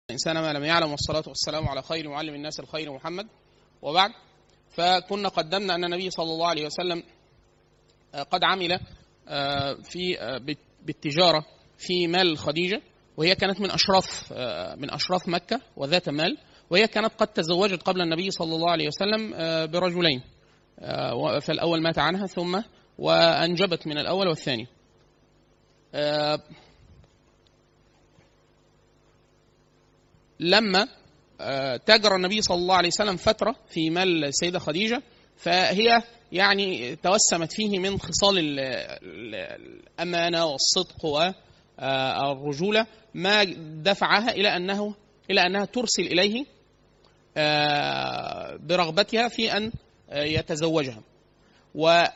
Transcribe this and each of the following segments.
الإنسان ما لم يعلم، والصلاة والسلام على خير معلم الناس الخير محمد. وبعد، فكنا قدمنا أن النبي صلى الله عليه وسلم قد عمل بالتجارة في مال خديجة، وهي كانت من أشراف مكة وذات مال، وهي كانت قد تزوجت قبل النبي صلى الله عليه وسلم برجلين، فالأول مات عنها ثم وأنجبت من الأول والثاني. لما تاجر النبي صلى الله عليه وسلم فترة في مال السيدة خديجة، فهي يعني توسمت فيه من خصال الأمانة والصدق والرجولة ما دفعها إلى أنها ترسل إليه برغبتها في أن يتزوجها. وليس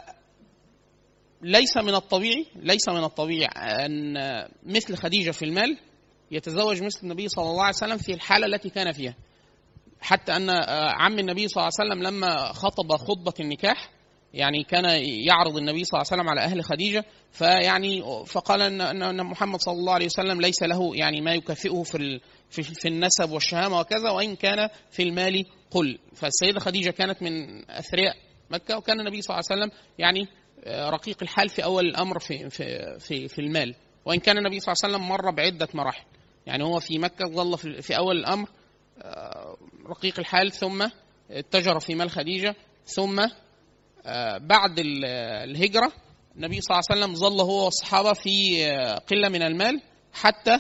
من الطبيعي أن مثل خديجة في المال يتزوج مثل النبي صلى الله عليه وسلم في الحالة التي كان فيها، حتى أن عم النبي صلى الله عليه وسلم لما خطب خطبة النكاح يعني كان يعرض النبي صلى الله عليه وسلم على أهل خديجة، فقال أن محمد صلى الله عليه وسلم ليس له يعني ما يكافئه في النسب والشهامة وكذا، وإن كان في المال قل. فالسيدة خديجة كانت من أثرياء مكة، وكان النبي صلى الله عليه وسلم يعني رقيق الحال في أول الأمر في المال، وإن كان النبي صلى الله عليه وسلم مر بعدة مراحل. يعني هو في مكة ظل في أول الأمر رقيق الحال، ثم اتجر في مال خديجة، ثم بعد الهجرة النبي صلى الله عليه وسلم ظل هو والصحابة في قلة من المال حتى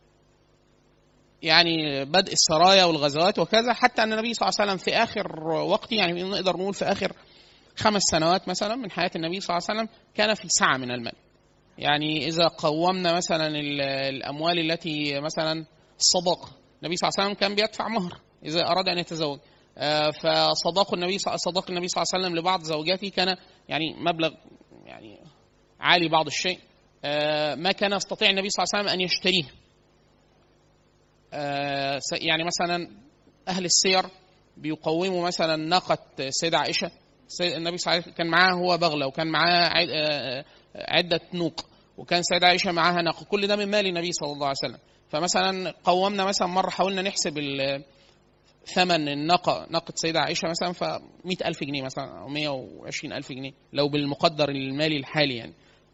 يعني بدء السرايا والغزوات وكذا، حتى أن النبي صلى الله عليه وسلم في آخر وقت، يعني نقدر نقول في آخر 5 سنوات مثلا من حياة النبي صلى الله عليه وسلم، كان في سعة من المال. يعني إذا قومنا مثلا الأموال التي مثلا الصداقة، النبي صلى الله عليه وسلم كان بيدفع مهر إذا أراد أن يتزوج، فصداق النبي صلى الله عليه وسلم لبعض زوجاته كان يعني مبلغ يعني عالي بعض الشيء، ما كان يستطيع النبي صلى الله عليه وسلم أن يشتريه. يعني مثلا أهل السير بيقوموا مثلا ناقة السيدة عائشة، النبي صلى الله عليه وسلم كان معاه هو بغلة، وكان معاه عدة نوق، وكان السيدة عائشة معاها ناقة، كل ده من مال النبي صلى الله عليه وسلم. فمثلا قومنا مثلا مرة حاولنا نحسب ثمن الناقة، ناقة السيدة عائشة مثلا، ف100,000 جنيه مثلا أو 120,000 جنيه لو بالمقدر المالي الحالي يعني،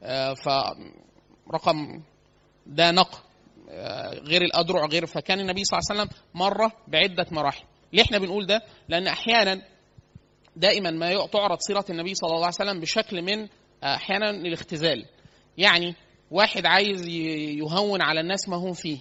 فرقم ده ناقة غير الأدرع غير. فكان النبي صلى الله عليه وسلم مرة بعدة مراحل. ليه احنا بنقول ده؟ لأن أحيانا دائما ما تعرض سيرة النبي صلى الله عليه وسلم بشكل من أحيانا الاختزال، يعني واحد عايز يهون على الناس ما هم فيه،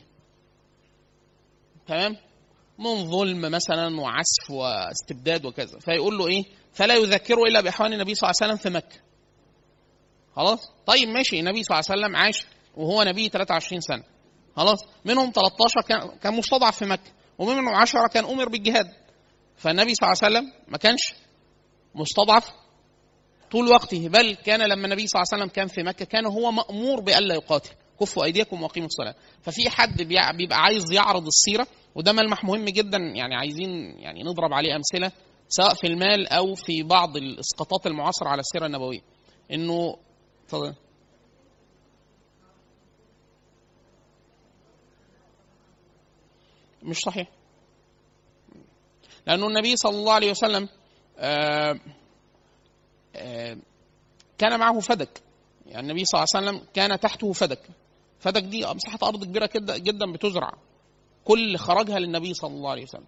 تمام، من ظلم مثلا وعسف واستبداد وكذا، فيقول له إيه؟ فلا يذكره إلا بإحوال النبي صلى الله عليه وسلم في مكة. خلاص، طيب ماشي، النبي صلى الله عليه وسلم عاش وهو نبي 23 سنة، خلاص، منهم 13 كان مستضعف في مكة، ومنهم 10 كان أمر بالجهاد. فالنبي صلى الله عليه وسلم ما كانش مستضعف طول وقته، بل كان لما النبي صلى الله عليه وسلم كان في مكة كان هو مأمور بألا يقاتل، كفوا أيديكم وأقيموا الصلاة. ففي حد بيبقى عايز يعرض السيرة، وده ملمح مهم جدا، يعني عايزين يعني نضرب عليه أمثلة سواء في المال أو في بعض الإسقاطات المعاصرة على السيرة النبوية. إنه مش صحيح، لأنه النبي صلى الله عليه وسلم كان معه فدك، يعني النبي صلى الله عليه وسلم كان تحته فدك دي مساحة أرض كبيرة جدا بتزرع، كل خرجها للنبي صلى الله عليه وسلم.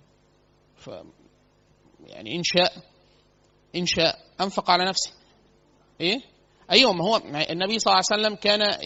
يعني إن شاء أنفق على نفسه. إيه؟ أيوة، ما هو النبي صلى الله عليه وسلم كان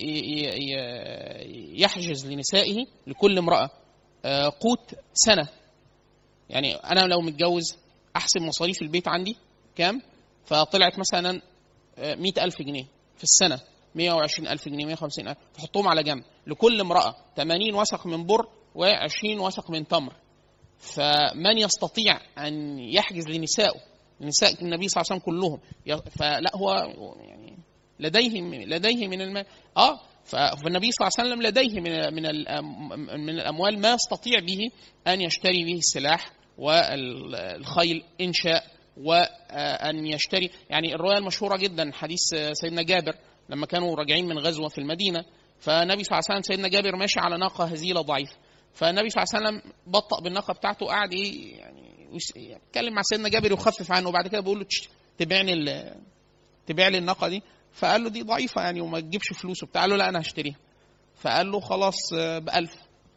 يحجز لنسائه لكل امرأة قوت سنة. يعني أنا لو متجوز أحسب مصاريف البيت عندي كام، فطلعت مثلا 100,000 جنيه في السنة، 120,000 جنيه، 150,000، فحطهم على جنب لكل امرأة 80 وسق من بر و20 وسق من تمر. فمن يستطيع أن يحجز لنساء النبي صلى الله عليه وسلم كلهم، فلا هو يعني لديه من المال. فالنبي صلى الله عليه وسلم لديه من الأموال ما يستطيع به أن يشتري به السلاح والخيل إن شاء، وأن يشتري. يعني الرواية المشهورة جدا حديث سيدنا جابر لما كانوا راجعين من غزوة في المدينة، فالنبي صلى الله عليه وسلم سيدنا جابر ماشي على ناقة هزيلة ضعيفة، فالنبي صلى الله عليه وسلم بطأ بالناقه بتاعته، قعد ايه يعني يتكلم مع سيدنا جابر يخفف عنه، وبعد كده بيقول له تبيع لي الناقه دي. فقال له دي ضعيفه يعني وما تجيبش فلوس وبتاع. قال له لا انا هشتريها. فقال له خلاص ب1000.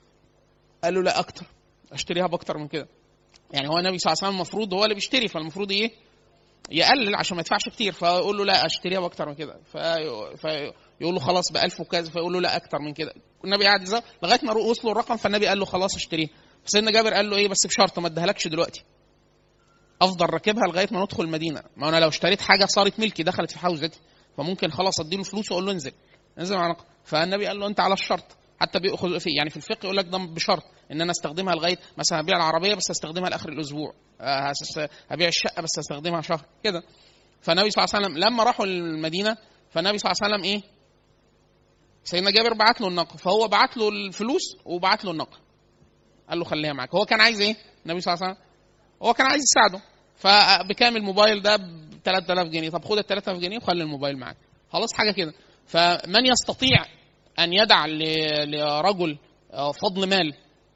قال له لا اكتر، اشتريها باكتر من كده. يعني هو النبي صلى الله عليه وسلم المفروض هو اللي بيشتري، فالمفروض ايه يقلل عشان ما يدفعش كتير. فيقول له لا اشتريها باكتر من كده. فيقول له خلاص ب1000 وكذا. فيقول له لا اكتر من كده. النبي قعد يزود لغايه ما وصلوا الرقم. فالنبي قال له خلاص اشتريها. فسيدنا جابر قال له ايه بس بشرط ما اديهالكش دلوقتي، افضل راكبها لغايه ما ندخل المدينه، ما انا لو اشتريت حاجه صارت ملكي دخلت في حوزتي، فممكن خلاص اديله فلوس واقول له انزل معنا. فالنبي قال له انت على الشرط. حتى بياخذ في يعني في الفقه يقول لك ده بشرط ان انا استخدمها لغايه مثلا هبيع العربيه بس استخدمها لاخر الاسبوع، هبيع الشقه بس استخدمها شهر كده. فالنبي صلى الله عليه وسلم لما راحوا المدينه، فالنبي صلى الله عليه وسلم ايه سيدنا جابر بعت له الناقه، فهو بعت له الفلوس وبعت له الناقه، قال له خليها معاك. هو كان عايز ايه النبي صلى الله عليه وسلم؟ هو كان عايز يساعده. فبكام الموبايل ده؟ ب 3000 جنيه. طب خد ال 3000 جنيه وخلي الموبايل معاك، خلاص حاجه كده. فمن يستطيع ان يدع لرجل فضل مال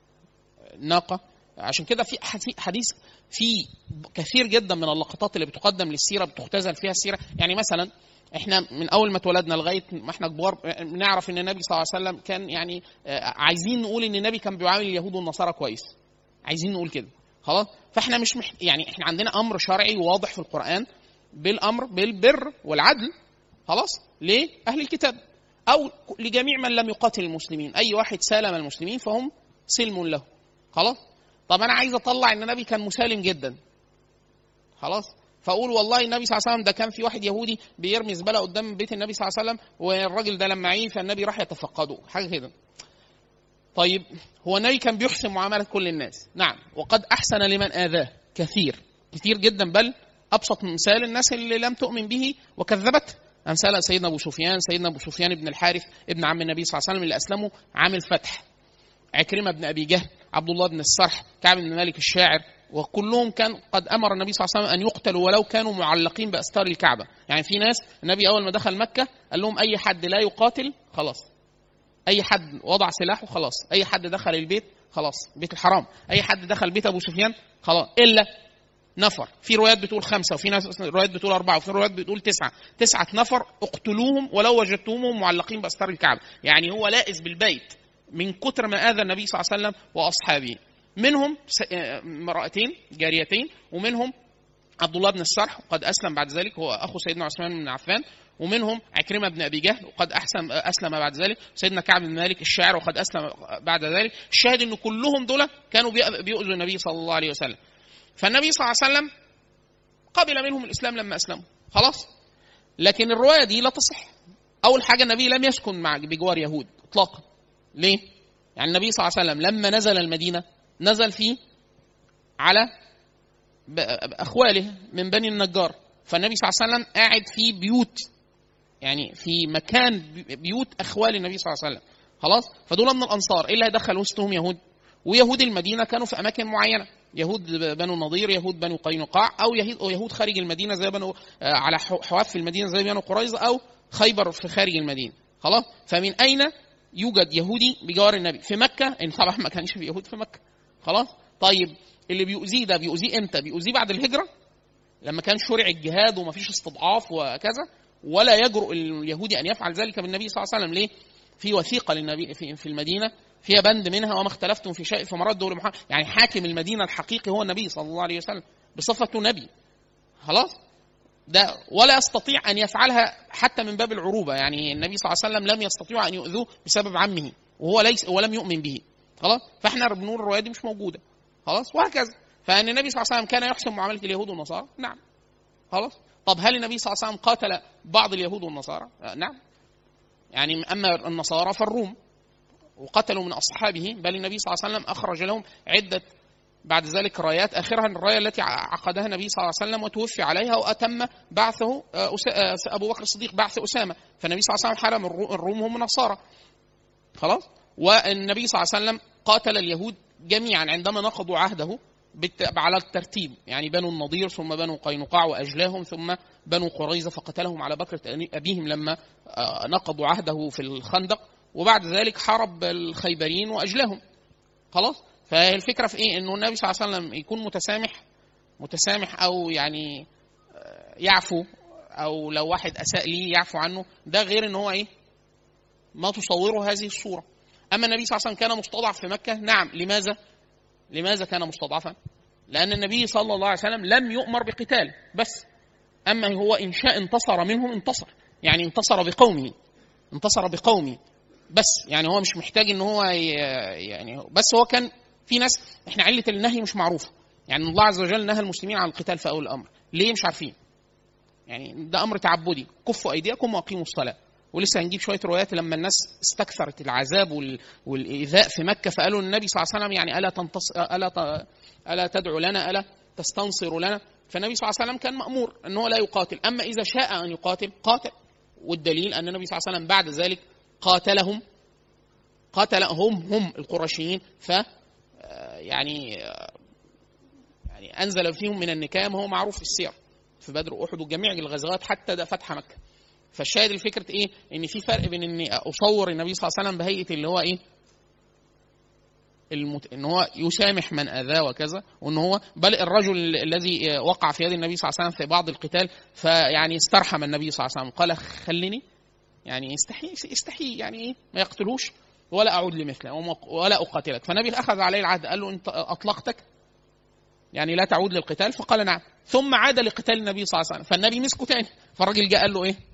ناقه. عشان كده في حديث في كثير جدا من اللقطات اللي بتقدم للسيره بتختزل فيها السيره. يعني مثلا احنا من اول ما اتولدنا لغايه ما احنا كبار نعرف ان النبي صلى الله عليه وسلم كان يعني عايزين نقول ان النبي كان بيعامل اليهود والنصارى كويس، عايزين نقول كده خلاص. فاحنا مش يعني احنا عندنا امر شرعي واضح في القران بالامر بالبر والعدل خلاص لاهل الكتاب او لجميع من لم يقاتل المسلمين. اي واحد سالم المسلمين فهم سلم له خلاص. طب انا عايز اطلع ان النبي كان مسالم جدا خلاص، فاقول والله النبي صلى الله عليه وسلم ده كان في واحد يهودي بيرمي زباله قدام بيت النبي صلى الله عليه وسلم والراجل ده لما عيه فالنبي راح يتفقده حاجه كده. طيب هو النبي كان بيحسن معامله كل الناس، نعم، وقد احسن لمن اذاه كثير جدا، بل ابسط مثال الناس اللي لم تؤمن به وكذبت امثال سيدنا ابو سفيان بن الحارث ابن عم النبي صلى الله عليه وسلم اللي اسلموا عام الفتح، عكرمه بن ابي جهل، عبد الله بن الصرح، كعب بن مالك الشاعر، وكلهم كان قد امر النبي صلى الله عليه وسلم ان يقتلوا ولو كانوا معلقين باستار الكعبه. يعني في ناس النبي اول ما دخل مكه قال لهم اي حد لا يقاتل خلاص، اي حد وضع سلاحه خلاص، اي حد دخل البيت خلاص بيت الحرام، اي حد دخل بيت ابو سفيان خلاص الا نفر. في روايات بتقول 5، وفي ناس روايات بتقول 4، وفي روايات بتقول 9 نفر اقتلوهم ولو وجدتموهم معلقين باستار الكعبه. يعني هو لائز بالبيت من كتر ما اذى النبي صلى الله عليه وسلم واصحابه. منهم امرأتين جاريتين، ومنهم عبد الله بن الصرح وقد اسلم بعد ذلك، هو اخو سيدنا عثمان بن عفان، ومنهم عكرمه بن ابي جهل وقد اسلم بعد ذلك، سيدنا كعب بن مالك الشاعر وقد اسلم بعد ذلك. الشاهد ان كلهم دول كانوا بيؤذوا النبي صلى الله عليه وسلم. فالنبي صلى الله عليه وسلم قبل منهم الاسلام لما اسلموا خلاص. لكن الروايه دي لا تصح. اول حاجه النبي لم يسكن بجوار يهود اطلاقا. ليه؟ يعني النبي صلى الله عليه وسلم لما نزل المدينه نزل فيه على اخواله من بني النجار. فالنبي صلى الله عليه وسلم قاعد في بيوت، يعني في مكان بيوت اخوال النبي صلى الله عليه وسلم خلاص. فدول من الانصار. ايه اللي هيدخل وسطهم يهود؟ ويهود المدينه كانوا في اماكن معينه، يهود بنو النضير، يهود بنو قينقاع، او يهود خارج المدينه زي بنو على حواف في المدينه زي بنو قريظه، او خيبر في خارج المدينه خلاص. فمن اين يوجد يهودي بجوار النبي في مكه؟ ان طبعا ما كانش في يهود في مكه خلاص. طيب اللي بيؤذيه ده بيؤذيه امتى؟ بيؤذيه بعد الهجره لما كان شرع الجهاد وما فيش استضعاف وكذا، ولا يجرؤ اليهودي ان يفعل ذلك بالنبي صلى الله عليه وسلم. ليه؟ في وثيقه للنبي في المدينه فيها بند منها وما اختلفتم في شيء فمرده لمحمد، يعني حاكم المدينه الحقيقي هو النبي صلى الله عليه وسلم بصفته نبي خلاص. ده ولا يستطيع ان يفعلها حتى من باب العروبه، يعني النبي صلى الله عليه وسلم لم يستطيعوا ان يؤذوه بسبب عمه وهو ليس ولم يؤمن به خلاص. فاحنا بنقول الروايه دي مش موجوده خلاص، وهكذا. فان النبي صلى الله عليه وسلم كان يحسن معامله اليهود والنصارى، نعم خلاص. طب هل النبي صلى الله عليه وسلم قاتل بعض اليهود والنصارى؟ نعم. يعني اما النصارى فالروم وقتلوا من اصحابه، بل النبي صلى الله عليه وسلم اخرج لهم عده بعد ذلك رايات، اخرها الرايه التي عقدها النبي صلى الله عليه وسلم وتوفي عليها، واتم بعثه ابو بكر الصديق بعث اسامه. فالنبي صلى الله عليه وسلم حرم الروم هم نصارى خلاص. والنبي صلى الله عليه وسلم قاتل اليهود جميعا عندما نقضوا عهده على الترتيب، يعني بنو النضير ثم بنو قينقاع واجلاهم ثم بنو قريظه فقتلهم على بكرة ابيهم لما نقضوا عهده في الخندق، وبعد ذلك حارب الخيبريين واجلاهم خلاص. فالفكره في ايه؟ انه النبي صلى الله عليه وسلم يكون متسامح او يعني يعفو، او لو واحد اساء ليه يعفو عنه، ده غير ان هو ايه ما تصوره هذه الصوره. اما النبي صلى الله عليه وسلم كان مستضعف في مكه، نعم. لماذا كان مستضعفا؟ لان النبي صلى الله عليه وسلم لم يؤمر بقتال بس، اما هو ان شاء انتصر منهم انتصر، يعني انتصر بقومه بس. يعني هو مش محتاج ان هو يعني بس هو كان في ناس، احنا عله النهي مش معروفه. يعني الله عز وجل نهى المسلمين عن القتال في اول الامر، ليه مش عارفين. يعني ده امر تعبدي، كفوا ايديكم واقيموا الصلاه. ولسه هنجيب شويه روايات لما الناس استكثرت العذاب والايذاء في مكه، فقالوا للنبي صلى الله عليه وسلم يعني الا تدعو لنا، الا تستنصر لنا. فالنبي صلى الله عليه وسلم كان مامور ان هو لا يقاتل، اما اذا شاء ان يقاتل قاتل. والدليل ان النبي صلى الله عليه وسلم بعد ذلك قاتلهم هم القرشيين، ف يعني انزل فيهم من النكام، هو معروف في السير في بدر واحد وجميع الغزوات حتى ده فتح مكه. فالشاهد الفكره ايه؟ ان في فرق بين اني اصور النبي صلى الله عليه وسلم بهيئه اللي هو ايه ان هو يسامح من اذاه وكذا، وان هو بل الرجل الذي وقع في يد النبي صلى الله عليه وسلم في بعض القتال فيعني استرحم النبي صلى الله عليه وسلم، قال خليني يعني استحي يعني ايه ما يقتلوش ولا اعود لمثله ولا اقاتلك. فالنبي اخذ عليه العهد، قال له انت اطلقتك يعني لا تعود للقتال، فقال نعم. ثم عاد لقتال النبي صلى الله عليه وسلم، فالنبي مسكه تاني، فالراجل جاء قال له ايه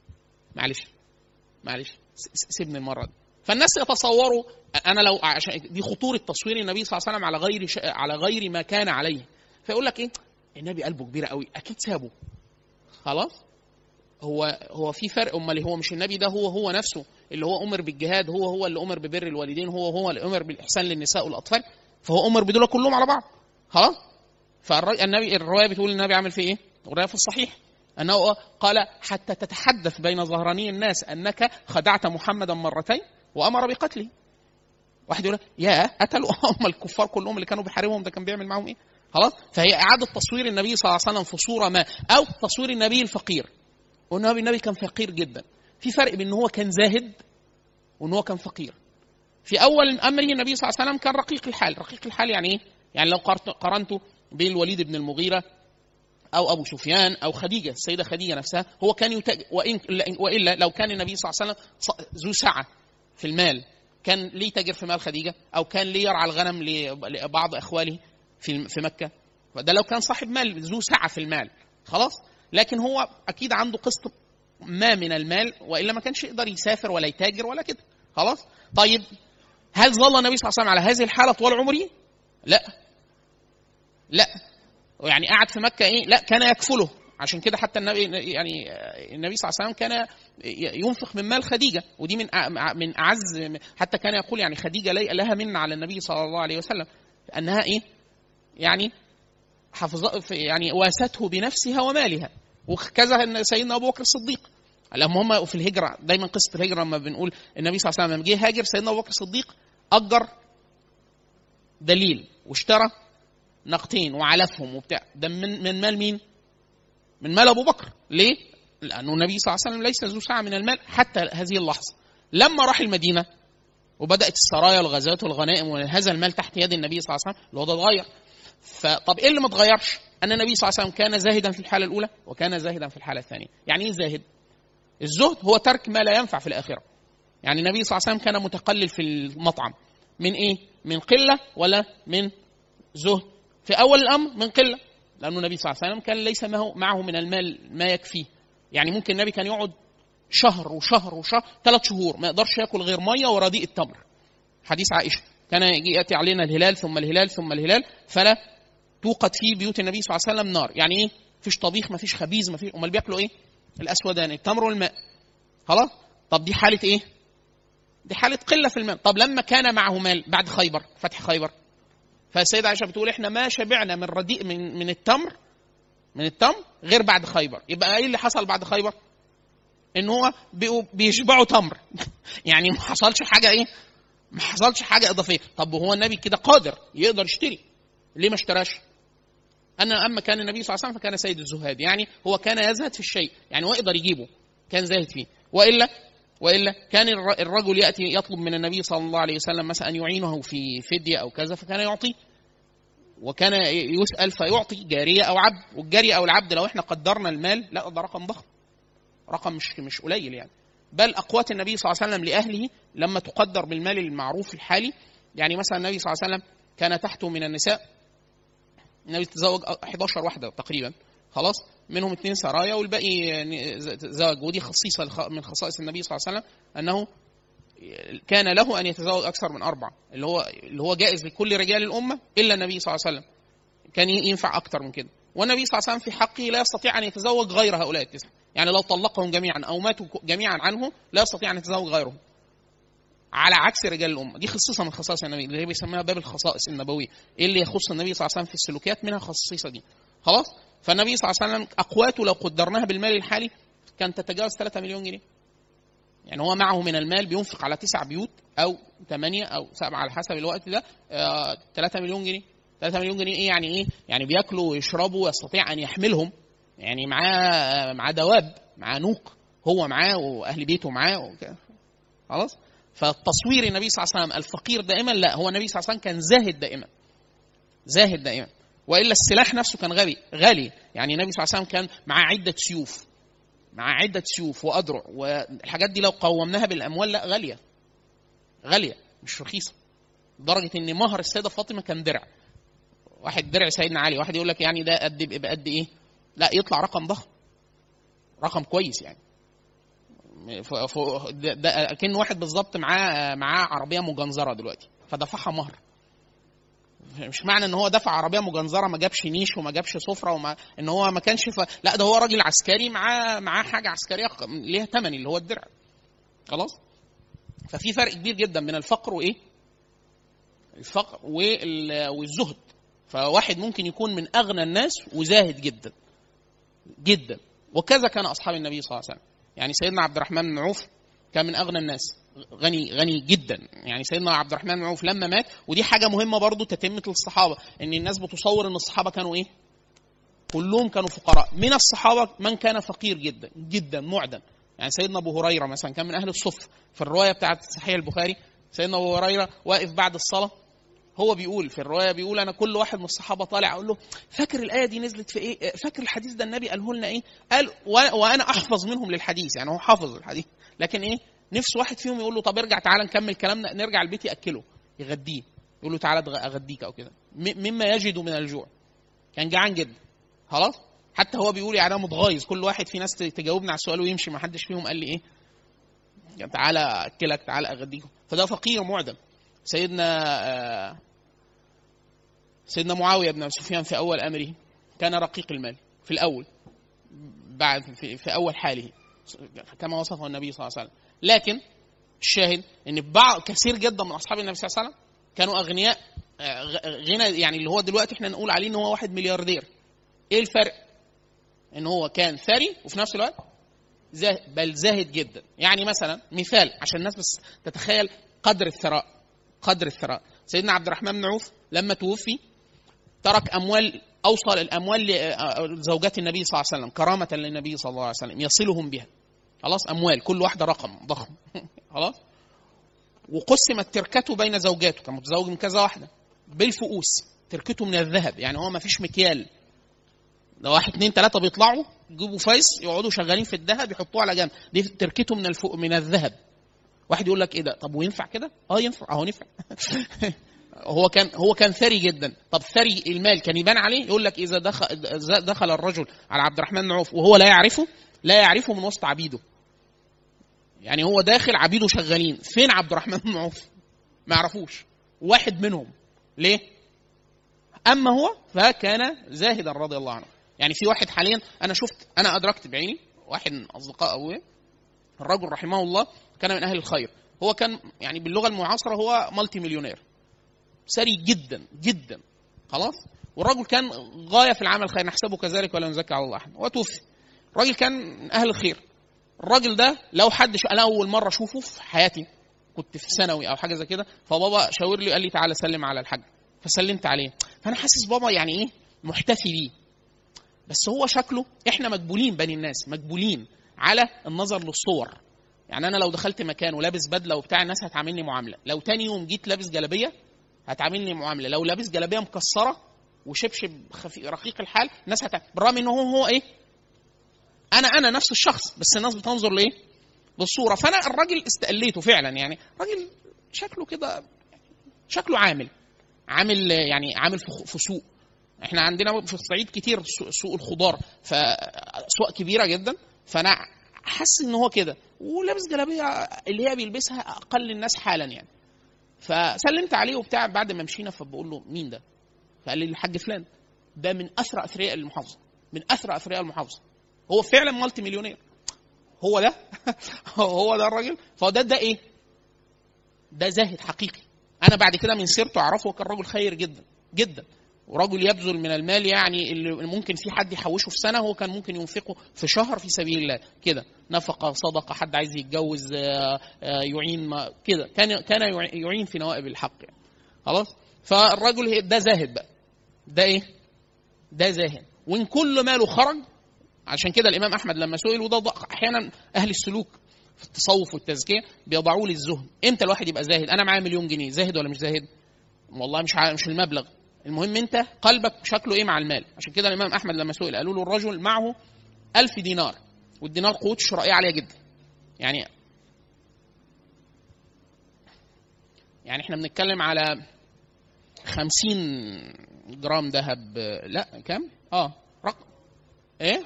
معلش سيبني المره دي. فالناس يتصوروا، انا لو عشان دي خطوره تصوير النبي صلى الله عليه وسلم على غير ما كان عليه، فيقول لك ايه النبي قلبه كبير قوي اكيد سابه خلاص. هو في فرق. امال هو مش النبي ده هو نفسه اللي هو امر بالجهاد، هو اللي امر ببر الوالدين، هو اللي امر بالاحسان للنساء والاطفال، فهو امر بدول كلهم على بعض خلاص. فالنبي الروايه بتقول النبي عمل فيه ايه؟ الروايه في الصحيح انه قال حتى تتحدث بين ظهراني الناس انك خدعت محمدا مرتين وامر بقتله. واحد يقول يا قتلوا هم الكفار كلهم اللي كانوا بيحاربهم، ده كان بيعمل معهم ايه؟ خلاص. فهي اعاده تصوير النبي صلى الله عليه وسلم في صوره ما، او تصوير النبي الفقير. والنبي كان فقير جدا. في فرق بين ان هو كان زاهد وان هو كان فقير. في اول امره النبي صلى الله عليه وسلم كان رقيق الحال يعني ايه؟ يعني لو قارنته بين الوليد بن المغيرة أو أبو سفيان أو خديجة، السيدة خديجة نفسها، هو كان وإلا لو كان النبي صلى الله عليه وسلم ذو سعة في المال، كان ليه تاجر في مال خديجة، أو كان ليه يرعى الغنم لبعض أخواله في مكة. ده لو كان صاحب مال ذو سعة في المال خلاص. لكن هو أكيد عنده قسط ما من المال، وإلا ما كانش يقدر يسافر ولا يتاجر ولا كده خلاص. طيب هل ظل النبي صلى الله عليه وسلم على هذه الحالة طوال عمره؟ لا يعني قعد في مكة ايه؟ لا، كان يكفله. عشان كده حتى النبي يعني النبي صلى الله عليه وسلم كان ينفق من مال خديجة، ودي من أعز، حتى كان يقول يعني خديجة لها من على النبي صلى الله عليه وسلم أنها ايه يعني يعني واسته بنفسها ومالها. وكذا سيدنا أبو بكر الصديق لما هم في الهجرة، دايما قصة الهجرة لما بنقول النبي صلى الله عليه وسلم لما جه هاجر، سيدنا أبو بكر الصديق أجر دليل واشترى نقطين وعلفهم وبتاع، ده من مال مين؟ من مال أبو بكر. ليه؟ لأنه النبي صلى الله عليه وسلم ليس ذو سعة من المال حتى هذه اللحظة. لما راح المدينة وبدأت السرايا والغزوات والغنائم وهذا المال تحت يد النبي صلى الله عليه وسلم، الوضع اتغير. فطب ايه اللي ما اتغيرش؟ أن النبي صلى الله عليه وسلم كان زاهدا في الحالة الأولى وكان زاهدا في الحالة الثانية. يعني ايه زاهد؟ الزهد هو ترك ما لا ينفع في الآخرة. يعني النبي صلى الله عليه وسلم كان متقلل في المطعم من ايه؟ من قلة ولا من زهد؟ في أول الأمر من قلة، لأنه النبي صلى الله عليه وسلم كان ليس معه من المال ما يكفيه. يعني ممكن النبي كان يقعد شهر 3 شهور ما يقدرش يأكل غير مية ورديء التمر. حديث عائشة كان يأتي علينا الهلال ثم الهلال ثم الهلال فلا توقد فيه بيوت النبي صلى الله عليه وسلم نار. يعني ايه؟ مفيش طبيخ، مفيش خبيز، مفيش، امال بياكلوا ايه؟ الأسودان، التمر والماء خلاص. طب دي حالة ايه؟ دي حالة قلة في المال. طب لما كان معه مال بعد خيبر، فتح خيبر، فالسيدة عائشة بتقول احنا ما شبعنا من رديء من التمر غير بعد خيبر. يبقى ايه اللي حصل بعد خيبر؟ ان هو بيشبعوا تمر يعني ما حصلش حاجة ايه؟ ما حصلش حاجة اضافية. طب هو النبي كده قادر يقدر يشتري، ليه ما اشتراش؟ اما كان النبي صلى الله عليه وسلم فكان سيد الزهاد، يعني هو كان يزهد في الشيء، يعني هو يقدر يجيبه كان زاهد فيه. والا والا كان الرجل ياتي يطلب من النبي صلى الله عليه وسلم مثلا ان يعينه في فديه او كذا، فكان يعطي، وكان يسال فيعطي جاريه او عبد. والجاريه او العبد لو احنا قدرنا المال، لا ده رقم ضخم، رقم مش قليل يعني. بل اقوات النبي صلى الله عليه وسلم لاهله لما تقدر بالمال المعروف الحالي، يعني مثلا النبي صلى الله عليه وسلم كان تحته من النساء، النبي تزوج 11 واحده تقريبا، خلاص، منهم 2 سرايا والباقي زواج. ودي خصيصه من خصائص النبي صلى الله عليه وسلم، انه كان له ان يتزوج اكثر من 4، اللي هو جائز لكل رجال الامه الا النبي صلى الله عليه وسلم، كان ينفع اكثر من كده. والنبي صلى الله عليه وسلم في حقه لا يستطيع ان يتزوج غير هؤلاء ال9، يعني لو طلقهم جميعا او ماتوا جميعا عنه لا يستطيع ان يتزوج غيرهم، على عكس رجال الامه. دي خصيصه من خصائص النبي اللي هي بيسميها باب الخصائص النبويه، ايه اللي يخص النبي صلى الله عليه وسلم في السلوكيات، منها الخصيصه دي. خلاص. فالنبي صلى الله عليه وسلم اقواته لو قدرناها بالمال الحالي كانت تتجاوز 3 مليون جنيه. يعني هو معه من المال بينفق على 9 بيوت او 8 او 7 على حسب الوقت ده 3 مليون جنيه. 3 مليون جنيه ايه يعني؟ ايه يعني؟ بياكلوا ويشربوا ويستطيع ان يحملهم، يعني معاه دواب، معاه نوق، هو معاه واهل بيته معاه خلاص. فالتصوير النبي صلى الله عليه وسلم الفقير دائما، لا، هو النبي صلى الله عليه وسلم كان زاهد دائما، زاهد دائما. والا السلاح نفسه كان غالي. يعني النبي صلى الله عليه وسلم كان معاه عده سيوف واذرع، والحاجات دي لو قومناها بالاموال لا غاليه مش رخيصه، لدرجه ان مهر السيده فاطمه كان درع واحد، درع سيدنا علي. واحد يقول لك يعني ده قد ايه؟ لا، يطلع رقم ضخم، رقم كويس يعني. ده كأن واحد بالظبط معاه عربيه مجنزره دلوقتي فدفعها مهر. مش معنى ان هو دفع عربيه مجنزره ما جابش نيش وما جابش سفره ان هو ما كانش لا، ده هو راجل عسكري معاه حاجه عسكريه ليها ثمن اللي هو الدرع. خلاص. ففي فرق كبير جدا بين الفقر الفقر والزهد. فواحد ممكن يكون من اغنى الناس وزاهد جدا جدا، وكذا كان اصحاب النبي صلى الله عليه وسلم. يعني سيدنا عبد الرحمن بن عوف كان من اغنى الناس، غني جدا. يعني سيدنا عبد الرحمن بن عوف لما مات، ودي حاجه مهمه برضو تتمه للصحابه، ان الناس بتصور ان الصحابه كانوا ايه؟ كلهم كانوا فقراء. من الصحابه من كان فقير جدا جدا معدم. يعني سيدنا ابو هريره مثلا كان من اهل الصف. في الروايه بتاعه صحيح البخاري سيدنا ابو هريره واقف بعد الصلاه، هو بيقول في الروايه، بيقول انا كل واحد من الصحابه طالع اقول له فاكر الايه دي نزلت في ايه؟ فاكر الحديث ده النبي قاله لنا ايه؟ قال وانا احفظ منهم للحديث. يعني هو حافظ الحديث، لكن ايه؟ نفس واحد فيهم يقول له طب ارجع تعالى نكمل كلامنا، نرجع البيت ياكله يغديه، يقول له تعالى اغديك او كده، مما يجد من الجوع. كان جعان جدا. خلاص. حتى هو بيقول يعني انا متغايظ، كل واحد في ناس تجاوبنا على السؤال ويمشي، ما حدش فيهم قال لي ايه؟ يعني تعالى اكلك، تعالى اغديك. فده فقير معدم. سيدنا معاويه بن سفيان في اول امره كان رقيق المال في الاول، بعد في اول حاله كما وصفه النبي صلى الله عليه وسلم. لكن الشاهد ان كثير جدا من اصحاب النبي صلى الله عليه وسلم كانوا اغنياء، غنى يعني اللي هو دلوقتي احنا نقول عليه ان هو 1 ملياردير. ايه الفرق؟ ان هو كان ثري وفي نفس الوقت بل زاهد جدا. يعني مثلا مثال عشان الناس بس تتخيل قدر الثراء. سيدنا عبد الرحمن بن عوف لما توفي ترك اموال، اوصل الاموال لزوجات النبي صلى الله عليه وسلم كرامه للنبي صلى الله عليه وسلم يصلهم بها. خلاص. اموال كل واحده رقم ضخم. خلاص. وقسمت تركته بين زوجاته، كان متزوج من كذا واحده، بالفؤوس. تركته من الذهب، يعني هو ما فيش مكيال، لو 1 2 3 بيطلعوا يجيبوا فايس يقعدوا شغالين في الذهب يحطوه على جنب. دي تركته من الذهب. واحد يقول لك ايه ده؟ طب وينفع كده؟ ينفع، اهو نفع. هو كان ثري جدا. طب ثري المال كان يبان عليه؟ يقول لك اذا دخل الرجل على عبد الرحمن بن عوف وهو لا يعرفه من وسط عبيده. يعني هو داخل عبيده شغالين، فين عبد الرحمن بن عوف؟ ما يعرفوش واحد منهم. ليه؟ اما هو فكان زاهدا رضي الله عنه. يعني في واحد حاليا انا ادركت بعيني، واحد من اصدقاء ابويا، الرجل رحمه الله كان من اهل الخير. هو كان يعني باللغه المعاصره هو مالتي مليونير، ثري جدا جدا. خلاص. والرجل كان غايه في العمل الخير، نحسبه كذلك ولا نزكي على الله احد. وتوفي. الراجل كان من اهل الخير. الراجل ده لو حد انا اول مره اشوفه في حياتي، كنت في ثانوي او حاجه زي كده، فبابا شاور لي قال لي تعالى سلم على الحاج، فسلمت عليه. فانا حاسس بابا يعني ايه محتفي بيه، بس هو شكله، احنا مجبولين بني الناس، مجبولين على النظر للصور يعني انا لو دخلت مكان ولابس بدله وبتاع الناس هتعاملني معامله، لو تاني يوم جيت لابس جلابيه هتعاملني معامله، لو لابس جلابيه مكسره وشبشب رقيق الحال الناس بالرغم ان هو ايه، انا نفس الشخص، بس الناس بتنظر لايه؟ للصوره. فانا الراجل استقليته فعلا، يعني راجل شكله كده، شكله عامل يعني عامل في سوق. احنا عندنا في الصعيد كتير سوق الخضار، فسوق كبيره جدا، فانا حاسس ان هو كده ولابس جلابيه اللي هي بيلبسها اقل الناس حالا يعني. فسلمت عليه وبتاع، بعد ما مشينا فبقول له مين ده؟ فقال لي الحاج فلان، ده من اثرى اثرياء المحافظه، من اثرى اثرياء المحافظه، هو فعلا مالتي مليونير، هو ده هو ده الراجل. فده ايه؟ ده زاهد حقيقي. انا بعد كده من سيرته اعرفه كان رجل خير جدا جدا، ورجل يبذل من المال يعني اللي ممكن في حد يحوشه في سنه هو كان ممكن ينفقه في شهر في سبيل الله كده، نفقه صدقه، حد عايز يتجوز يعين كده، كان يعين في نوائب الحق يعني. خلاص. فالرجل ده زاهد بقى، ده ايه؟ ده زاهد، وان كل ماله خرج. عشان كده الامام احمد لما سئل، وده احيانا اهل السلوك في التصوف والتزكيه بيضعوا لي الزهد، امتى الواحد يبقى زاهد؟ انا معايا مليون جنيه، زاهد ولا مش زاهد؟ والله مش المبلغ، المهم انت قلبك شكله ايه مع المال. عشان كده الامام احمد لما سئل قالوا له الرجل معه 1000 دينار، والدينار قوته الشرائيه عاليه جدا، يعني احنا بنتكلم على 50 جرام ذهب، لا كام؟ رقم ايه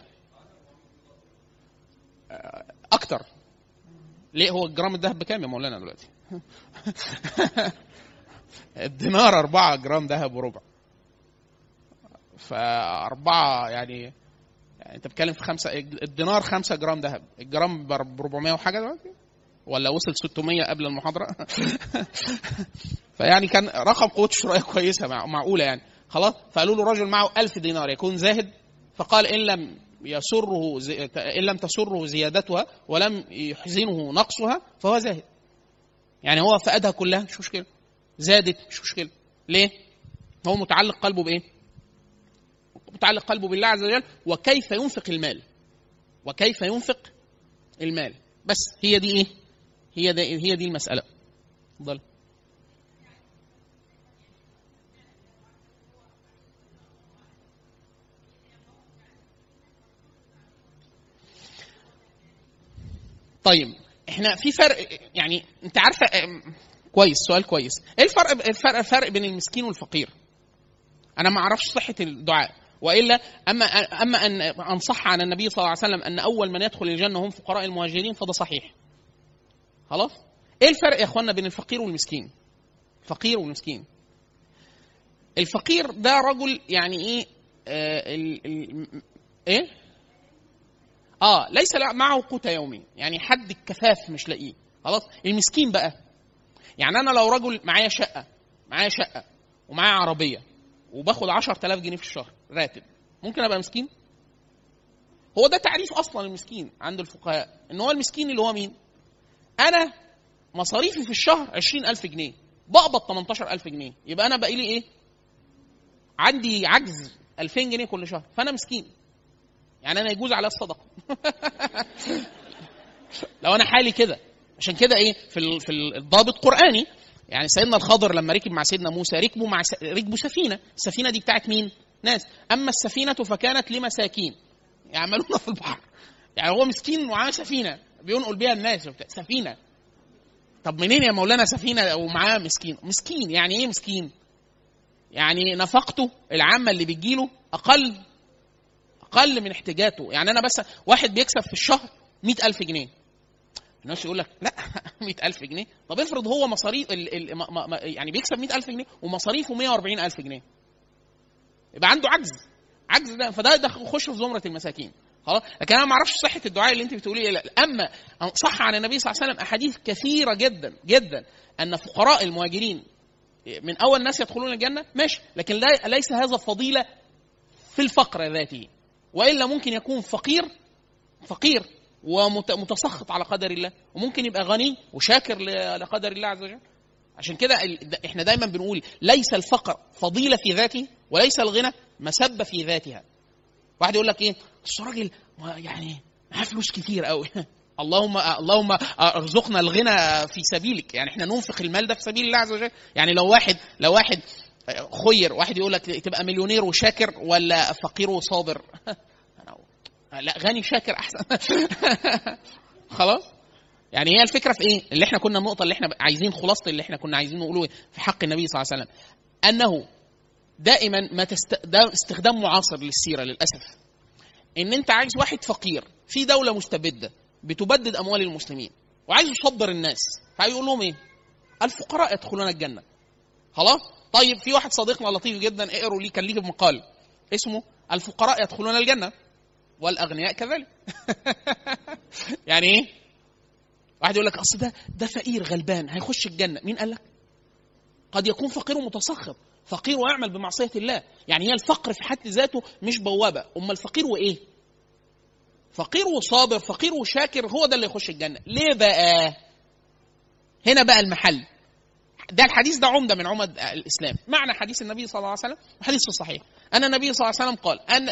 اكتر. ليه؟ هو الجرام الذهب بكام يا مولانا دلوقتي؟ الدينار 4 جرام ذهب وربع، فأربعة يعني انت بتتكلم في 5، الدينار 5 جرام ذهب، الجرام ب 400 وحاجه دلوقتي، ولا وصل 600 قبل المحاضره. فيعني كان رقم قوته الشرائيه كويسه معقوله يعني. خلاص. فقالوا له رجل معه 1000 دينار يكون زاهد؟ فقال إن لم تسره زيادتها ولم يحزنه نقصها فهو زاهد. يعني هو فقدها كلها مش مشكلة، زادت مش مشكلة. ليه؟ هو متعلق قلبه بإيه؟ متعلق قلبه بالله عز وجل، وكيف ينفق المال، وكيف ينفق المال. بس هي دي إيه؟ هي دي المسألة. ضل. طيب احنا في فرق، يعني انت عارفه كويس، سؤال كويس. ايه الفرق بين المسكين والفقير؟ انا ما اعرفش صحه الدعاء، والا اما ان صح عن النبي صلى الله عليه وسلم ان اول من يدخل الجنه هم فقراء المهاجرين، فده صحيح. خلاص. ايه الفرق يا اخوانا بين الفقير والمسكين؟ الفقير والمسكين، الفقير ده رجل يعني ايه ايه ليس معه قوت يومي، يعني حد الكفاف مش لاقيه. خلاص. المسكين بقى، يعني انا لو رجل معايا شقه ومعايا عربيه وباخد 10000 جنيه في الشهر راتب، ممكن ابقى مسكين؟ هو ده تعريف اصلا المسكين عند الفقهاء، ان هو المسكين اللي هو مين؟ انا مصاريفي في الشهر 20000 جنيه، بقبض 18000 جنيه، يبقى انا باقي لي ايه؟ عندي عجز 2000 جنيه كل شهر، فانا مسكين. يعني انا يجوز على الصدقه لو انا حالي كده. عشان كده ايه في الضابط قرآني، يعني سيدنا الخضر لما ركب مع سيدنا موسى ركبوا سفينه، السفينه دي بتاعت مين؟ ناس. اما السفينه فكانت لمساكين يعملون في البحر. يعني هو مسكين ومعاه سفينه بينقل بيها الناس سفينه. طب منين يا مولانا سفينه ومعاه مسكين؟ مسكين يعني ايه مسكين؟ يعني نفقته العامه اللي بتجيله اقل من احتياجاته. يعني انا بس واحد بيكسب في الشهر 100000 جنيه، الناس يقول لك لا 100000 جنيه. طب افرض هو مصاريف يعني بيكسب 100000 جنيه ومصاريفه 140000 جنيه، يبقى عنده عجز ده، فده يخش في زمره المساكين. خلاص. لكن انا ما اعرفش صحه الدعاء اللي انت بتقوليه. لا. اما صح عن النبي صلى الله عليه وسلم احاديث كثيره جدا جدا ان فقراء المهاجرين من اول الناس يدخلون الجنه، ماشي، لكن ليس هذا فضيله في الفقر ذاته، والا ممكن يكون فقير ومتسخط على قدر الله، وممكن يبقى غني وشاكر لقدر الله عز وجل. عشان كده احنا دايما بنقول ليس الفقر فضيلة في ذاته، وليس الغنى مسبة في ذاتها. واحد يقول لك ايه، الراجل يعني معاه فلوس كتير قوي اللهم ارزقنا الغنى في سبيلك، يعني احنا ننفق المال ده في سبيل الله عز وجل. يعني لو واحد خير، واحد يقول لك تبقى مليونير وشاكر ولا فقير وصابر؟ لا، غني شاكر احسن. خلاص. يعني هي الفكره في ايه اللي احنا كنا، النقطه اللي احنا عايزين، خلاصه اللي احنا كنا عايزين نقوله في حق النبي صلى الله عليه وسلم، انه دائما ده استخدام معاصر للسيره للاسف، ان انت عايز واحد فقير في دوله مستبده بتبدد اموال المسلمين وعايز يصبر الناس، فيقول لهم ايه؟ الفقراء يدخلون الجنه. خلاص. طيب في واحد صديقنا لطيف جدا، اقروا لي، كان ليه مقال اسمه الفقراء يدخلون الجنه والاغنياء كذلك. يعني ايه؟ واحد يقول لك اصل ده فقير غلبان هيخش الجنه، مين قال لك؟ قد يكون فقير متصخب، فقير ويعمل بمعصيه الله. يعني هي الفقر في حد ذاته مش بوابه، اما الفقير وايه؟ فقير وصابر، فقير وشاكر، هو ده اللي يخش الجنه. ليه بقى؟ هنا بقى المحل. ده الحديث ده عمده من عمد الاسلام. معنى حديث النبي صلى الله عليه وسلم حديث صحيح، ان النبي صلى الله عليه وسلم قال ان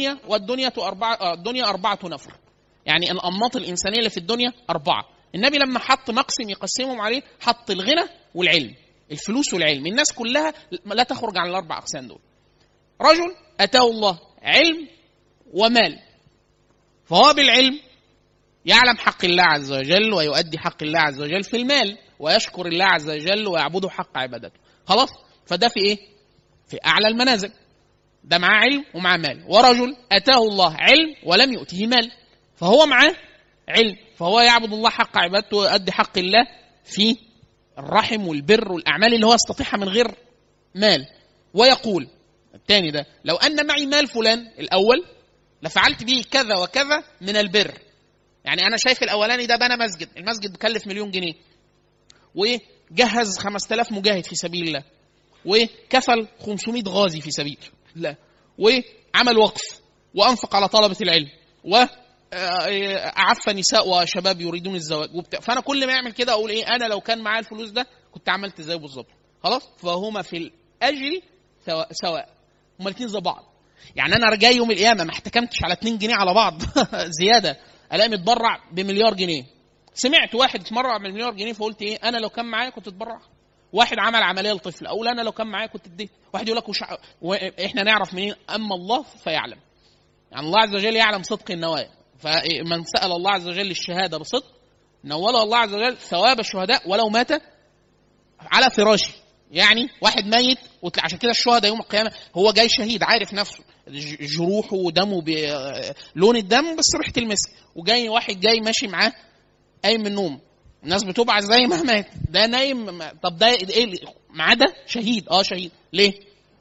الدنيا اربعه نفر، يعني الانماط الانسانيه اللي في الدنيا اربعه. النبي لما حط مقسم يقسمهم عليه، حط الغنى والعلم، الفلوس والعلم. الناس كلها لا تخرج عن الاربع اقسام دول. رجل اتاه الله علم ومال، فهو بالعلم يعلم حق الله عز وجل ويؤدي حق الله عز وجل في المال، ويشكر الله عز وجل ويعبده حق عبادته. خلاص. فده في ايه؟ في اعلى المنازل، ده معاه علم ومعاه مال. ورجل اتاه الله علم ولم يؤته مال، فهو معاه علم، فهو يعبد الله حق عبادته ويؤدي حق الله في الرحم والبر والاعمال اللي هو يستطيعها من غير مال. ويقول الثاني ده لو ان معي مال فلان الاول لفعلت به كذا وكذا من البر. يعني انا شايف الاولاني ده بنى مسجد، المسجد بكلف 1,000,000 جنيه، وجهز 5000 مجاهد في سبيل الله، وكفل 500 غازي في سبيل الله، وعمل وقف، وانفق على طلبة العلم، وأعف نساء وشباب يريدون الزواج وبتاع. فانا كل ما اعمل كده اقول ايه؟ انا لو كان معايا الفلوس ده كنت عملت زيه بالظبط. خلاص. فهما في الاجر سواء، هما الاثنين زي بعض. يعني انا رجاي يوم القيامه ما احتكمتش على 2 جنيه على بعض زياده، الاقي متبرع بمليار جنيه. سمعت واحد اتبرع بمليار جنيه فقلت ايه؟ انا لو كان معايا كنت اتبرع. واحد عمل عمليه لطفل، اقول انا لو كان معايا كنت اديت. واحد يقول لك احنا نعرف منين؟ اما الله فيعلم. يعني الله عز وجل يعلم صدق النوايا، فمن سأل الله عز وجل الشهاده بصدق نوله الله عز وجل ثواب الشهداء ولو مات على فراشه. يعني واحد ميت، عشان كده الشهداء يوم القيامه هو جاي شهيد عارف نفسه، جروحه ودمه بلون الدم بس ريحه المسك، وجاي واحد جاي ماشي معاه قايم من النوم، الناس بتبعث زي ما مات، ده نايم. طب ده ايه معاه؟ ده شهيد. شهيد ليه؟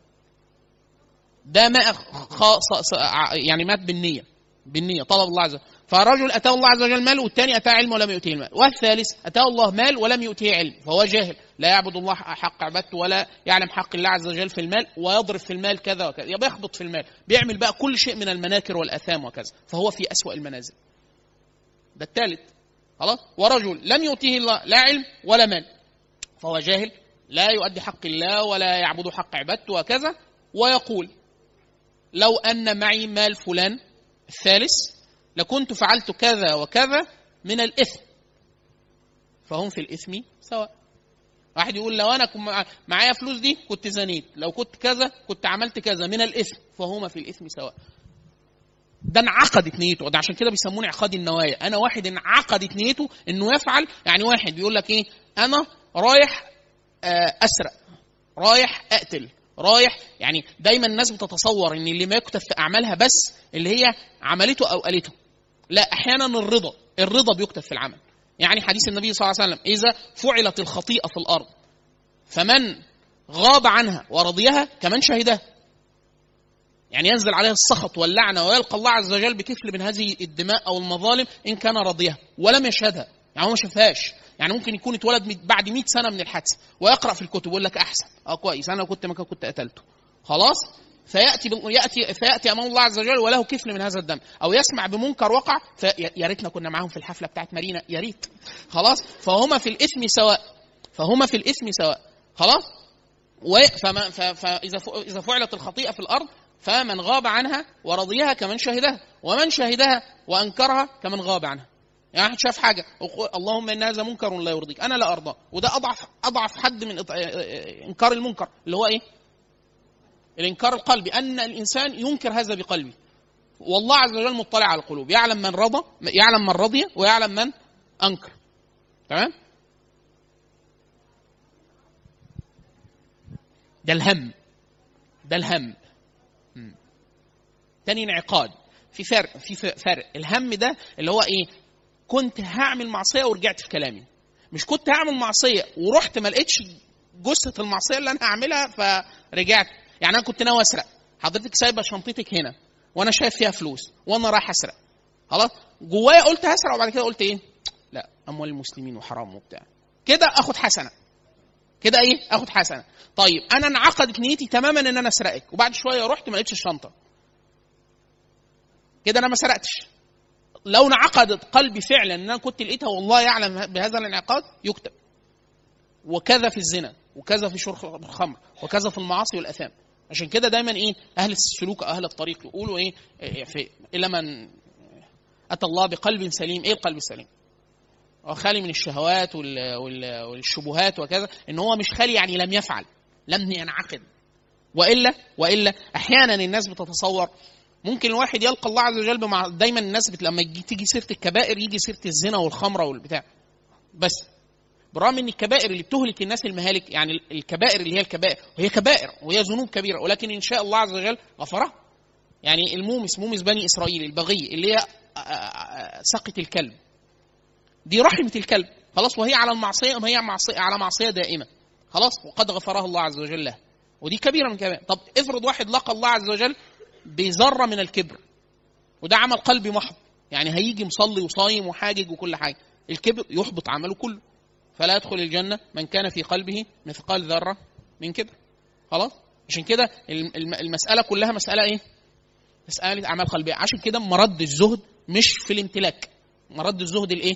ده ما يعني مات بالنية طلب الله عز وجل. فرجل اتاه الله عز وجل مال، والثاني اتاه علم ولم يؤته المال، والثالث اتاه الله مال ولم يؤته علم، فهو جاهل لا يعبد الله حق عبادته ولا يعلم حق الله عز وجل في المال، ويضرب في المال كذا وكذا، يبقى يخبط في المال، بيعمل بقى كل شيء من المناكر والاثام وكذا، فهو في اسوأ المنازل. ده الثالث. خلاص. ورجل لم يؤته الله لا علم ولا مال، فهو جاهل لا يؤدي حق الله ولا يعبد حق عبادته وكذا، ويقول لو أن معي مال فلان الثالث لكنت فعلت كذا وكذا من الإثم، فهم في الإثم سواء. واحد يقول لو أنا معايا فلوس دي كنت زنيت، لو كنت كذا كنت عملت كذا من الإثم، فهما في الإثم سواء. ده انعقدت نيته، ده عشان كده بيسمونه انعقاد النوايا. أنا واحد انعقدت نيته إنه يفعل. يعني واحد بيقول لك إيه؟ أنا رايح أسرق، رايح أقتل، رايح. يعني دايما الناس بتتصور ان اللي ما يكتب في اعمالها بس اللي هي عملته او قالته، لا، احيانا الرضا بيكتب في العمل. يعني حديث النبي صلى الله عليه وسلم اذا فعلت الخطيئه في الارض فمن غاب عنها ورضيها كمن شهدها، يعني ينزل عليها السخط واللعنه ويلقى الله عز وجل بكفل من هذه الدماء او المظالم ان كان رضيها ولم يشهدها. يعني هو ما شافهاش. يعني ممكن يكون اتولد بعد 100 سنه من الحادثه ويقرا في الكتب ويقول لك احسن، كويس، انا كنت مكان كنت قتلته. خلاص. فياتي امام الله عز وجل وله كفل من هذا الدم، او يسمع بمنكر وقع يا ريتنا كنا معاهم في الحفله بتاعت مارينا، يا ريت. خلاص. فهما في الاثم سواء. خلاص. فاذا فعلت الخطيئه في الارض فمن غاب عنها ورضيها كمن شهدها، ومن شهدها وانكرها كمن غاب عنها. يعني واحد شاف حاجه اللهم ان هذا منكر لا يرضيك، انا لا ارضاه، وده اضعف حد من انكار المنكر، اللي هو ايه؟ الانكار القلبي، ان الانسان ينكر هذا بقلبه. والله عز وجل مطلع على القلوب، يعلم من رضى، يعلم من رضي، ويعلم من انكر. تمام؟ ده الهم، ده الهم. تاني انعقاد. في فرق. الهم ده اللي هو ايه؟ كنت هعمل معصيه ورجعت في كلامي، مش كنت هعمل معصيه ورحت ما لقيتش جثه المعصيه اللي انا هعملها فرجعت. يعني انا كنت ناوي اسرق، حضرتك سايبه شنطتك هنا وانا شايف فيها فلوس وانا رايح اسرق، خلاص جوايا قلت هسرق، وبعد كده قلت ايه؟ لا، اموال المسلمين وحرام وبتاع، كده اخد حسنه، كده ايه؟ اخد حسنه. طيب انا انعقدت نيتي تماما ان انا اسرقك، وبعد شويه رحت ما لقيتش الشنطه، كده انا ما سرقتش. لو انعقدت قلبي فعلا ان انا كنت لقيتها والله يعلم بهذا الانعقاد، يكتب. وكذا في الزنا، وكذا في شرب الخمر، وكذا في المعاصي والاثام. عشان كده دايما ايه اهل السلوك اهل الطريق يقولوا ايه في الا من اتى الله بقلب سليم. ايه القلب السليم؟ هو خالي من الشهوات والشبهات وكذا، ان هو مش خالي يعني لم يفعل، لم ينعقد. والا احيانا الناس بتتصور ممكن الواحد يلقى الله عز وجل دايما الناس لما تيجي سيره الكبائر يجي سيره الزنا والخمره والبتاع بس، برغم ان الكبائر اللي بتهلك الناس المهالك، يعني الكبائر اللي هي الكبائر وهي كبائر وهي ذنوب كبيره، ولكن ان شاء الله عز وجل غفرها. يعني مومس بني اسرائيل، البغي اللي هي سقة الكلب، دي رحمه الكلب خلاص، وهي على المعصيه، وهي على معصيه دائمه خلاص، وقد غفرها الله عز وجل له، ودي كبيره من كبائر. طب افرض واحد لقى الله عز وجل بذره من الكبر، وده عمل قلبي محض، يعني هيجي مصلي وصايم وحاجج وكل حاجه، الكبر يحبط عمله كله، فلا يدخل الجنه من كان في قلبه مثقال ذره من كبر. خلاص؟ عشان كده المساله كلها مساله ايه؟ مساله اعمال قلبيه. عشان كده مرد الزهد مش في الامتلاك، مرد الزهد الايه؟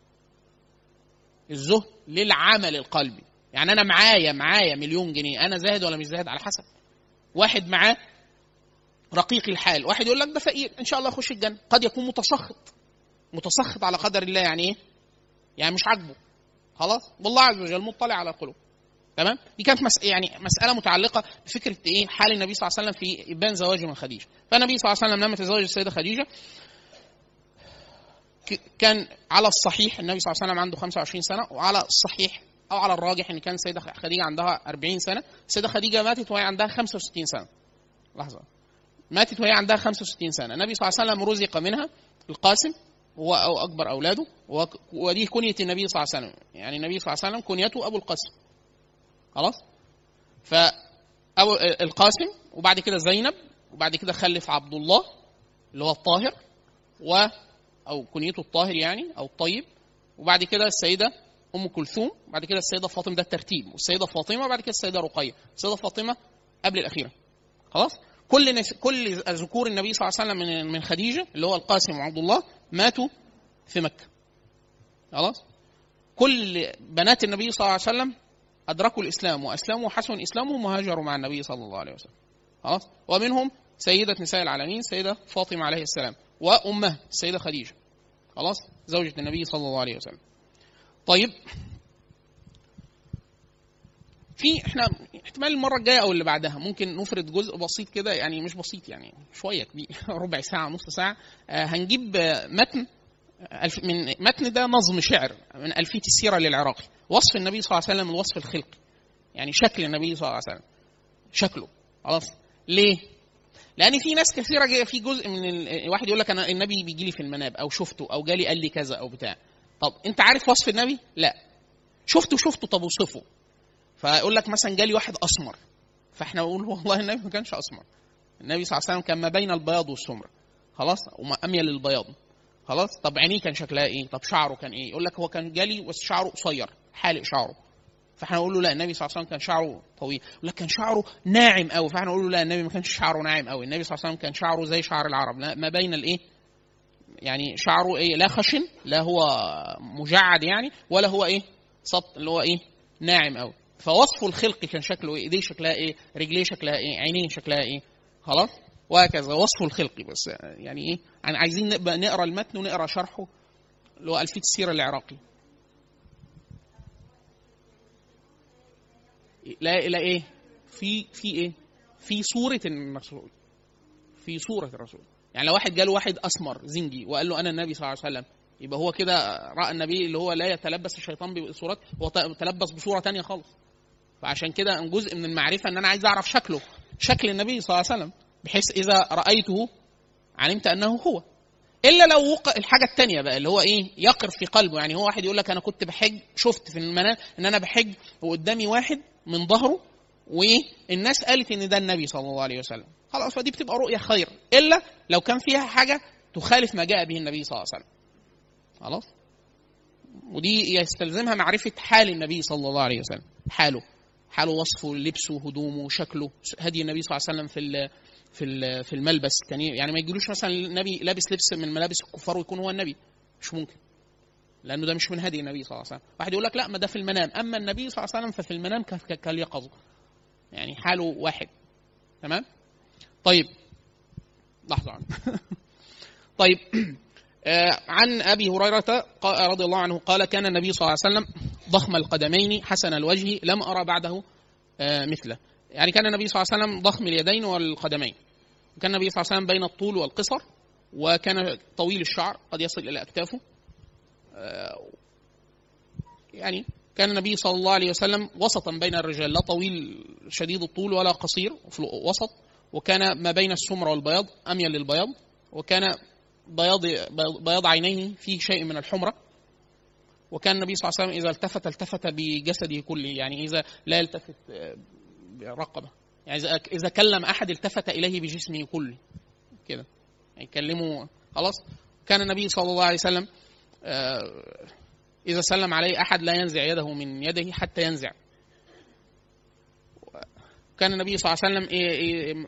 الزهد للعمل القلبي. يعني انا معايا مليون جنيه، انا زاهد ولا مش زاهد؟ على حسب. واحد معاه رقيق الحال، واحد يقول لك ده فقير ان شاء الله يخش الجنه، قد يكون متسخط على قدر الله. يعني ايه؟ يعني مش عاجبه خلاص، والله عز وجل مطلع على القلوب. تمام؟ دي كانت يعني مساله متعلقه بفكره ايه؟ حال النبي صلى الله عليه وسلم في ابان زواجه من خديجه. فالنبي صلى الله عليه وسلم لما تزوج السيده خديجه كان على الصحيح النبي صلى الله عليه وسلم عنده 25 سنه، وعلى الصحيح او على الراجح ان كان السيده خديجه عندها 40 سنه. السيده خديجه ماتت وهي عندها 65 سنه. لحظه، ماتت وهي عندها 65 سنه. النبي صلى الله عليه وسلم رزق منها القاسم، هو أو أكبر أولاده، ودي كنية النبي صلى الله عليه وسلم. يعني النبي صلى الله عليه وسلم كنيته أبو القاسم. خلاص؟ فأبو القاسم، وبعد كده زينب، وبعد كده خلف عبد الله اللي هو الطاهر، أو كنيته الطاهر يعني أو الطيب، وبعد كده السيدة أم كلثوم، وبعد كده السيدة فاطمة. ده الترتيب. والسيدة فاطمة، وبعد كده السيدة رقية. السيدة فاطمة قبل الأخيرة. خلاص؟ كل ذكور النبي صلى الله عليه وسلم من خديجة اللي هو القاسم وعبد الله ماتوا في مكة. خلاص؟ كل بنات النبي صلى الله عليه وسلم أدركوا الإسلام وأسلموا وحسن إسلامهم وهاجروا مع النبي صلى الله عليه وسلم. خلاص؟ ومنهم سيدة نساء العالمين سيدة فاطمة عليه السلام، وأمها السيدة خديجة. خلاص؟ زوجة النبي صلى الله عليه وسلم. طيب، احنا احتمال المره الجايه او اللي بعدها ممكن نفرد جزء بسيط كده، يعني مش بسيط يعني شويه كبير ربع ساعه نص ساعه. هنجيب من متن ده نظم شعر من ألفية السيرة للعراقي، وصف النبي صلى الله عليه وسلم، الوصف الخلقي، يعني شكل النبي صلى الله عليه وسلم، شكله. خلاص؟ ليه؟ لان في ناس كثيره في جزء من واحد يقول لك انا النبي بيجي لي في المنام، او شفته، او جالي قال لي كذا او بتاع. طب انت عارف وصف النبي؟ لا. شفته، طب وصفه. فيقول لك مثلا جالي واحد اسمر، فاحنا نقول والله النبي ما كانش اسمر، النبي صلى الله عليه وسلم كان ما بين البياض والسمر. خلاص؟ وما اميل للبياض. خلاص؟ طب عينيه كان شكلها ايه؟ طب شعره كان ايه؟ يقول لك هو كان جالي بس شعره قصير، حالق شعره. فاحنا نقول له لا، النبي صلى الله عليه وسلم كان شعره طويل. يقول لك كان شعره ناعم قوي، فاحنا نقول له لا، النبي ما كانش شعره ناعم قوي، النبي صلى الله عليه وسلم كان شعره زي شعر العرب، ما بين الايه، يعني شعره ايه، لا خشن، لا هو مجعد يعني، ولا هو ايه سط اللي هو ايه ناعم قوي. فوصفه الخلقي كان شكله ايه؟ ايديه شكلها ايه؟ رجليه شكلها ايه؟ عينيه شكلها ايه؟ خلاص؟ وهكذا وصفه الخلقي. بس يعني ايه، يعني عايزين نقرا المتن ونقرا شرحه اللي هو ألفية السيرة العراقي. لا ايه في ايه في صورة الرسول، في صورة الرسول. يعني لو واحد جاله واحد اسمر زنجي وقال له انا النبي صلى الله عليه وسلم، يبقى هو كده راى النبي اللي هو لا يتلبس الشيطان بصورات، هو تلبس بصورة تانية خالص. فعشان كده جزء من المعرفة ان انا عايز اعرف شكله، شكل النبي صلى الله عليه وسلم، بحيث اذا رايته علمت انه هو. الا لو الحاجه الثانيه بقى اللي هو ايه يقر في قلبه. يعني هو واحد يقول لك انا كنت بحج، شفت في المنام ان انا بحج وقدامي واحد من ظهره والناس قالت ان ده النبي صلى الله عليه وسلم، خلاص فدي بتبقى رؤيه خير. الا لو كان فيها حاجه تخالف ما جاء به النبي صلى الله عليه وسلم، خلاص. ودي يستلزمها معرفه حال النبي صلى الله عليه وسلم، حاله وصفه، لبسه، هدومه، شكله، هدي النبي صلى الله عليه وسلم في الملبس. يعني ما يجيلوش مثلا النبي لابس لبس من ملابس الكفار ويكون هو النبي، مش ممكن، لانه ده مش من هدي النبي صلى الله عليه وسلم. واحد يقول لك لا ما ده في المنام، اما النبي صلى الله عليه وسلم ففي المنام كاليقظه، يعني حاله واحد. تمام. طيب لحظه طيب عن ابي هريره رضي الله عنه قال كان النبي صلى الله عليه وسلم ضخم القدمين حسن الوجه لم ارى بعده مثله. يعني كان النبي صلى الله عليه وسلم ضخم اليدين والقدمين، وكان النبي صلى الله عليه وسلم بين الطول والقصر، وكان طويل الشعر قد يصل إلى أكتافه. يعني كان النبي صلى الله عليه وسلم وسطا بين الرجال، لا طويل شديد الطول ولا قصير، في وسط، وكان ما بين السمر والبياض، أميل للبياض، وكان بياض عينيه فيه شيء من الحمرة. وكان النبي صلى الله عليه وسلم إذا التفت بجسده كله، يعني إذا لا يلتفت برقبة، يعني إذا كلم أحد التفت إليه بجسمه كله كده، يعني يكلمه خلاص. كان النبي صلى الله عليه وسلم إذا سلم عليه أحد لا ينزع يده من يده حتى ينزع. كان النبي صلى الله عليه وسلم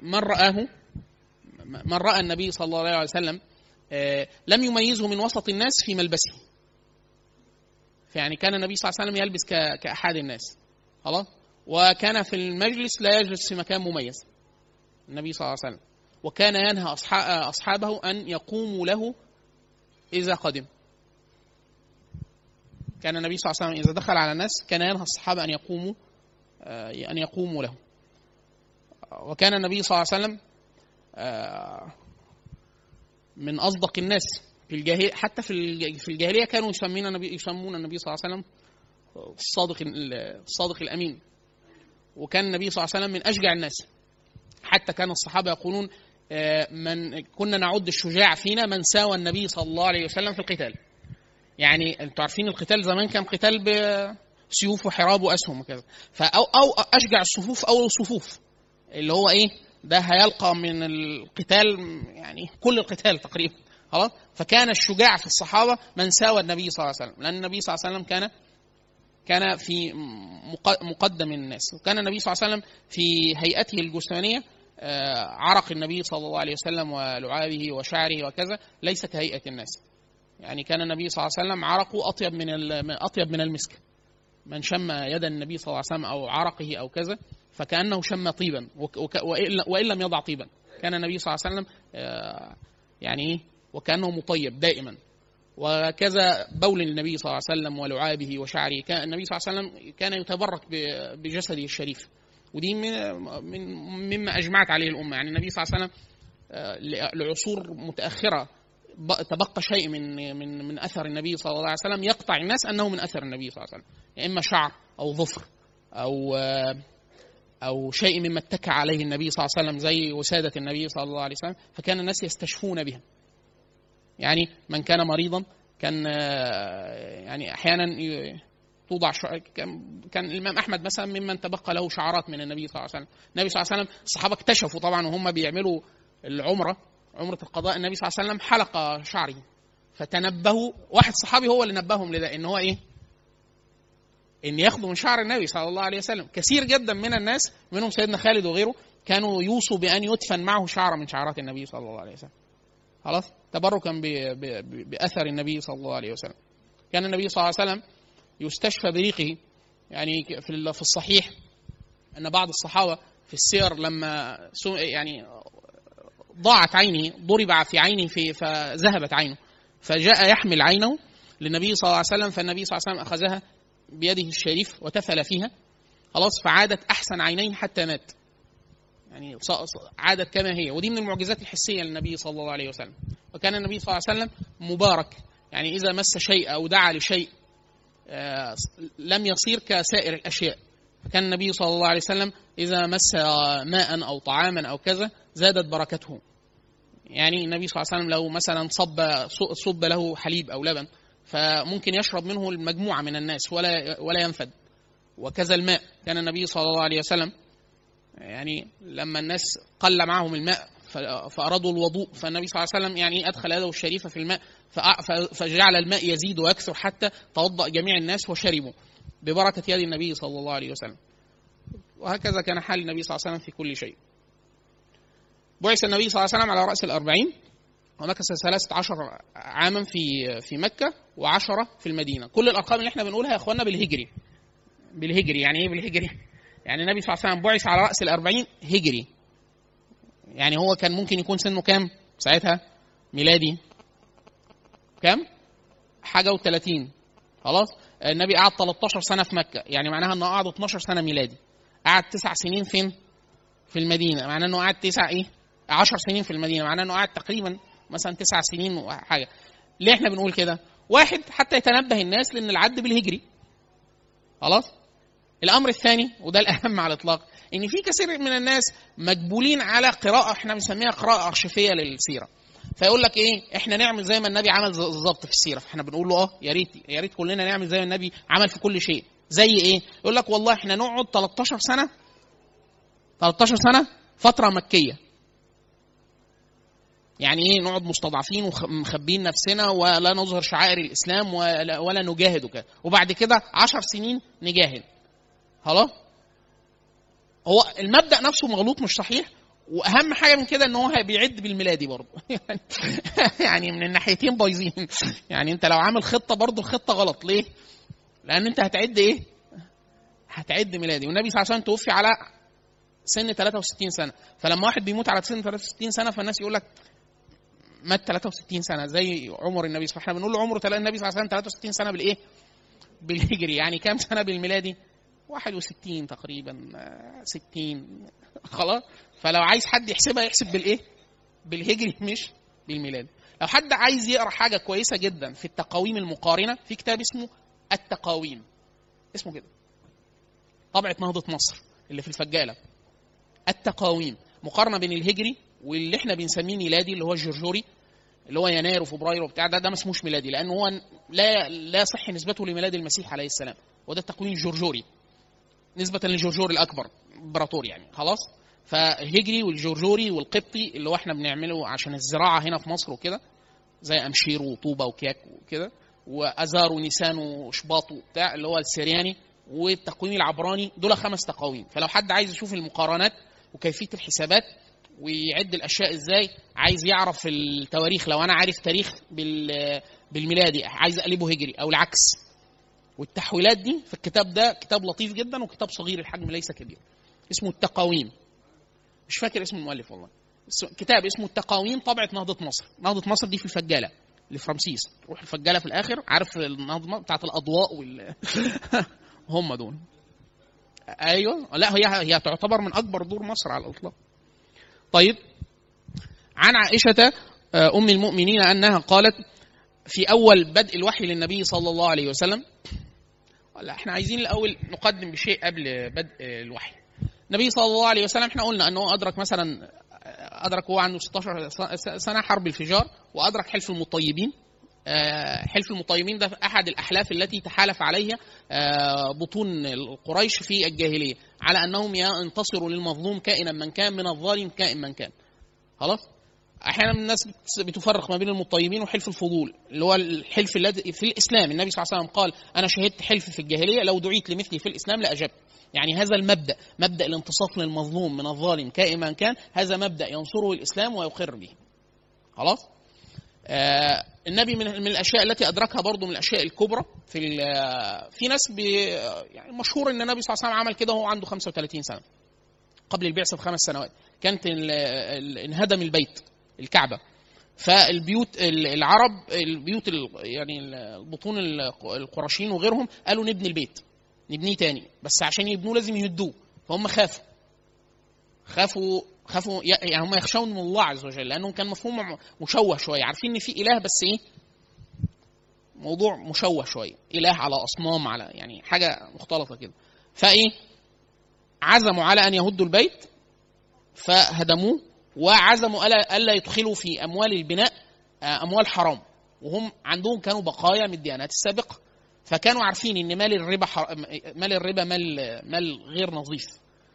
من رأى النبي صلى الله عليه وسلم لم يميزه من وسط الناس في ملبسه. يعني كان النبي صلى الله عليه وسلم يلبس كأحد الناس، خلاص. وكان في المجلس لا يجلس في مكان مميز النبي صلى الله عليه وسلم، وكان ينهى أصحابه أن يقوموا له إذا قدم. كان النبي صلى الله عليه وسلم إذا دخل على الناس كان ينهى الصحابة أن يقوموا له. وكان النبي صلى الله عليه وسلم من أصدق الناس في الجاهلية، حتى في الجاهلية كانوا يسمون النبي صلى الله عليه وسلم الصادق الأمين. وكان النبي صلى الله عليه وسلم من أشجع الناس، حتى كان الصحابة يقولون كنا نعد الشجاع فينا من ساوى النبي صلى الله عليه وسلم في القتال. يعني انتوا عارفين القتال زمان كان قتال بسيوف وحراب وأسهم وكذا، أو أشجع الصفوف أو الصفوف، اللي هو إيه ده هيلقى من القتال يعني كل القتال تقريبا، خلاص. فكان الشجاع في الصحابة من ساوى النبي صلى الله عليه وسلم، لأن النبي صلى الله عليه وسلم كان في مقدم الناس. وكان النبي صلى الله عليه وسلم في هيئته الجسمانية عرق النبي صلى الله عليه وسلم ولعابه وشعره وكذا ليس كهيئة الناس. يعني كان النبي صلى الله عليه وسلم عرقه أطيب من المسك. من شم يد النبي صلى الله عليه وسلم أو عرقه أو كذا فكأنه شم طيبا، وإن لم يضع طيبا. كان النبي صلى الله عليه وسلم يعني وكأنه مطيب دائما. وكذا بول النبي صلى الله عليه وسلم ولعابه وشعره، كان النبي صلى الله عليه وسلم كان يتبرك بجسده الشريف. ودي مما أجمعت عليه الأمة. يعني النبي صلى الله عليه وسلم لعصور متأخرة تبقى شيء من أثر النبي صلى الله عليه وسلم يقطع الناس أنه من أثر النبي صلى الله عليه وسلم، يعني إما شعر أو ظفر أو شيء مما اتكى عليه النبي صلى الله عليه وسلم زي وسادة النبي صلى الله عليه وسلم، فكان الناس يستشفون بها. يعني من كان مريضا كان يعني أحيانا توضع كان الإمام أحمد مثلا ممن تبقى له شعرات من النبي صلى الله عليه وسلم. النبي صلى الله عليه وسلم الصحابة اكتشفوا طبعا وهم بيعملوا عمرة القضاء النبي صلى الله عليه وسلم حلق شعره، فتنبهوا. واحد صحابي هو اللي نبههم لده، إن هو إيه إن ياخذوا من شعر النبي صلى الله عليه وسلم. كثير جدا من الناس منهم سيدنا خالد وغيره كانوا يوصوا بأن يدفن معه شعر من شعرات النبي صلى الله عليه وسلم، خلاص، تبركا بأثر النبي صلى الله عليه وسلم. كان النبي صلى الله عليه وسلم يستشفى بريقه. يعني في الصحيح أن بعض الصحابة في السير لما يعني ضاعت عينه، ضرب في عينه فذهبت عينه، فجاء يحمل عينه للنبي صلى الله عليه وسلم، فالنبي صلى الله عليه وسلم أخذها بيده الشريف وتفل فيها، خلاص، فعادت أحسن عينين حتى مات، يعني عادت كما هي. ودي من المعجزات الحسية للنبي صلى الله عليه وسلم. وكان النبي صلى الله عليه وسلم مبارك، يعني إذا مس شيء أو دعا لشيء لم يصير كسائر الأشياء. فكان النبي صلى الله عليه وسلم إذا مس ماء أو طعاما أو كذا زادت بركته. يعني النبي صلى الله عليه وسلم لو مثلا صب له حليب أو لبن فممكن يشرب منه المجموعة من الناس ولا ينفد. وكذا الماء، كان النبي صلى الله عليه وسلم يعني لما الناس قل معهم الماء فأرادوا الوضوء، فالنبي صلى الله عليه وسلم يعني أدخل يده الشريفة في الماء فجعل الماء يزيد ويكثر حتى توضأ جميع الناس وشربوا ببركة يد النبي صلى الله عليه وسلم. وهكذا كان حال النبي صلى الله عليه وسلم في كل شيء. بعث النبي صلى الله عليه وسلم على رأس 40 ومكث 13 عاما في مكة و10 في المدينة. كل الأرقام اللي احنا بنقولها يا أخوانا بالهجري. يعني إيه بالهجري؟ يعني النبي صلى الله عليه وسلم بعث على رأس 40 هجري، يعني هو كان ممكن يكون سنه كام ساعتها ميلادي؟ كام؟ حاجة و30. خلاص، النبي قعد 13 سنة في مكة، يعني معناها أنه قعد 12 سنة ميلادي. قعد 9 سنين فين؟ في المدينة، معناه أنه قعد 10 سنين في المدينة، معناه أنه قعد تقريبا مثلا 9 سنين وحاجة. ليه احنا بنقول كده؟ واحد، حتى يتنبه الناس لأن العد بالهجري. خلاص. الأمر الثاني وده الأهم على الإطلاق، إن في كثير من الناس مجبولين على قراءة احنا بنسميها قراءة أرشيفية للسيرة. فيقول لك إيه؟ إحنا نعمل زي ما النبي عمل بالظبط في السيرة. فإحنا بنقول له يا ريت كلنا نعمل زي ما النبي عمل في كل شيء. زي إيه؟ يقول لك والله إحنا نقعد 13 سنة فترة مكية. يعني إيه نقعد مستضعفين ومخبين نفسنا ولا نظهر شعائر الإسلام ولا نجاهد وكذا، وبعد كده 10 سنين نجاهد. خلاص. هو المبدأ نفسه مغلوط مش صحيح، واهم حاجه من كده ان هو بيعد بالميلادي برضه. يعني من الناحيتين بايظين. يعني انت لو عامل خطه برضه الخطه غلط. ليه؟ لان انت هتعد ايه؟ هتعد ميلادي. والنبي صلى الله عليه وسلم توفي على سن 63 سنه، فلما واحد بيموت على سن 63 سنه فالناس يقول لك مات 63 سنه زي عمر النبي صلى الله عليه وسلم. احنا بنقول له عمره النبي صلى الله عليه وسلم 63 سنه بالايه؟ بالهجري. يعني كام سنه بالميلادي؟ 61 تقريبا، 60. خلاص. فلو عايز حد يحسبها يحسب بالايه؟ بالهجري مش بالميلادي. لو حد عايز يقرا حاجه كويسه جدا في التقاويم المقارنه، في كتاب اسمه التقاويم، اسمه كده، طبعه نهضه مصر اللي في الفجاله. التقاويم مقارنه بين الهجري واللي احنا بنسميه ميلادي اللي هو الجرجوري، اللي هو يناير وفبراير وبتاع. ده ما اسموش ميلادي لانه هو لا يصح نسبته لميلاد المسيح عليه السلام، وده التقويم الجرجوري نسبة للجرجور الأكبر إمبراطور يعني. خلاص. فالهجري والجرجوري والقبطي اللي هو احنا بنعمله عشان الزراعة هنا في مصر وكده، زي أمشير وطوبة وكياك وكده، وأزار ونيسان وشباط وبتاع اللي هو السرياني، والتقويم العبراني. دول 5 تقاويم. فلو حد عايز يشوف المقارنات وكيفية الحسابات ويعد الأشياء إزاي، عايز يعرف التواريخ، لو أنا عارف تاريخ بالميلادي عايز أقلبه هجري أو العكس، والتحويلات دي في الكتاب ده كتاب لطيف جدا وكتاب صغير الحجم ليس كبير، اسمه التقاويم. مش فاكر اسم المؤلف والله. كتاب اسمه التقاويم، طبعة نهضة مصر. نهضة مصر دي في الفجالة اللي في رمسيس. تروح الفجالة في الآخر، عارف النهضة بتاعت الأضواء هم دول. أيوة. لا هي تعتبر من أكبر دور مصر على الإطلاق. طيب، عن عائشة أم المؤمنين أنها قالت في أول بدء الوحي للنبي صلى الله عليه وسلم. لا، احنا عايزين الأول نقدم بشيء قبل بدء الوحي. النبي صلى الله عليه وسلم احنا قلنا أنه أدرك هو عنده 16 سنة حرب الفجار، وأدرك حلف المطيبين. حلف المطيبين ده أحد الأحلاف التي تحالف عليها بطون القريش في الجاهلية على أنهم ينتصروا للمظلوم كائنا من كان، من الظالم كائن من كان. خلاص. احيانا الناس بتفرق ما بين المطيبين وحلف الفضول، اللي هو الحلف الذي في الاسلام النبي صلى الله عليه وسلم قال انا شهدت حلف في الجاهليه لو دعيت لمثلي في الاسلام لاجبت. يعني هذا المبدا، مبدا الانتصاف للمظلوم من الظالم كائنا كان، هذا مبدا ينصره الاسلام ويقر به. خلاص. النبي من الاشياء التي ادركها برضو من الاشياء الكبرى في ناس يعني مشهور ان النبي صلى الله عليه وسلم عمل كده وهو عنده 35 سنه قبل البعثه ب5 سنوات. كانت انهدم البيت الكعبة فالبيوت العرب، البيوت يعني البطون القرشيين وغيرهم قالوا نبني البيت، نبنيه تاني، بس عشان يبنوه لازم يهدوه. فهم خافوا يعني هم يخشون من الله عز وجل، لانه كان مفهوم مشوه شويه، عارفين ان في اله بس ايه، موضوع مشوه شويه، اله على اصنام، على يعني حاجه مختلطه كده. فايه عزموا على ان يهدوا البيت فهدموه، وعزموا الا يدخلوا في اموال البناء اموال حرام، وهم عندهم كانوا بقايا من الديانات السابقه، فكانوا عارفين ان مال الربا مال غير نظيف،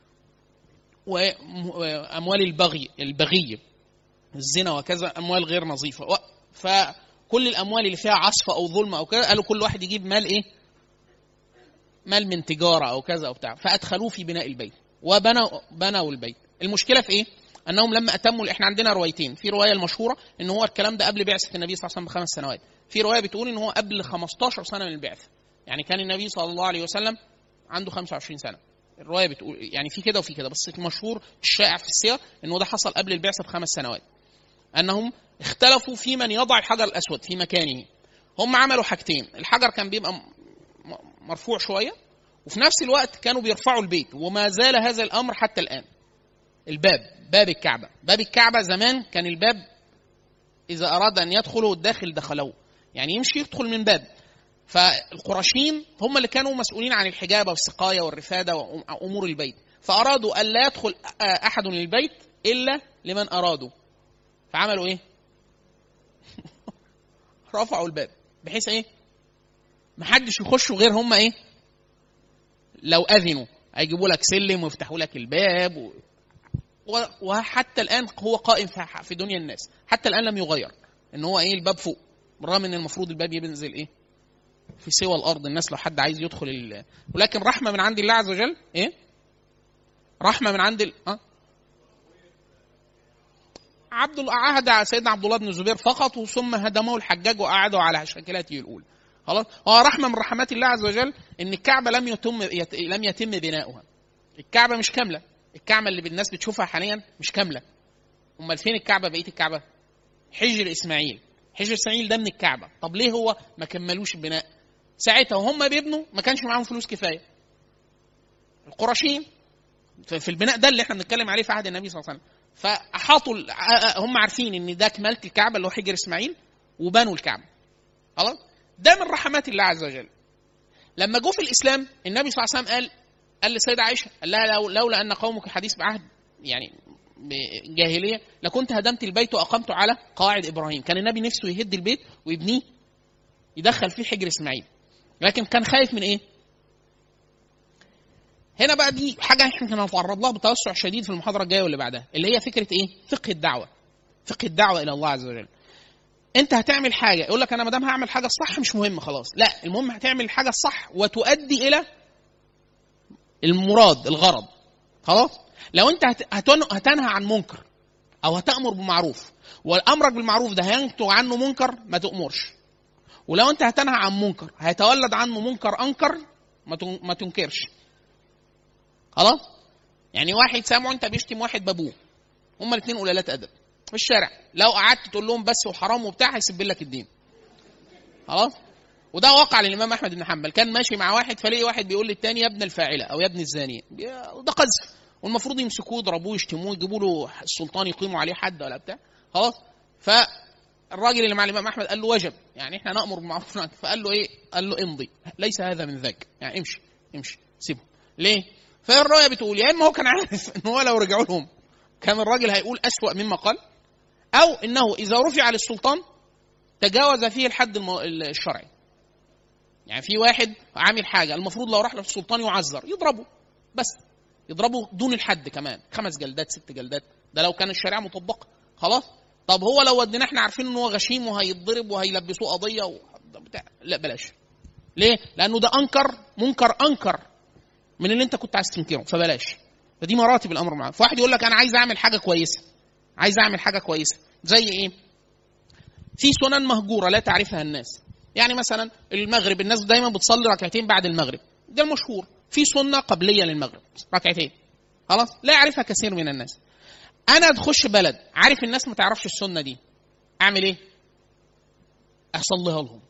واموال البغي الزنا وكذا اموال غير نظيفه. فكل الاموال اللي فيها عصف او ظلم او كذا قالوا كل واحد يجيب مال ايه، مال من تجاره او كذا او بتاع، فادخلوه في بناء البيت وبنوا البيت. المشكله في ايه؟ انهم لما اتموا، احنا عندنا روايتين، في روايه المشهوره ان هو الكلام ده قبل بعثه النبي صلى الله عليه وسلم ب5 سنوات، في روايه بتقول ان هو قبل 15 سنه من البعثه، يعني كان النبي صلى الله عليه وسلم عنده 25 سنه. الروايه بتقول يعني في كده وفي كده، بس المشهور الشائع في السير انه ده حصل قبل البعثه ب5 سنوات، انهم اختلفوا في من يضع الحجر الاسود في مكانه. هم عملوا حاجتين، الحجر كان بيبقى مرفوع شويه، وفي نفس الوقت كانوا بيرفعوا البيت، وما زال هذا الامر حتى الان. باب الكعبه زمان كان الباب اذا اراد ان يدخله الداخل دخلوه، يعني يمشي يدخل من باب. فالقرشين هم اللي كانوا مسؤولين عن الحجابه والسقايه والرفاده وامور البيت، فارادوا الا يدخل احد للبيت الا لمن ارادوا، فعملوا ايه؟ رفعوا الباب بحيث ايه؟ محدش يخش غير هم ايه؟ لو اذنوا هيجيبوا لك سلم ويفتحوا لك الباب وحتى الان هو قائم في دنيا الناس، حتى الان لم يغير ان هو ايه الباب فوق، بالرغم ان المفروض الباب ينزل ايه في سوى الارض، الناس لو حد عايز يدخل ولكن رحمه من عند الله عز وجل. ايه رحمه من عند عبد الله عهد سيدنا عبد الله بن الزبير فقط، ثم هدمه الحجاج وقعدوا على شكلته الاولى. خلاص، هو رحمه من رحمات الله عز وجل ان الكعبه لم يتم بناؤها. الكعبه مش كامله، الكعبه اللي الناس بتشوفها حاليا مش كامله. امال فين الكعبه؟ بقيه الكعبه حجر اسماعيل ده من الكعبه. طب ليه هو ما كملوش البناء ساعتها وهم بيبنوا؟ ما كانش معاهم فلوس كفايه. القرشيين في البناء ده اللي احنا بنتكلم عليه في عهد النبي صلى الله عليه وسلم، فاحاطوا هم عارفين ان ده كمالة الكعبه اللي هو حجر اسماعيل، وبنوا الكعبه. خلاص، ده من رحمات الله عز وجل. لما جو في الاسلام النبي صلى الله عليه وسلم قال للسيده عائشه، قال لها لولا ان قومك حديث بعهد يعني جاهليه لكنت هدمت البيت واقمت على قواعد ابراهيم. كان النبي نفسه يهد البيت ويبنيه يدخل فيه حجر اسماعيل، لكن كان خايف من ايه؟ هنا بقى دي حاجه احنا هنتعرض لها بتوسع شديد في المحاضره الجايه واللي بعدها، اللي هي فكره ايه؟ فقه الدعوه الى الله عز وجل. انت هتعمل حاجه يقول لك انا ما دام هعمل حاجه الصح مش مهم خلاص، لا، المهم هتعمل الحاجه الصح وتؤدي الى المراد الغرض. خلاص، لو انت هتنهى عن منكر او هتأمر بمعروف، والامرك بالمعروف ده هينتج عنه منكر، ما تأمرش. ولو انت هتنهى عن منكر هيتولد عنه منكر انكر، ما تنكرش. خلاص، يعني واحد سامعه انت بيشتم واحد بابوه، هما الاثنين قلالات ادب في الشارع، لو قعدت تقول لهم بس وحرام وبتاع هيسيب لك الدين. خلاص، وده واقع للامام احمد بن حنبل، كان ماشي مع واحد فلاقي واحد بيقول للتاني يا ابن الفاعله او يا ابن الزانيه، وده قذف، والمفروض يمسكوه يضربوه يشتموه يجيبوا له السلطان يقيموا عليه حد ولا بتاع. خلاص، فالراجل اللي مع الامام احمد قال له وجب، يعني احنا نامر بالمعروف، فقال له ايه؟ قال له امضي، ليس هذا من ذاك، يعني امشي سيبه. ليه؟ فالروايه بتقول يا اما هو كان عارف ان هو لو رجعوا لهم كان الراجل هيقول اسوأ مما قال، او انه اذا رفع للسلطان تجاوز فيه الحد الشرعي. يعني في واحد عامل حاجه المفروض لو راح للسلطان يعذر، يضربه، بس يضربه دون الحد كمان، 5 جلدات 6 جلدات، ده لو كان الشريعه مطبقه. خلاص، طب هو لو ودينا احنا عارفين ان هو غشيم وهيتضرب وهيلبسوه قضيه لا بلاش. ليه؟ لانه ده منكر انكر من اللي انت كنت عايز تنكره، فبلاش. فدي مراتب الامر معاه. فواحد يقول لك انا عايز اعمل حاجه كويسه، زي ايه؟ في سنن مهجوره لا تعرفها الناس، يعني مثلا المغرب الناس دايما بتصلي ركعتين بعد المغرب، ده المشهور. في سنه قبليه للمغرب ركعتين، خلاص، لا يعرفها كثير من الناس. انا تخش بلد عارف الناس ما تعرفش السنه دي، اعمل ايه؟ اصليها لهم.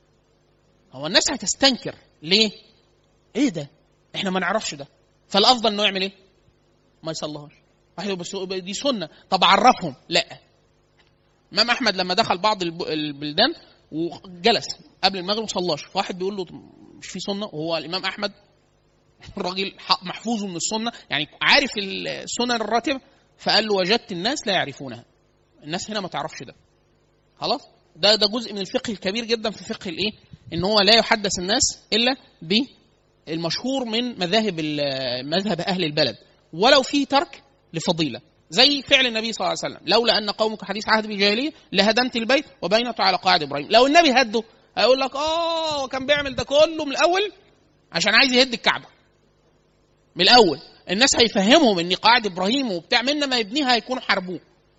هو الناس هتستنكر ليه؟ ايه ده؟ احنا ما نعرفش ده. فالافضل انه يعمل ايه؟ ما يصليهاش. واحد بس دي سنه، طب عرفهم. لا، امام احمد لما دخل بعض البلدان وجلس قبل المغرب ما صلاش، فواحد بيقول له مش في سنه؟ وهو الامام احمد الراجل محفوظ من السنه، يعني عارف السنن الراتبه، فقال له وجدت الناس لا يعرفونها. الناس هنا ما تعرفش ده. خلاص، ده جزء من الفقه الكبير جدا في فقه الايه، ان هو لا يحدث الناس الا بالمشهور من مذهب اهل البلد، ولو في ترك لفضيله، زي فعل النبي صلى الله عليه وسلم: لولا ان قومك حديث عهد بالجاهليه لهدمت البيت وبينته على قواعد ابراهيم. لو النبي هده هيقول لك وكان بيعمل ده كله من الاول عشان عايز يهد الكعبه من الاول. الناس هيفهمهم ان قواعد ابراهيم وبتاع منا ما يبنيها هيكونوا حاربوه.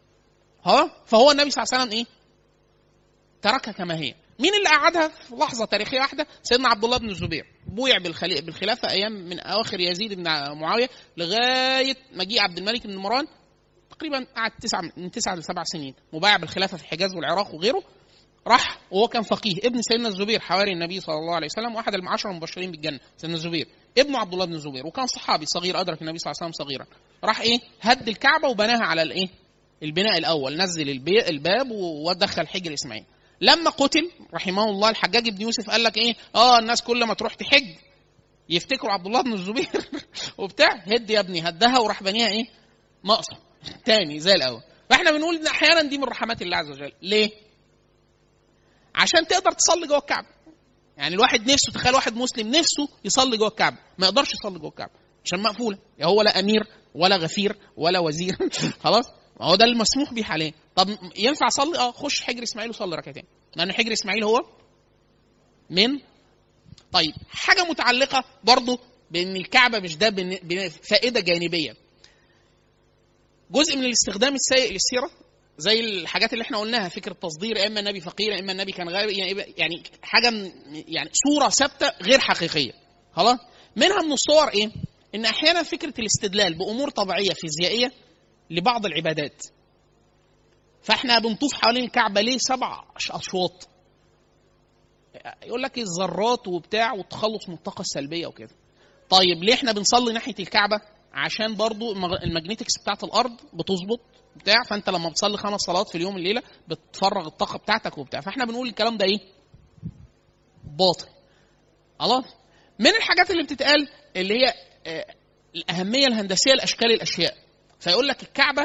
فهو النبي صلى الله عليه وسلم ايه؟ تركها كما هي. مين اللي قعدها في لحظه تاريخيه واحده؟ سيدنا عبد الله بن الزبير، بويع بالخلافه ايام من اواخر يزيد بن معاويه لغايه مجيء عبد الملك بن مروان، تقريبا قعد من 9 ل 7 سنين مبايع بالخلافه في الحجاز والعراق وغيره. راح وهو كان فقيه، ابن سيدنا الزبير حواري النبي صلى الله عليه وسلم، واحد ال10 المبشرين بالجنه، سيدنا الزبير ابنه عبد الله بن الزبير، وكان صحابي صغير ادرك النبي صلى الله عليه وسلم صغيرا. راح ايه؟ هد الكعبه وبناها على الايه؟ البناء الاول، نزل الباب ودخل حجر اسماعيل. لما قتل رحمه الله الحجاج بن يوسف قال لك ايه؟ الناس كل ما تروح تحج يفتكروا عبد الله بن الزبير وبتاع، هد يا ابني، هدها وراح بنيها ايه؟ ناقصه تاني زي الاول. فاحنا بنقول ان احيانا دي من رحمات الله عز وجل. ليه؟ عشان تقدر تصلي جوه الكعبه. يعني الواحد نفسه، تخيل واحد مسلم نفسه يصلي جوه الكعبه، ما يقدرش يصلي جوه الكعبه عشان مقفوله، يا هو لا امير ولا غفير ولا وزير خلاص، هو ده المسموح به حاليا. طب ينفع اصلي؟ خش حجر اسماعيل وصلي ركعتين، لان حجر اسماعيل هو من طيب. حاجه متعلقه برضو بان الكعبه مش ده فائده جانبيه، جزء من الاستخدام السيء للسيره، زي الحاجات اللي احنا قلناها، فكره تصدير اما النبي فقير اما النبي كان غير، يعني حاجه يعني صوره ثابته غير حقيقيه. خلاص، منها من الصور ايه؟ ان احيانا فكره الاستدلال بامور طبيعيه فيزيائيه لبعض العبادات. فاحنا بنطوف حوالين الكعبه ليه 7 اشواط؟ يقول لك الذرات وبتاع والتخلص من الطاقه السلبيه وكده. طيب ليه احنا بنصلي ناحيه الكعبه؟ عشان برضو الماجنتكس بتاعت الارض بتظبط بتاع، فانت لما بتصلي 5 صلوات في اليوم الليله بتفرغ الطاقه بتاعتك وبتاع. فاحنا بنقول الكلام ده ايه؟ باطل. خلاص، من الحاجات اللي بتتقال اللي هي الاهميه الهندسيه لاشكال الاشياء. فيقول لك الكعبه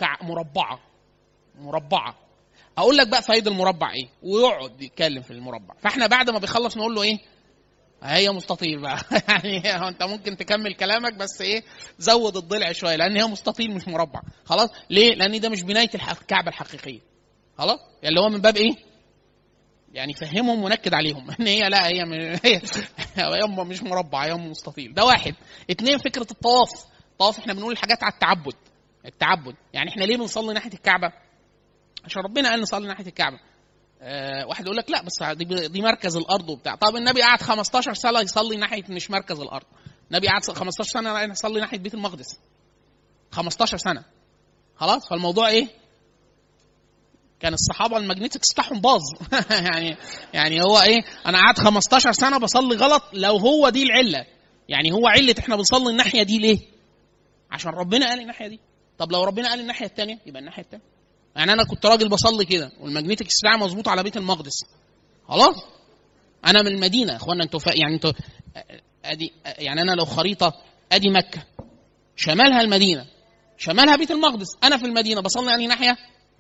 مربعه. اقول لك بقى فايده المربع ايه، ويقعد يتكلم في المربع. فاحنا بعد ما بيخلص نقول له ايه؟ هي مستطيل بقى يعني انت ممكن تكمل كلامك بس ايه، زود الضلع شويه، لان هي مستطيل مش مربع. خلاص، ليه؟ لان ده مش بنايه الكعبه الحقيقيه. خلاص، يعني اللي هو من باب ايه؟ يعني فهمهم ونكد عليهم ان هي لا، هي مش مربع، هي مستطيل. ده واحد. 2 فكره الطواف احنا بنقول الحاجات على التعبد. يعني احنا ليه بنصلي ناحيه الكعبه؟ عشان ربنا قال نصلي ناحيه الكعبه. واحد يقول لك لا بس دي مركز الارض وبتاع. طب النبي قعد 15 سنه يصلي ناحيه مش مركز الارض. النبي قعد 15 سنه يصلي ناحيه بيت المقدس، 15 سنه. خلاص، فالموضوع ايه؟ كان الصحابه الماجنتكس بتاعهم باظ يعني هو ايه؟ انا قعدت 15 سنه بصلي غلط. لو هو دي العله، يعني هو عله احنا بنصلي الناحيه دي ليه؟ عشان ربنا قال الناحيه دي. طب لو ربنا قال الناحيه الثانيه يبقى الناحيه الثانيه. يعني انا كنت راجل بصلي كده والماجنتكس بتاعي مظبوط على بيت المقدس، خلاص انا من المدينه يا اخوانا، انتوا يعني انتوا ادي، يعني انا لو خريطه ادي مكه شمالها المدينه شمالها بيت المقدس، انا في المدينه بصلي يعني ناحيه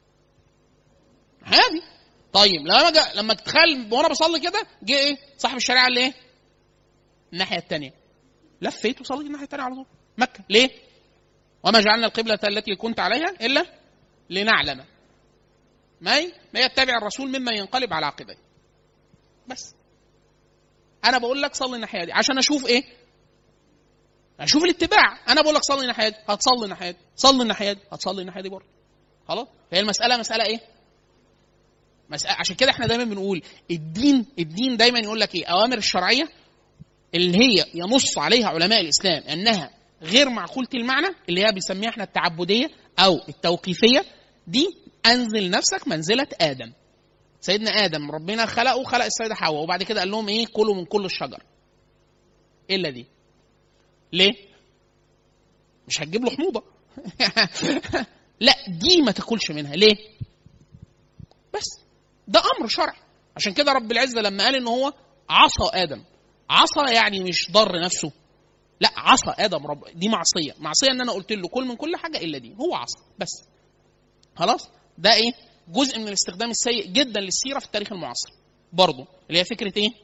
هذه. طيب لما تخيل وانا بصلي كده جه ايه صاحب الشريعه اللي ايه؟ الناحيه الثانيه، لفيت وصليت الناحيه الثانيه على طول مكه. ليه؟ وما جعلنا القبله التي كنت عليها الا لنعلم ما يتبع الرسول مما ينقلب على عقبيه. بس انا بقول لك صلي الناحيه دي عشان اشوف ايه؟ اشوف الاتباع. انا بقول لك صلي الناحيه دي، هتصلي الناحيه دي، صلي الناحيه دي، هتصلي الناحيه دي برضه. خلاص، فهي المساله مساله ايه؟ عشان كده احنا دايما بنقول الدين دايما يقول لك ايه؟ اوامر الشرعيه اللي هي ينص عليها علماء الاسلام انها غير معقوله المعنى، اللي هي بنسميها احنا التعبديه او التوقيفيه، دي انزل نفسك منزله ادم. سيدنا ادم ربنا خلقه، خلق السيده حواء، وبعد كده قال لهم ايه؟ كلوا من كل الشجر الا دي. ليه؟ مش هتجيب له حموضه لا دي ما تاكلش منها. ليه؟ بس ده امر شرعي. عشان كده رب العزه لما قال ان هو عصى ادم، عصى يعني مش ضر نفسه، لا عصى ادم رب، دي معصيه. معصيه ان انا قلت له كل من كل حاجه الا دي، هو عصى بس. خلاص؟ ده ايه؟ جزء من الاستخدام السيء جدا للسيره في التاريخ المعاصر برضه، اللي هي فكره ايه؟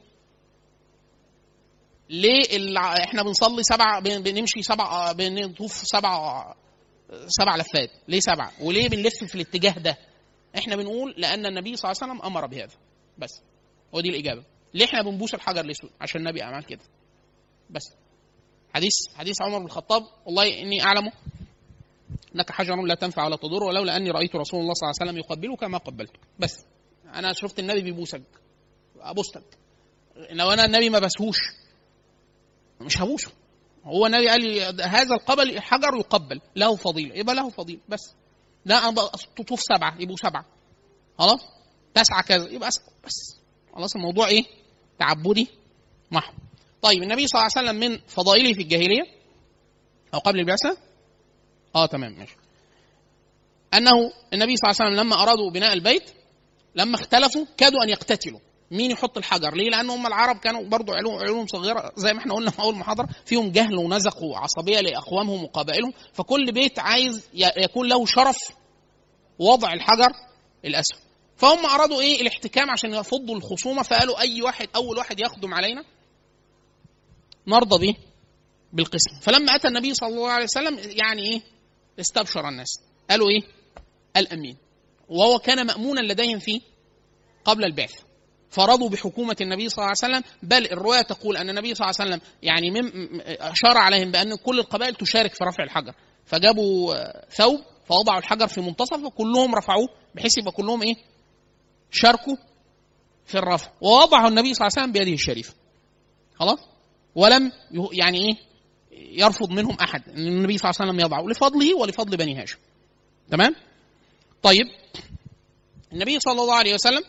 ليه احنا بنصلي بنمشي بنطوف سبع لفات؟ ليه 7؟ وليه بنلف في الاتجاه ده؟ احنا بنقول لان النبي صلى الله عليه وسلم امر بهذا بس. هو دي الاجابه. ليه احنا بنبوس الحجر الاسود؟ عشان النبي عمل كده بس. حديث عمر بن الخطاب: والله اني اعلم انك حجر لا تنفع ولا تضر، ولولا اني رايت رسول الله صلى الله عليه وسلم يقبلك ما قبلتك. بس انا شفت النبي بيبوسك ابوستك، لو انا النبي ما بسهوش مش هبوسه. هو النبي قال لي هذا القبل حجر يقبل له فضيله، يبقى له فضيله بس. لا انا تطوف 7 يبقوا 7، خلاص 9 كذا يبقى بس. خلاص الموضوع ايه؟ تعبدي محض. طيب النبي صلى الله عليه وسلم من فضائله في الجاهليه او قبل البعثه تمام ماشي، انه النبي صلى الله عليه وسلم لما ارادوا بناء البيت، لما اختلفوا كادوا ان يقتتلوا مين يحط الحجر. ليه؟ لان هم العرب كانوا برضو علوم صغيره زي ما احنا قلنا في اول محاضره، فيهم جهل ونزق وعصبيه لاقوامهم وقبائلهم، فكل بيت عايز يكون له شرف وضع الحجر الاسود. فهم ارادوا ايه؟ الاحتكام عشان يفضوا الخصومه، فقالوا اول واحد يخدم علينا نرضى به بالقسم. فلما اتى النبي صلى الله عليه وسلم يعني ايه؟ استبشر الناس، قالوا ايه؟ الامين. وهو كان مامونا لديهم فيه قبل البعث، فرضوا بحكومه النبي صلى الله عليه وسلم. بل الروايه تقول ان النبي صلى الله عليه وسلم يعني اشار عليهم بان كل القبائل تشارك في رفع الحجر، فجابوا ثوب فوضعوا الحجر في منتصف وكلهم رفعوه، بحيث يبقى كلهم ايه؟ شاركوا في الرفع. ووضعه النبي صلى الله عليه وسلم بيده الشريفه، خلاص، ولم يعني ايه؟ يرفض منهم احد ان النبي صلى الله عليه وسلم يضعه لفضله ولفضل بني هاشم. تمام؟ طيب النبي صلى الله عليه وسلم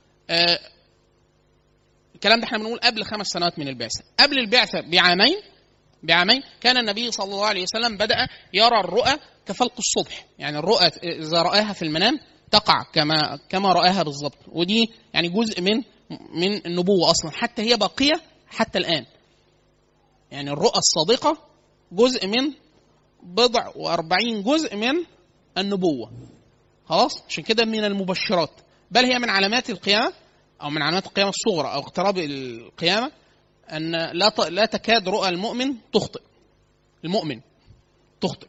الكلام ده احنا بنقول قبل 5 سنوات من البعثه. قبل البعثه بعامين كان النبي صلى الله عليه وسلم بدأ يرى الرؤى كفلق الصبح، يعني الرؤى اذا رآها في المنام تقع كما رآها بالضبط. ودي يعني جزء من النبوه اصلا، حتى هي باقيه حتى الان. يعني الرؤى الصادقه جزء من 40 جزء من النبوه، خلاص. عشان كده من المبشرات، بل هي من علامات القيامه او من علامات القيامه الصغرى او اقتراب القيامه، ان لا تكاد رؤى المؤمن تخطئ. المؤمن تخطئ.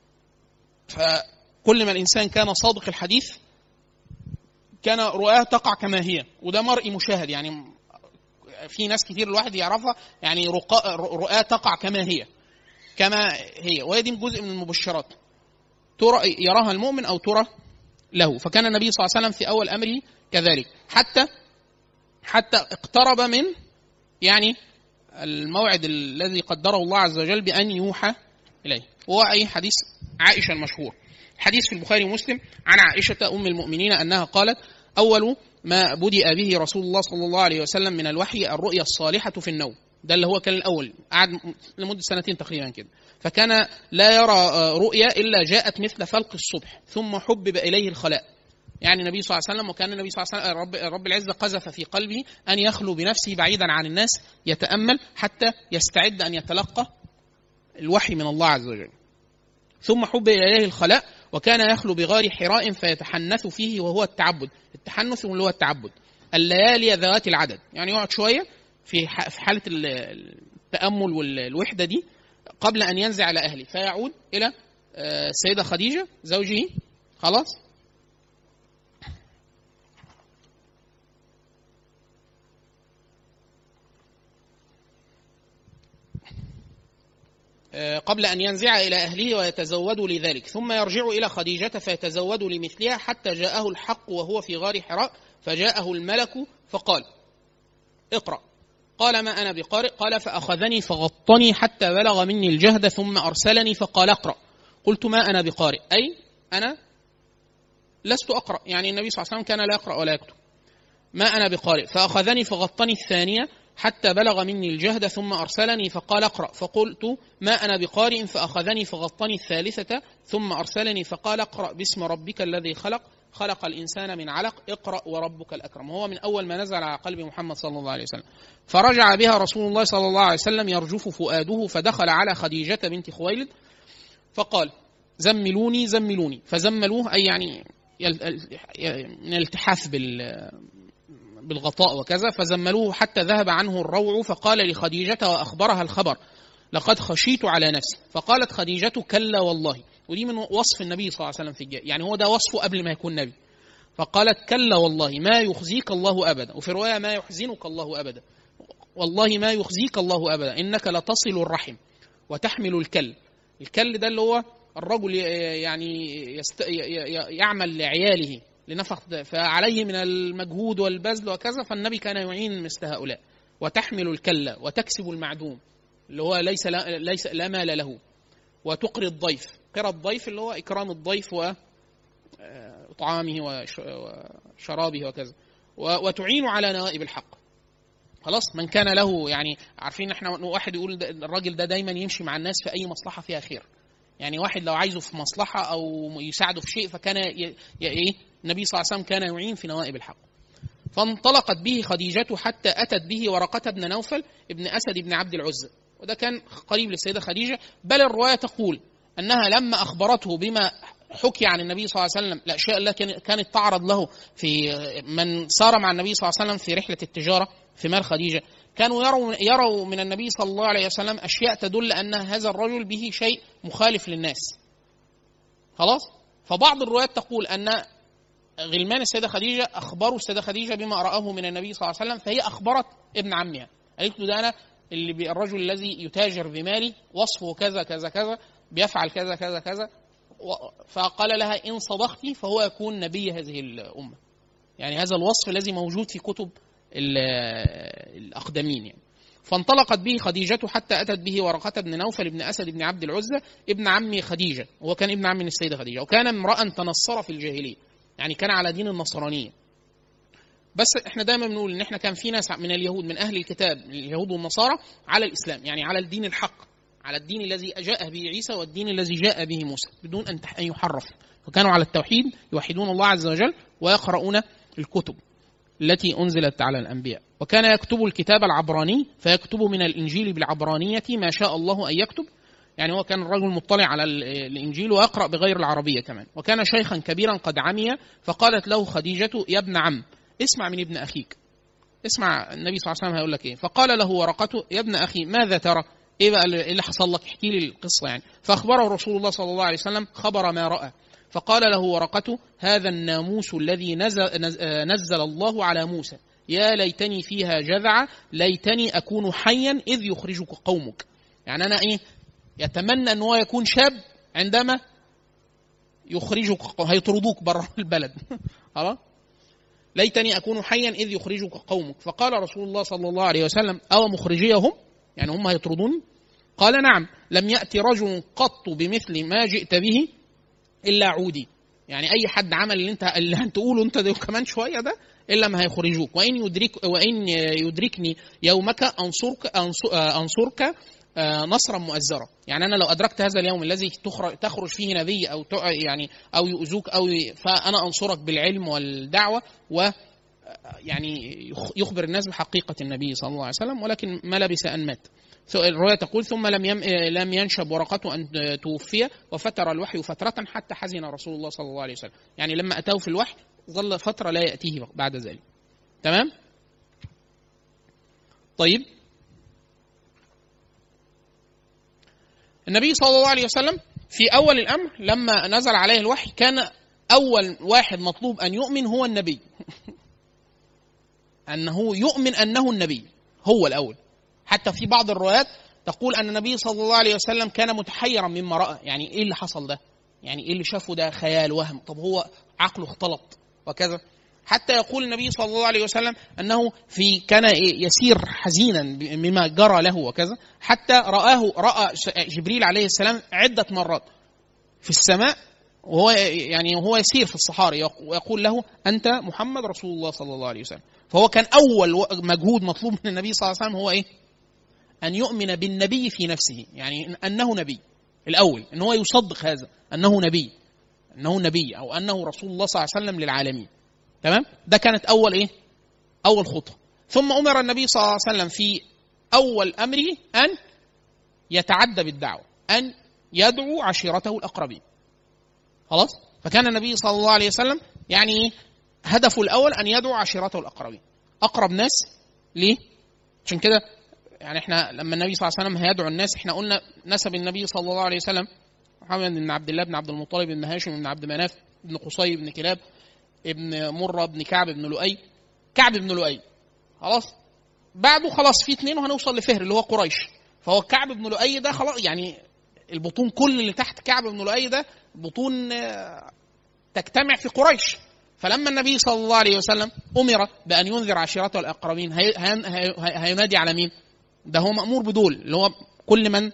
فكل ما الانسان كان صادق الحديث كان رؤاه تقع كما هي، وده مرئي مشاهد. يعني في ناس كتير الواحد يعرفها يعني رؤاه تقع كما هي، وهي دي جزء من المبشرات ترى يراها المؤمن او ترى له. فكان النبي صلى الله عليه وسلم في اول امره كذلك، حتى اقترب من يعني الموعد الذي قدره الله عز وجل بأن يوحى إليه. وهو أي حديث عائشة المشهور، حديث في البخاري ومسلم عن عائشة أم المؤمنين أنها قالت: أول ما بدأ به رسول الله صلى الله عليه وسلم من الوحي الرؤيا الصالحة في النوم. ده اللي هو كان الأول، قعد لمدة 2 سنين تقريبا كده. فكان لا يرى رؤيا إلا جاءت مثل فلق الصبح ثم حبب إليه الخلاء. يعني النبي صلى الله عليه وسلم، وكان النبي صلى الله عليه وسلم رب العزة قذف في قلبه أن يخلو بنفسه بعيدا عن الناس، يتأمل حتى يستعد أن يتلقى الوحي من الله عز وجل. ثم حب إليه الخلاء، وكان يخلو بغار حراء فيتحنث فيه، وهو التعبد. التحنث اللي هو التعبد، الليالي ذوات العدد، يعني يقعد شوية في حالة التأمل والوحدة دي قبل أن ينزع على أهله، فيعود إلى السيدة خديجة زوجه، خلاص. قبل أن ينزع إلى أهله ويتزود لذلك، ثم يرجع إلى خديجة فيتزود لمثلها، حتى جاءه الحق وهو في غار حراء، فجاءه الملك فقال: اقرأ. قال: ما أنا بقارئ. قال: فأخذني فغطني حتى بلغ مني الجهد، ثم أرسلني فقال: اقرأ. قلت: ما أنا بقارئ، أي أنا لست أقرأ، يعني النبي صلى الله عليه وسلم كان لا يقرأ ولا يكتب. ما أنا بقارئ. فأخذني فغطني الثانية حتى بلغ مني الجهد ثم أرسلني فقال اقرأ، فقلت ما أنا بقارئ، فأخذني فغطني الثالثة ثم أرسلني فقال اقرأ باسم ربك الذي خلق، خلق الإنسان من علق، اقرأ وربك الأكرم. هو من أول ما نزل على قلب محمد صلى الله عليه وسلم. فرجع بها رسول الله صلى الله عليه وسلم يرجف فؤاده، فدخل على خديجة بنت خويلد فقال زملوني زملوني، فزملوه أي يعني من الالتحاف بالغطاء وكذا، فزملوه حتى ذهب عنه الروع، فقال لخديجة وأخبرها الخبر لقد خشيت على نفسي، فقالت خديجة كلا والله. ودي من وصف النبي صلى الله عليه وسلم في الجاهلية، يعني هو ده وصفه قبل ما يكون نبي. فقالت كلا والله ما يخزيك الله أبدا، وفي رواية ما يحزنك الله أبدا، والله ما يخزيك الله أبدا، إنك لتصل الرحم وتحمل الكل. الكل ده اللي هو الرجل يعني يعمل لعياله لنفق فعليه من المجهود والبذل وكذا، فالنبي كان يعين مثل هؤلاء. وتحمل الكل وتكسب المعدوم اللي هو ليس لا مال له، وتقري الضيف، قرى الضيف اللي هو إكرام الضيف وطعامه وشرابه وكذا، وتعين على نوائب الحق. خلاص، من كان له، يعني عارفين احنا واحد يقول الراجل ده دايما يمشي مع الناس في أي مصلحة فيها خير، يعني واحد لو عايزه في مصلحة أو يساعده في شيء فكان النبي صلى الله عليه وسلم كان يعين في نوائب الحق. فانطلقت به خديجة حتى أتت به ورقة بن نوفل ابن أسد بن عبد العزى، وده كان قريب للسيدة خديجة. بل الرواية تقول أنها لما أخبرته بما حكي عن النبي صلى الله عليه وسلم، الأشياء التي كانت تعرض له في من سار مع النبي صلى الله عليه وسلم في رحلة التجارة في مال خديجة، كانوا يروا من النبي صلى الله عليه وسلم أشياء تدل أن هذا الرجل به شيء مخالف للناس. خلاص، فبعض الروايات تقول أن غلمان السيدة خديجة أخبروا السيدة خديجة بما رآه من النبي صلى الله عليه وسلم، فهي أخبرت ابن عمها، قالت له ده أنا الرجل الذي يتاجر بمالي وصفه كذا كذا كذا، بيفعل كذا كذا كذا. فقال لها إن صدقتي فهو يكون نبي هذه الأمة، يعني هذا الوصف الذي موجود في كتب الأقدمين يعني. فانطلقت به خديجة حتى أتت به ورقة بن نوفل بن أسد بن عبد العزى ابن عم خديجة، وهو كان ابن عم السيدة خديجة، وكان امرأ تنصر في الجاهلية، يعني كان على دين النصرانية. بس احنا دائما بنقول ان احنا كان في ناس من اليهود من أهل الكتاب اليهود والنصارى على الإسلام، يعني على الدين الحق، على الدين الذي جاء به عيسى والدين الذي جاء به موسى بدون أن يحرف، فكانوا على التوحيد يوحدون الله عز وجل ويقرؤون الكتب التي أنزلت على الأنبياء. وكان يكتب الكتاب العبراني، فيكتب من الإنجيل بالعبرانية ما شاء الله أن يكتب، يعني هو كان الرجل مطلع على الإنجيل ويقرأ بغير العربية كمان. وكان شيخا كبيرا قد عمي، فقالت له خديجة يا ابن عم اسمع من ابن أخيك، اسمع النبي صلى الله عليه وسلم هيقول لك إيه. فقال له ورقته يا ابن أخي ماذا ترى، إيه بقى اللي حصل لك، احكي لي القصة يعني. فأخبره رسول الله صلى الله عليه وسلم خبر ما رأى. فقال له ورقته هذا الناموس الذي نزل الله على موسى، يا ليتني فيها جذع، ليتني أكون حيا إذ يخرجك قومك. يعني أنا يتمنى أنه يكون شاب عندما يخرجك، هيطردوك برا البلد خلاص، ليتني أكون حيا إذ يخرجك قومك. فقال رسول الله صلى الله عليه وسلم أو مخرجيهم، يعني هم هيطردون؟ قال نعم، لم يأتي رجل قط بمثل ما جئت به إلا عودي، يعني أي حد عمل اللي هتقوله أنت ده كمان شوية ده إلا ما هيخرجوك. وإن يدركني يومك أنصرك نصرا مؤزرا، يعني أنا لو أدركت هذا اليوم الذي تخرج فيه نبي أو يؤذوك فأنا أنصرك بالعلم والدعوة، ويعني يخبر الناس بحقيقة النبي صلى الله عليه وسلم. ولكن ما لبث أن مات. الرواية تقول ثم لم ينشب ورقته أن توفي، وفتر الوحي فترة حتى حزن رسول الله صلى الله عليه وسلم، يعني لما أتاه في الوحي ظل فترة لا يأتيه بعد ذلك. تمام؟ طيب، النبي صلى الله عليه وسلم في أول الأمر لما نزل عليه الوحي كان أول واحد مطلوب أن يؤمن هو النبي أنه يؤمن أنه النبي هو الأول. حتى في بعض الروايات تقول أن النبي صلى الله عليه وسلم كان متحيرا مما رأى، يعني إيه اللي حصل ده، يعني إيه اللي شافه ده خيال وهم، طب هو عقله اختلط وكذا. حتى يقول النبي صلى الله عليه وسلم أنه كان يسير حزينا مما جرى له وكذا، حتى رأى جبريل عليه السلام عدة مرات في السماء وهو يعني هو يسير في الصحاري ويقول له أنت محمد رسول الله صلى الله عليه وسلم. فهو كان أول مجهود مطلوب من النبي صلى الله عليه وسلم هو إيه؟ أن يؤمن بالنبي في نفسه، يعني أنه نبي الأول، أن هو يصدق هذا أنه نبي، أنه نبي أو أنه رسول الله صلى الله عليه وسلم للعالمين. تمام؟ ده كانت أول إيه؟ أول خطوة. ثم أمر النبي صلى الله عليه وسلم في أول أمره أن يتعدى بالدعوة، أن يدعو عشيرته الأقربين. خلاص؟ فكان النبي صلى الله عليه وسلم يعني هدفه الأول أن يدعو عشيرته الأقربين، أقرب ناس. ليه؟ عشان كده يعني احنا لما النبي صلى الله عليه وسلم هيدعو الناس، احنا قلنا نسب النبي صلى الله عليه وسلم محمد بن عبد الله بن عبد المطلب بن هاشم بن عبد مناف بن قصي بن كلاب ابن مرة بن كعب بن لؤي، كعب بن لؤي. خلاص؟ بعده خلاص في اثنين وهنوصل لفهر اللي هو قريش. فهو كعب بن لؤي ده خلاص، يعني البطون كل اللي تحت كعب بن لؤي ده بطون تجتمع في قريش. فلما النبي صلى الله عليه وسلم أمر بأن ينذر عشيرته الأقربين هينادي على مين؟ ده هو مأمور بدول اللي هو كل من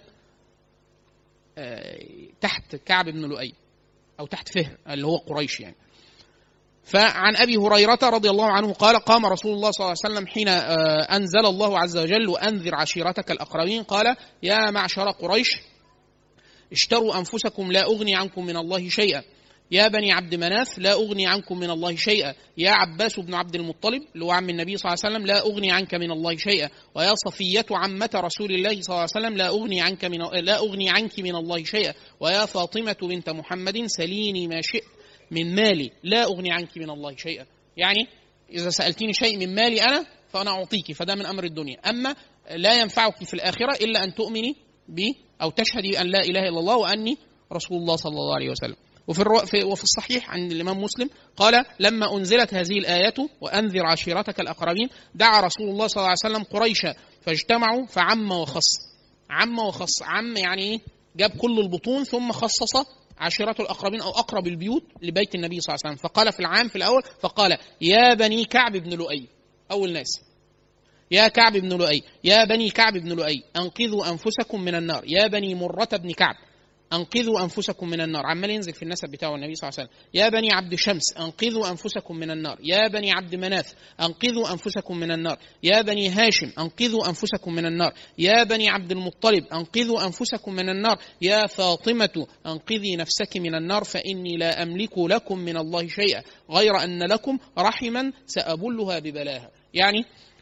تحت كعب بن لؤي أو تحت فهر اللي هو قريش يعني. فعن أبي هريرة رضي الله عنه قال قام رسول الله صلى الله عليه وسلم حين أنزل الله عز وجل وأنذر عشيرتك الأقربين قال يا معشر قريش اشتروا أنفسكم لا أغني عنكم من الله شيئا، يا بني عبد مناف لا أغني عنكم من الله شيئا، يا عباس بن عبد المطلب اللي هو عم النبي صلى الله عليه وسلم لا أغني عنك من الله شيئا، ويا صفية عمة رسول الله صلى الله عليه وسلم لا أغني عنك من الله شيئا، ويا فاطمة بنت محمد سليني ما شئت من مالي لا أغني عنك من الله شيئا. يعني إذا سألتني شيء من مالي أنا فأنا أعطيك، فده من أمر الدنيا، أما لا ينفعك في الآخرة إلا أن تؤمني بي أو تشهدي أن لا إله إلا الله وأني رسول الله صلى الله عليه وسلم. وفي الصحيح عن الإمام مسلم قال لما أنزلت هذه الآية وأنذر عشيرتك الأقربين دعا رسول الله صلى الله عليه وسلم قريشا فاجتمعوا فعم وخص. عم وخص، عم يعني إيه؟ جاب كل البطون ثم خصص عشيرته الأقربين أو أقرب البيوت لبيت النبي صلى الله عليه وسلم. فقال في العام في الأول فقال يا بني كعب بن لؤي، أول ناس يا كعب بن لؤي، يا بني كعب بن لؤي أنقذوا أنفسكم من النار، يا بني مرة بن كعب أنقذوا أنفسكم من النار، عمال ينزل في النسب بتاعه النبي صلى الله عليه وسلم. يا بني عبد شمس أنقذوا أنفسكم من النار، يا بني عبد مناف أنقذوا أنفسكم من النار، يا بني هاشم أنقذوا أنفسكم من النار، يا بني عبد المطلب أنقذوا أنفسكم من النار، يا فاطمة أنقذي نفسك من النار فإني لا أملك لكم من الله شيئا غير أن لكم رحما سأبلها ببلاها. يعني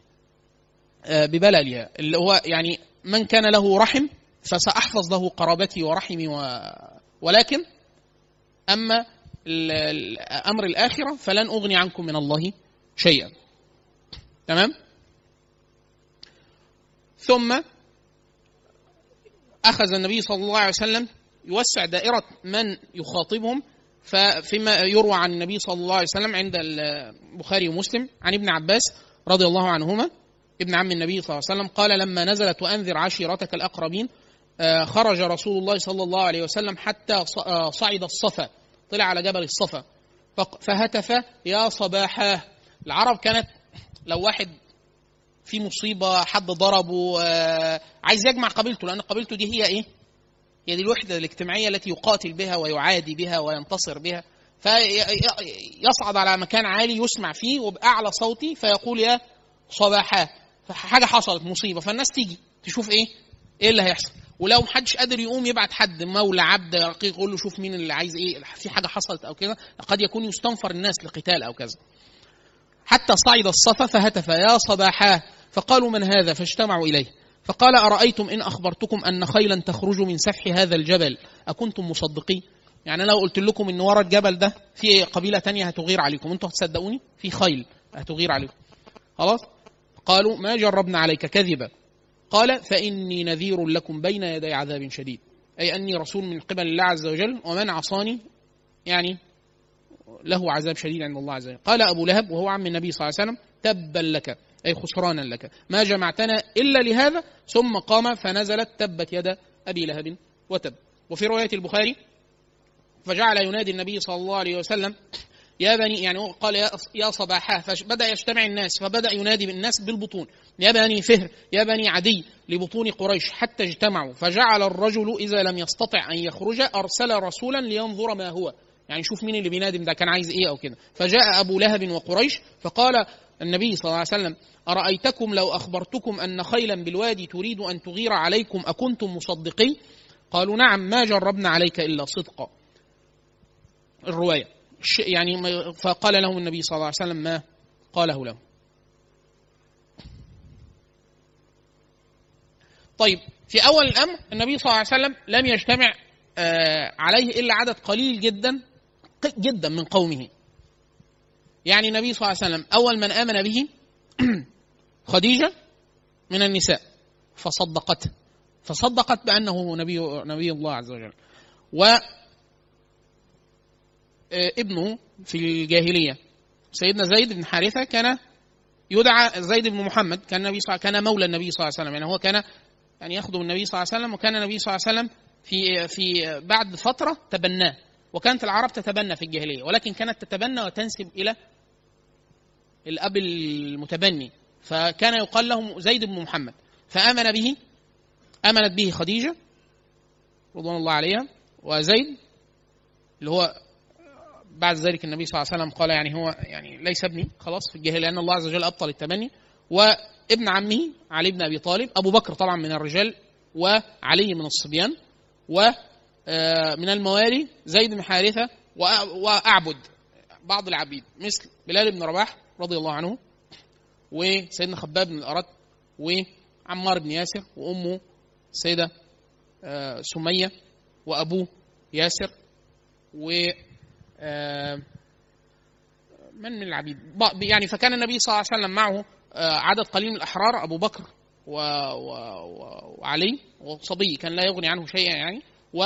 ببللها اللي هو يعني من كان له رحم فسأحفظ له قرابتي ورحمي ولكن أما أمر الآخرة فلن أغني عنكم من الله شيئا. تمام؟ ثم أخذ النبي صلى الله عليه وسلم يوسع دائرة من يخاطبهم. ففيما يروى عن النبي صلى الله عليه وسلم عند البخاري ومسلم عن ابن عباس رضي الله عنهما ابن عم النبي صلى الله عليه وسلم قال لما نزلت وأنذر عشيرتك الأقربين خرج رسول الله صلى الله عليه وسلم حتى صعد الصفا، طلع على جبل الصفا فهتف يا صباحاه. العرب كانت لو واحد في مصيبة حد ضربه عايز يجمع قبيلته، لأن قبيلته دي هي إيه؟ هي دي الوحدة الاجتماعية التي يقاتل بها ويعادي بها وينتصر بها. فيصعد على مكان عالي يسمع فيه وبأعلى صوتي فيقول يا صباحاه، فحاجة حصلت مصيبة، فالناس تيجي تشوف إيه اللي هيحصل. ولو محدش قادر يقوم يبعت حد مولى عبد رقيق يقول له شوف مين اللي عايز ايه، في حاجه حصلت او كده، قد يكون يستنفر الناس لقتال او كذا. حتى صعد الصفا فهتف يا صباحاه، فقالوا من هذا؟ فاجتمعوا اليه فقال ارايتم ان اخبرتكم ان خيلا تخرج من سفح هذا الجبل اكنتم مصدقين؟ يعني لو قلت لكم ان ورا الجبل ده في قبيله تانية هتغير عليكم، انتوا هتصدقوني؟ في خيل هتغير عليكم. خلاص؟ قالوا ما جربنا عليك كذبا. قال فإني نذير لكم بين يدي عذاب شديد، أي أني رسول من قبل الله عز وجل ومن عصاني يعني له عذاب شديد عند الله عز وجل. قال أبو لهب وهو عم النبي صلى الله عليه وسلم تبا لك، أي خسرانا لك، ما جمعتنا إلا لهذا. ثم قام فنزلت تبت يد أبي لهب وتب. وفي رواية البخاري فجعل ينادي النبي صلى الله عليه وسلم يا بني، يعني قال يا صباحاه، فبدأ يجتمع الناس فبدأ ينادي بالناس بالبطون يا بني فهر يا بني عدي لبطون قريش حتى اجتمعوا. فجعل الرجل إذا لم يستطع أن يخرج أرسل رسولا لينظر ما هو، يعني شوف مين اللي بينادم ده، كان عايز ايه او كده. فجاء ابو لهب وقريش فقال النبي صلى الله عليه وسلم: ارايتكم لو اخبرتكم ان خيلا بالوادي تريد ان تغير عليكم اكنتم مصدقين؟ قالوا: نعم، ما جربنا عليك الا صدقا. الروايه يعني فقال لهم النبي صلى الله عليه وسلم ما قاله له. طيب، في اول الامر النبي صلى الله عليه وسلم لم يجتمع عليه الا عدد قليل جدا جدا من قومه. يعني النبي صلى الله عليه وسلم اول من امن به خديجه من النساء، فصدقت بانه نبي الله عز وجل. وابنه في الجاهليه سيدنا زيد بن حارثه كان يدعى زيد بن محمد، كان مولى النبي صلى الله عليه وسلم، يعني هو كان يعني يخدم النبي صلى الله عليه وسلم، وكان النبي صلى الله عليه وسلم في بعد فتره تبناه. وكانت العرب تتبنى في الجاهليه، ولكن كانت تتبنى وتنسب الى الاب المتبني، فكان يقال له زيد بن محمد. امنت به خديجه رضوان الله عليها، وزيد اللي هو بعد ذلك النبي صلى الله عليه وسلم قال يعني هو يعني ليس ابني خلاص في الجاهليه، لان الله عز وجل ابطل التبني. وابن عمه علي بن ابي طالب، ابو بكر طبعا من الرجال وعلي من الصبيان، ومن الموالي زيد بن حارثه، واعبد بعض العبيد مثل بلال بن رباح رضي الله عنه، وسيدنا خباب بن الأرت، وعمار بن ياسر، وامه السيده سميه، وابوه ياسر، و من العبيد يعني. فكان النبي صلى الله عليه وسلم معه عدد قليل من الأحرار، أبو بكر وعلي وصبي كان لا يغني عنه شيئا يعني،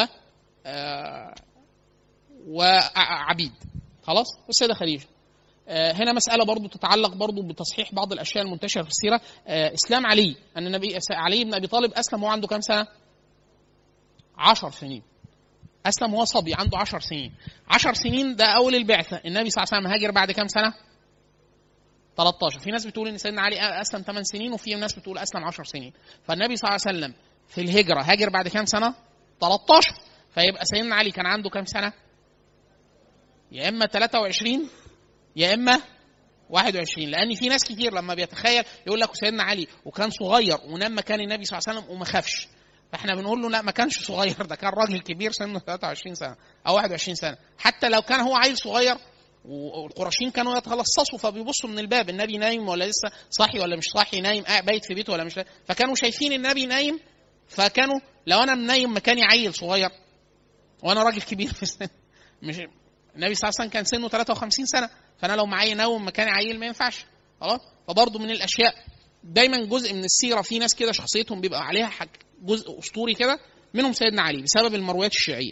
وعبيد خلاص، والسيدة خديجة. هنا مسألة برضو تتعلق برضو بتصحيح بعض الأشياء المنتشرة في السيرة. إسلام علي، أن النبي علي بن أبي طالب أسلم وهو عنده كم سنة؟ 10 سنين. أسلم وهو صبي عنده 10 سنين. 10 سنين ده أول البعثة. النبي صلى الله عليه وسلم هاجر بعد كم سنة؟ 13. في ناس بتقول إن سيدنا علي أسلم 8 سنين، وفي ناس بتقول أسلم 10 سنين. فالنبي صلى الله عليه وسلم في الهجرة هاجر بعد كم سنة؟ 13. فيبقى سيدنا علي كان عنده كم سنة؟ يا إما 23 يا إما 21. لأن في ناس كتير لما بيتخيل يقول لك سيدنا علي وكان صغير ونام مكان النبي صلى الله عليه وسلم وما خافش، فاحنا بنقول له لا، ما كانش صغير، ده كان راجل كبير سنه 23 سنه او 21 سنه. حتى لو كان هو عيل صغير، والقرشين كانوا يتلصصوا فبيبصوا من الباب النبي نايم ولا لسه صاحي ولا مش صاحي، نايم بايت في بيته ولا مش، فكانوا شايفين النبي نايم. فكانوا لو انا نايم مكاني عيل صغير وانا راجل كبير في السن، مش النبي صلى الله عليه وسلم كان سنه 53 سنه، فانا لو معايا ناوم مكاني عيل ما ينفعش خلاص. فبرضه من الاشياء دايما جزء من السيره في ناس كده شخصيتهم بيبقى عليها جزء اسطوري كده، منهم سيدنا علي بسبب المرويات الشيعيه.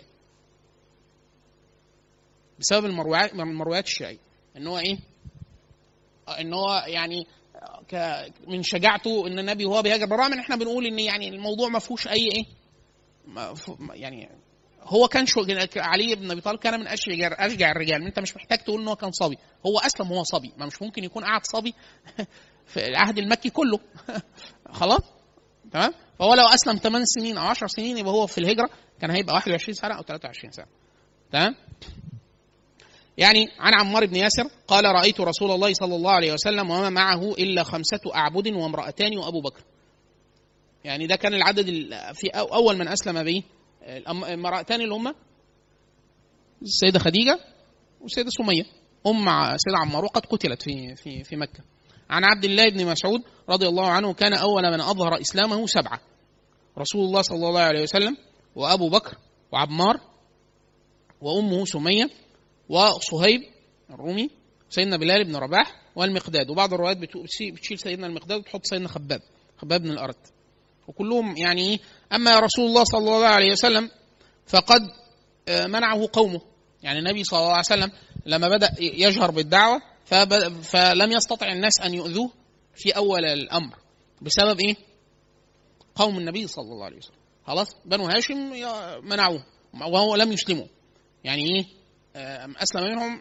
بسبب المرويات الشيعيه ان هو ايه، ان هو يعني من شجاعته ان النبي وهو بيهاجر، بالرغم ان احنا بنقول ان يعني الموضوع ما فيهوش اي ايه، يعني هو كان علي بن ابي طالب كان من اشجع الرجال. انت مش محتاج تقول ان هو كان صبي، هو اسلم وهو صبي، ما مش ممكن يكون قاعد صبي في العهد المكي كله خلاص تمام. فهو لو اسلم 8 سنين او 10 سنين يبقى هو في الهجره كان هيبقى 21 سنه او 23 سنه تمام. يعني عن عمار بن ياسر قال: رايت رسول الله صلى الله عليه وسلم وما معه الا 5 أعبد وامرأتان وابو بكر. يعني ده كان العدد في اول من اسلم به. المرأتان اللي هم السيده خديجه والسيده سميه ام سيدنا عمار، وقد قتلت في مكه. عن عبد الله بن مسعود رضي الله عنه: كان أول من أظهر إسلامه 7: رسول الله صلى الله عليه وسلم، وأبو بكر، وعمار، وأمه سمية، وصهيب الرومي، سيدنا بلال بن رباح، والمقداد. وبعض الروايات بتشيل سيدنا المقداد وتحط سيدنا خباب بن الأرت. وكلهم يعني أما رسول الله صلى الله عليه وسلم فقد منعه قومه. يعني النبي صلى الله عليه وسلم لما بدأ يجهر بالدعوة فلم يستطع الناس أن يؤذوه في أول الأمر بسبب إيه؟ قوم النبي صلى الله عليه وسلم خلاص. بنو هاشم منعوه وهو لم يسلموا. يعني إيه؟ أسلم منهم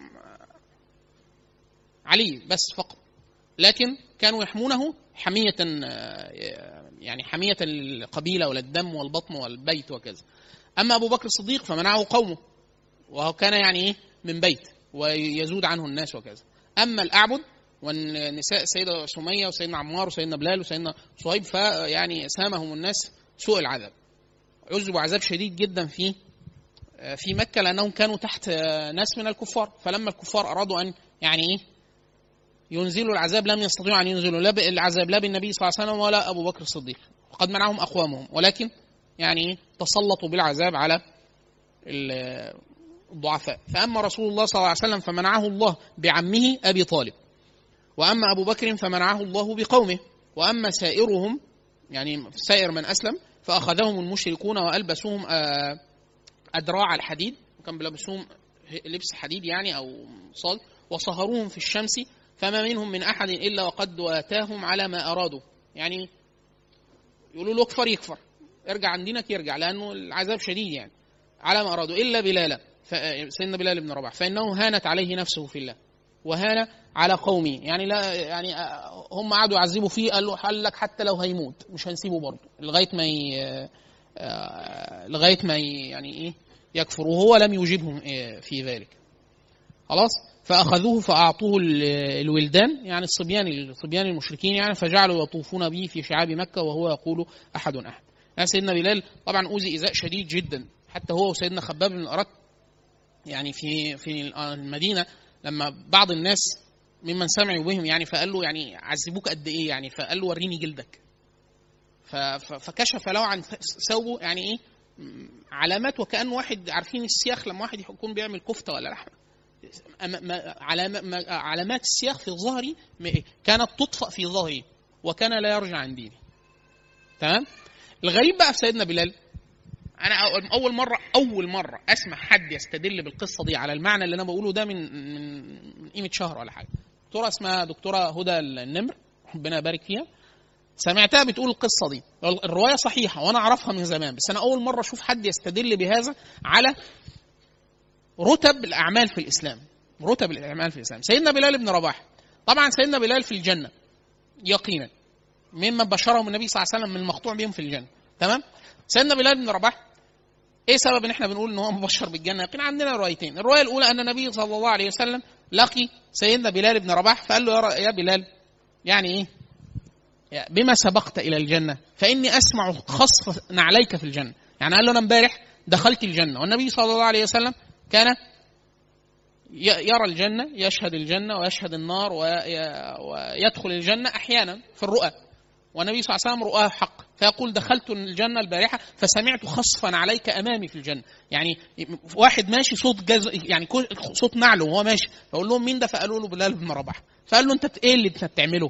علي بس فقط، لكن كانوا يحمونه حمية، يعني حمية القبيلة ولا الدم والبطن والبيت وكذا. أما أبو بكر الصديق فمنعه قومه، وهو كان يعني إيه؟ من بيت ويزود عنه الناس وكذا. أما الأعبد والنساء السيدة سمية وسيدنا عمار وسيدنا بلال وسيدنا صهيب فيعني سامهم الناس سوء العذاب، عذبوا عذاب شديد جدا في مكة لأنهم كانوا تحت ناس من الكفار. فلما الكفار أرادوا أن يعني إيه ينزلوا العذاب لم يستطيعوا أن ينزلوا العذاب لا بالنبي صلى الله عليه وسلم ولا أبو بكر الصديق، وقد منعهم أقوامهم، ولكن يعني تسلطوا بالعذاب على الضعفاء. فأما رسول الله صلى الله عليه وسلم فمنعه الله بعمه أبي طالب، وأما أبو بكر فمنعه الله بقومه، وأما سائرهم يعني سائر من أسلم فأخذهم المشركون وألبسوهم أدراع الحديد، وكان بلبسوهم لبس حديد يعني أو صال، وصهروهم في الشمس فما منهم من أحد إلا وقد واتاهم على ما أرادوا. يعني يقولوا له اكفر يكفر، ارجع عن دينك يرجع، لأنه العذاب شديد يعني على ما أرادوا إلا بلالا سيدنا بلال بن رباح فإنه هانت عليه نفسه في الله وهان على قومه. يعني لا يعني هم قعدوا يعذبوا فيه، قال له قال لك حتى لو هيموت مش هنسيبه برضه لغاية ما يعني إيه يكفر، وهو لم يجبهم في ذلك. خلاص فأخذوه فأعطوه الولدان يعني الصبيان المشركين يعني، فجعلوا يطوفون به في شعاب مكة وهو يقول أحد. يعني سيدنا بلال طبعا أوذي إيذاء شديد جدا، حتى هو وسيدنا خباب بن الأرت يعني في المدينة لما بعض الناس ممن سمعوا بهم يعني فقال له يعني عذبوك قد إيه يعني، فقال له وريني جلدك، فكشف له عن ثوبه يعني إيه علامات، وكأن واحد عارفين السياخ لما واحد يكون بيعمل كفتة ولا لحمة، علامات السياخ في ظهري كانت تطفأ في ظهري وكان لا يرجع عن ديني. تمام. الغريب بقى في سيدنا بلال، أنا أول مرة أسمع حد يستدل بالقصة دي على المعنى اللي أنا بقوله ده من قيمة شهر ولا حاجة. دكتورة اسمها دكتورة هدى النمر ربنا يبارك فيها، سمعتها بتقول القصة دي، الرواية صحيحة وأنا أعرفها من زمان، بس أنا أول مرة أشوف حد يستدل بهذا على رتب الأعمال في الإسلام. سيدنا بلال بن رباح طبعا سيدنا بلال في الجنة يقينا مما بشرهم النبي صلى الله عليه وسلم من المقطوع بهم في الجنة. تمام. سيدنا بلال بن رباح ايه سبب ان احنا بنقول ان هو مبشر بالجنة؟ يقين عندنا روايتين. الرواية الأولى أن النبي صلى الله عليه وسلم لقي سيدنا بلال بن رباح فقال له يا بلال يعني ايه بما سبقت إلى الجنة فإني أسمع خصف نعليك في الجنة. يعني قال له أنا امبارح دخلت الجنة والنبي صلى الله عليه وسلم كان يرى الجنة، يشهد الجنة ويشهد النار ويدخل الجنة أحيانا في الرؤى، والنبي صلى الله عليه وسلم رؤاه حق، فيقول دخلت الجنة البارحة فسمعت خصفا عليك أمامي في الجنة. يعني واحد ماشي صوت يعني صوت نعله وهو ماشي، فقول لهم مين ده؟ فقالوا له بلال بن رباح. فقال له انت ايه اللي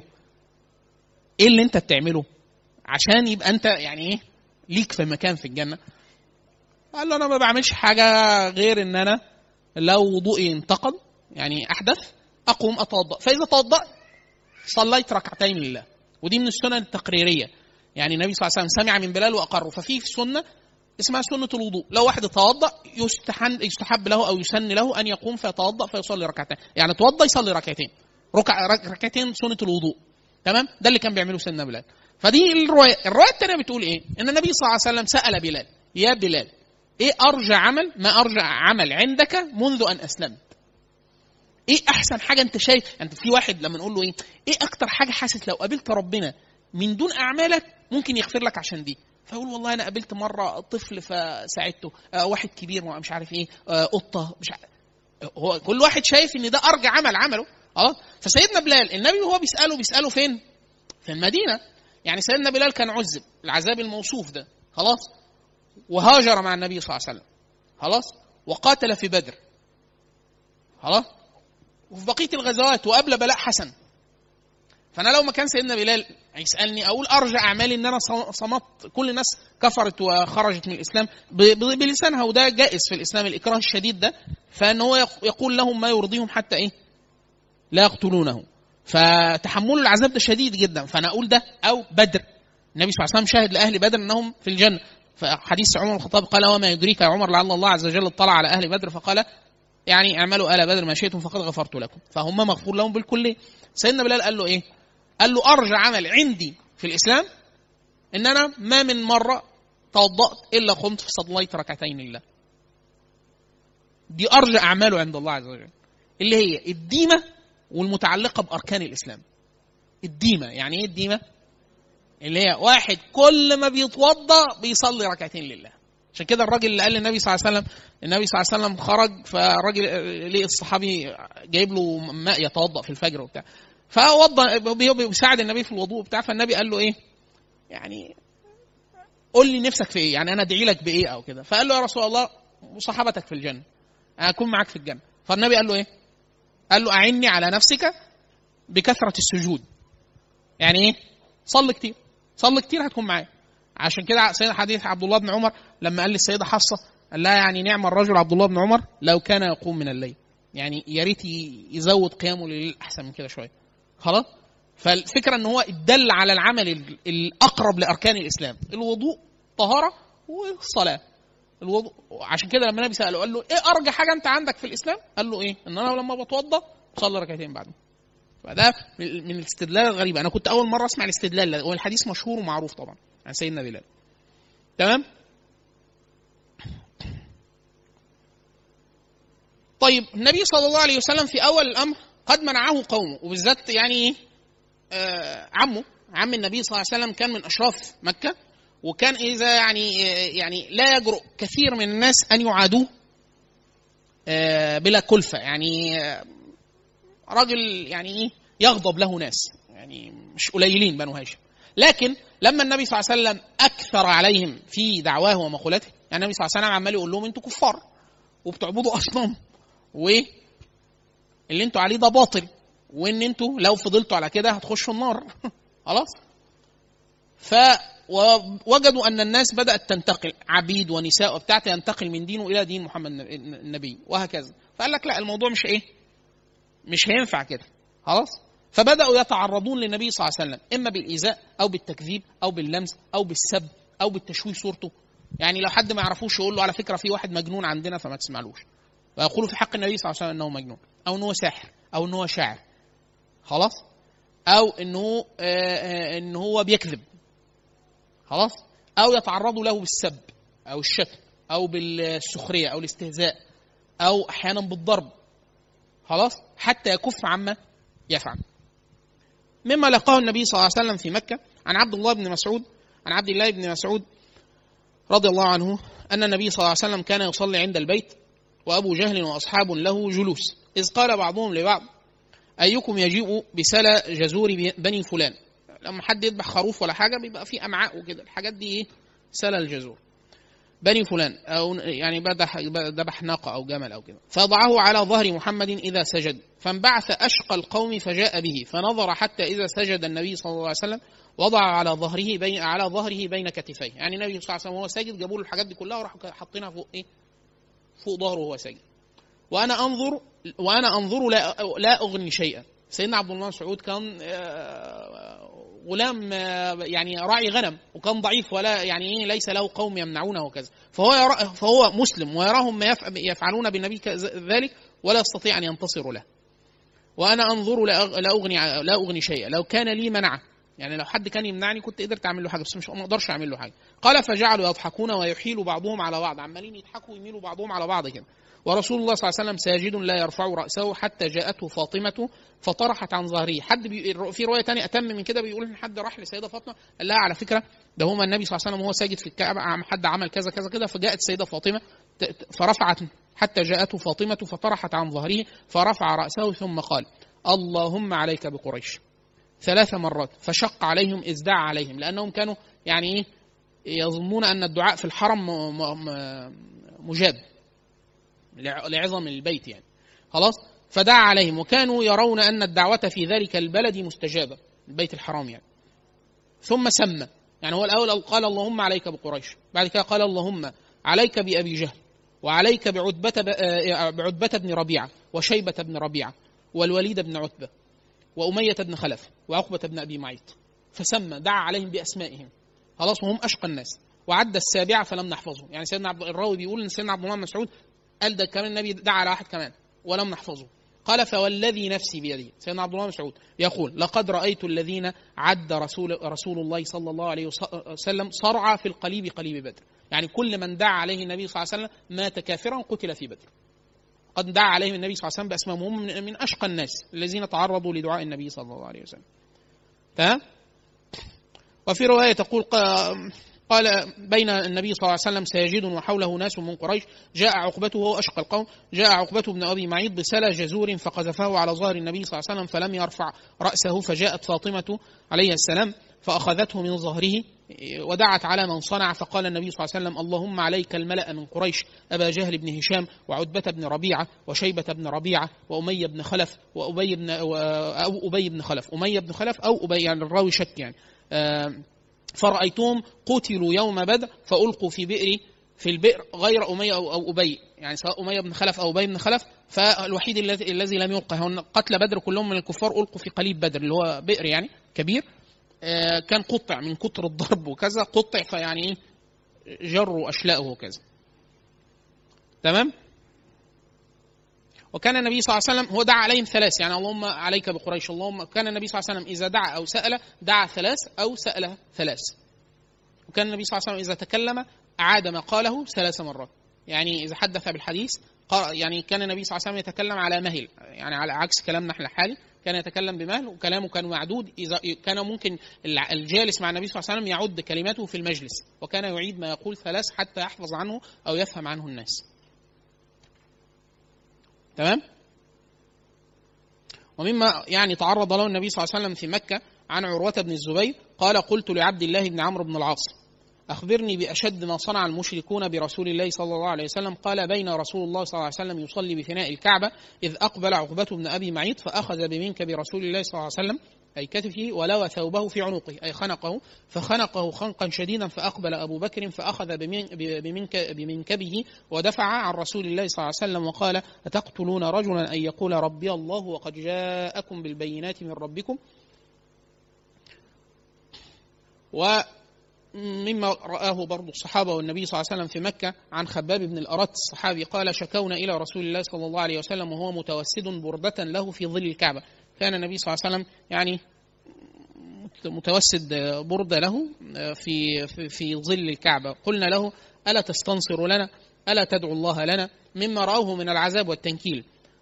انت بتعمله عشان يبقى انت يعني ايه ليك في مكان في الجنة؟ قال له انا ما بعملش حاجة غير ان انا لو وضوئي انتقض يعني احدث اقوم اتوضا، فاذا توضأت صليت ركعتين لله. ودي من السنن التقريريه، يعني النبي صلى الله عليه وسلم سمع من بلال واقره. ففي سنه اسمها سنه الوضوء، لو واحد توضأ يستحب له او يسن له ان يقوم فيتوضأ فيصلي ركعتين، يعني توضأ يصلي ركعتين سنه الوضوء. تمام. ده اللي كان بيعمله سيدنا بلال. فدي الروايه الثانيه بتقول ايه؟ ان النبي صلى الله عليه وسلم سأل بلال يا بلال ايه ما ارجع عمل عندك منذ ان اسلمت؟ ايه احسن حاجه انت شايف؟ انت في واحد لما نقول له ايه اكتر حاجه حاسس لو قابلت ربنا من دون اعمالك ممكن يغفر لك عشان دي؟ فيقول والله انا قابلت مره طفل فساعدته، واحد كبير مش عارف ايه، قطه مش عارف. هو كل واحد شايف ان ده ارجع عمل عمله. خلاص. فسيدنا بلال النبي وهو بيساله فين؟ في المدينه. يعني سيدنا بلال كان عذب العذاب الموصوف ده. خلاص. وهاجر مع النبي صلى الله عليه وسلم. خلاص. وقاتل في بدر. خلاص. وفي بقية الغزوات وقبل بلاء حسن. فأنا لو ما كان سيدنا بلال يسألني أقول أرجع أعمالي إن أنا صمت كل الناس كفرت وخرجت من الإسلام بلسانها، وده جائز في الإسلام الإكراه الشديد ده، فإنه يقول لهم ما يرضيهم حتى إيه لا يقتلونه، فتحملوا العذاب ده شديد جدا. فأنا أقول ده. أو بدر، النبي صلى الله عليه وسلم شاهد لأهل بدر أنهم في الجنة. فحديث عمر الخطاب قال وما يدريك يا عمر لعل الله عز وجل اطلع على أهل بدر فقال يعني اعملوا آل بدر ما شئتم فقد غفرت لكم، فهم مغفور لهم بالكلية. سيدنا بلال قال له ايه؟ قال له ارجع عمل عندي في الاسلام ان انا ما من مرة توضأت الا قمت فصليت ركعتين لله. دي أرجى أعماله عند الله عز وجل، اللي هي الديمة والمتعلقة بأركان الإسلام. الديمة يعني إيه الديمة؟ اللي هي واحد كل ما بيتوضأ بيصلي ركعتين لله. عشان كده الراجل اللي قال للنبي صلى الله عليه وسلم، النبي صلى الله عليه وسلم خرج، فالراجل ليه الصحابي جايب له ماء يتوضأ في الفجر وبتاع، فوضأ بيساعد النبي في الوضوء بتاع، فالنبي قال له إيه يعني قول لي نفسك في إيه، يعني أنا أدعي لك بإيه أو كده. فقال له يا رسول الله وصحابتك في الجنة، أنا أكون معاك في الجنة. فالنبي قال له إيه؟ قال له أعني على نفسك بكثرة السجود. يعني إيه؟ صلي كتير، صلي كتير هتكون معايا. عشان كده سيدنا حديث عبد الله بن عمر لما قال للسيدة حفصة، قال لها يعني نعم الرجل عبد الله بن عمر لو كان يقوم من الليل، يعني يا ريت يزود قيامه لليل أحسن من كده شوية. خلاص. فالفكرة ان هو اتدل على العمل الأقرب لأركان الإسلام، الوضوء، طهارة، والصلاة. الوضوء. عشان كده لما النبي سأله قال له ايه أرجى حاجة أنت عندك في الإسلام؟ قال له ايه؟ ان انا لما بتوضى صلي ركعتين بعده. فده من الاستدلال الغريب. انا كنت اول مره اسمع الاستدلال، والحديث مشهور ومعروف طبعا عن سيدنا بلال. تمام. طيب النبي صلى الله عليه وسلم في اول الامر قد منعه قومه، وبالذات يعني عم النبي صلى الله عليه وسلم كان من اشراف مكه، وكان اذا يعني لا يجرؤ كثير من الناس ان يعادوه بلا كلفه. يعني راجل يعني يغضب له ناس، يعني مش قليلين بنو هاشم. لكن لما النبي صلى الله عليه وسلم اكثر عليهم في دعواه ومقولته، يعني النبي صلى الله عليه وسلم عمال يقول لهم انتوا كفار وبتعبدوا اصنام، واللي انتوا عليه ده باطل، وان انتوا لو فضلتوا على كده هتخشوا النار. خلاص. فوجدوا ان الناس بدات تنتقل، عبيد ونساء وبتاع، ينتقل من دينه الى دين محمد النبي وهكذا. فقال لك لا، الموضوع مش هينفع كده. خلاص. فبداوا يتعرضون للنبي صلى الله عليه وسلم اما بالايذاء او بالتكذيب او باللمس او بالسب او بالتشويه صورته. يعني لو حد ما يعرفوش يقول له على فكره في واحد مجنون عندنا فما تسمعلوش، ويقولوا في حق النبي صلى الله عليه وسلم انه مجنون، او انه ساحر، او انه شاعر. خلاص. او انه هو بيكذب. خلاص. او يتعرضوا له بالسب او الشتم او بالسخريه او الاستهزاء او احيانا بالضرب. خلاص. حتى يكف عما يفعل. مما لقاه النبي صلى الله عليه وسلم في مكة عن عبد الله بن مسعود رضي الله عنه أن النبي صلى الله عليه وسلم كان يصلي عند البيت وأبو جهل وأصحاب له جلوس، إذ قال بعضهم لبعض أيكم يجيء بسلى جزور بني فلان. لما حد يذبح خروف ولا حاجة بيبقى فيه أمعاء وكده، الحاجات دي سلى الجزور بني فلان، أو يعني ذبح ناقة أو جمل أو كده، فضعه على ظهر محمد إذا سجد، فانبعث أشقى القوم فجاء به، فنظر حتى إذا سجد النبي صلى الله عليه وسلم وضع على ظهره بين كتفيه. يعني النبي صلى الله عليه وسلم وهو ساجد جابوا له الحاجات دي كلها وراحوا حاطينها فوق ظهره وهو ساجد. وأنا أنظر لا أغني شيئا. سيدنا عبد الله بن مسعود كان غلام يعني راعي غنم، وكان ضعيف، ولا يعني ليس له قوم يمنعونه وكذا، فهو مسلم ويراهم ما يفعلون بالنبي ذلك ولا يستطيع أن ينتصر له. وأنا أنظر لا أغني شيئا، لو كان لي منعه، يعني لو حد كان يمنعني كنت قدرت أعمل له حاجة، بس مش أقدرش أعمل له حاجة. قال فجعلوا يضحكون ويحيل بعضهم على بعض، عمالين يضحكوا ويميلوا بعضهم على بعض كده. ورسول الله صلى الله عليه وسلم ساجد لا يرفع رأسه حتى جاءته فاطمة فطرحت عن ظهره. حد في رواية تانية أتم من كده بيقول إن حد راح لسيدة فاطمة قال لها على فكرة ده هما النبي صلى الله عليه وسلم وهو ساجد في الكعبة حد عمل كذا كذا كذا، فجاءت السيدة فاطمة فرفعت حتى جاءته فاطمة فطرحت عن ظهره فرفع رأسه ثم قال اللهم عليك بقريش 3 مرات، فشق عليهم إذ دعا عليهم، لأنهم كانوا يعني يظنون أن الدعاء في الحرم مجاب لعظم البيت يعني. خلاص. فدعا عليهم، وكانوا يرون أن الدعوة في ذلك البلد مستجابة، البيت الحرام يعني. ثم سمى، يعني هو الأول قال اللهم عليك بقريش، بعد كده قال اللهم عليك بأبي جهل، وعليك بعتبة بن ربيعة، وشيبة بن ربيعة، والوليد بن عتبة، وأمية بن خلف، وعقبة بن أبي معيط. فسمى دعا عليهم بأسمائهم. خلاص. وهم أشقى الناس. وعد 7 فلم نحفظه. يعني سيدنا الراوي بيقول إن سيدنا عبد الله بن مسعود قال ده كمان النبي دعا على واحد كمان ولم نحفظه. قال فوالذي نفسي بيده، سيدنا عبد الله بن مسعود يقول لقد رأيت الذين عد رسول الله صلى الله عليه وسلم صرعى في القليب قليب بدر. يعني كل من دعا عليه النبي صلى الله عليه وسلم مات كافرا قتل في بدر. قد دعا عليهم النبي صلى الله عليه وسلم بأسمائهم، هم من أشقى الناس الذين تعرضوا لدعاء النبي صلى الله عليه وسلم. تمام. وفي رواية تقول قال بين النبي صلى الله عليه وسلم ساجد وحوله ناس من قريش، جاء عقبته وهو أشقى القوم، جاء عقبته بن أبي معيط بسلى جزور فقذفه على ظهر النبي صلى الله عليه وسلم فلم يرفع رأسه، فجاءت فاطمة عليه السلام فأخذته من ظهره ودعت على من صنع، فقال النبي صلى الله عليه وسلم اللهم عليك الملأ من قريش، أبا جهل بن هشام وعتبة بن ربيعة وشيبة بن ربيعة وأمية بن خلف وأبي بن أو أبي بن خلف، أمية بن خلف أو أبي، يعني الراوي شك يعني. فرأيتهم قتلوا يوم بدر فألقوا في البئر غير أمية أو أبي، يعني سواء أمية بن خلف أو أبي بن خلف، فالوحيد الذي لم يلقى. قتل بدر كلهم من الكفار ألقوا في قليب بدر اللي هو بئر يعني كبير، كان قطع من كتر الضرب وكذا، قطع فيعني جروا أشلاءه وكذا. تمام. وكان النبي صلى الله عليه وسلم هو دعا عليهم ثلاث، يعني اللهم عليك بقريش، اللهم. كان النبي صلى الله عليه وسلم إذا دعا أو سأل دعا ثلاث أو سأل ثلاث. وكان النبي صلى الله عليه وسلم إذا تكلم أعاد ما قاله 3 مرات، يعني إذا حدث بالحديث يعني كان النبي صلى الله عليه وسلم يتكلم على مهل، يعني على عكس كلامنا احنا الحالي، كان يتكلم بمهل وكلامه كان معدود. إذا كان ممكن الجالس مع النبي صلى الله عليه وسلم يعد كلماته في المجلس، وكان يعيد ما يقول 3 حتى يحفظ عنه أو يفهم عنه الناس. تمام. ومما يعني تعرض له النبي صلى الله عليه وسلم في مكة عن عروة بن الزبير قال قلت لعبد الله بن عمرو بن العاص أخبرني بأشد ما صنع المشركون برسول الله صلى الله عليه وسلم. قال بين رسول الله صلى الله عليه وسلم يصلي بفناء الكعبة إذ أقبل عقبة بن أبي معيط فأخذ بمنكب رسول الله صلى الله عليه وسلم أي كتفه ولوى ثوبه في عنقه أي خنقه، فخنقه خنقا شديدا، فأقبل أبو بكر فأخذ بمنكبه ودفع عن رسول الله صلى الله عليه وسلم وقال أتقتلون رجلا أن يقول ربي الله وقد جاءكم بالبينات من ربكم. ومما رآه برضو الصحابة والنبي صلى الله عليه وسلم في مكة عن خباب بن الأرت الصحابي قال شكونا إلى رسول الله صلى الله عليه وسلم وهو متوسد بردة له في ظل الكعبة. كان النبي صلى الله عليه وسلم يعني متوسد بردة له في ظل الكعبة. قلنا له ألا تستنصر لنا، ألا تدعو الله لنا، مما رأوه من العذاب والتنكيل.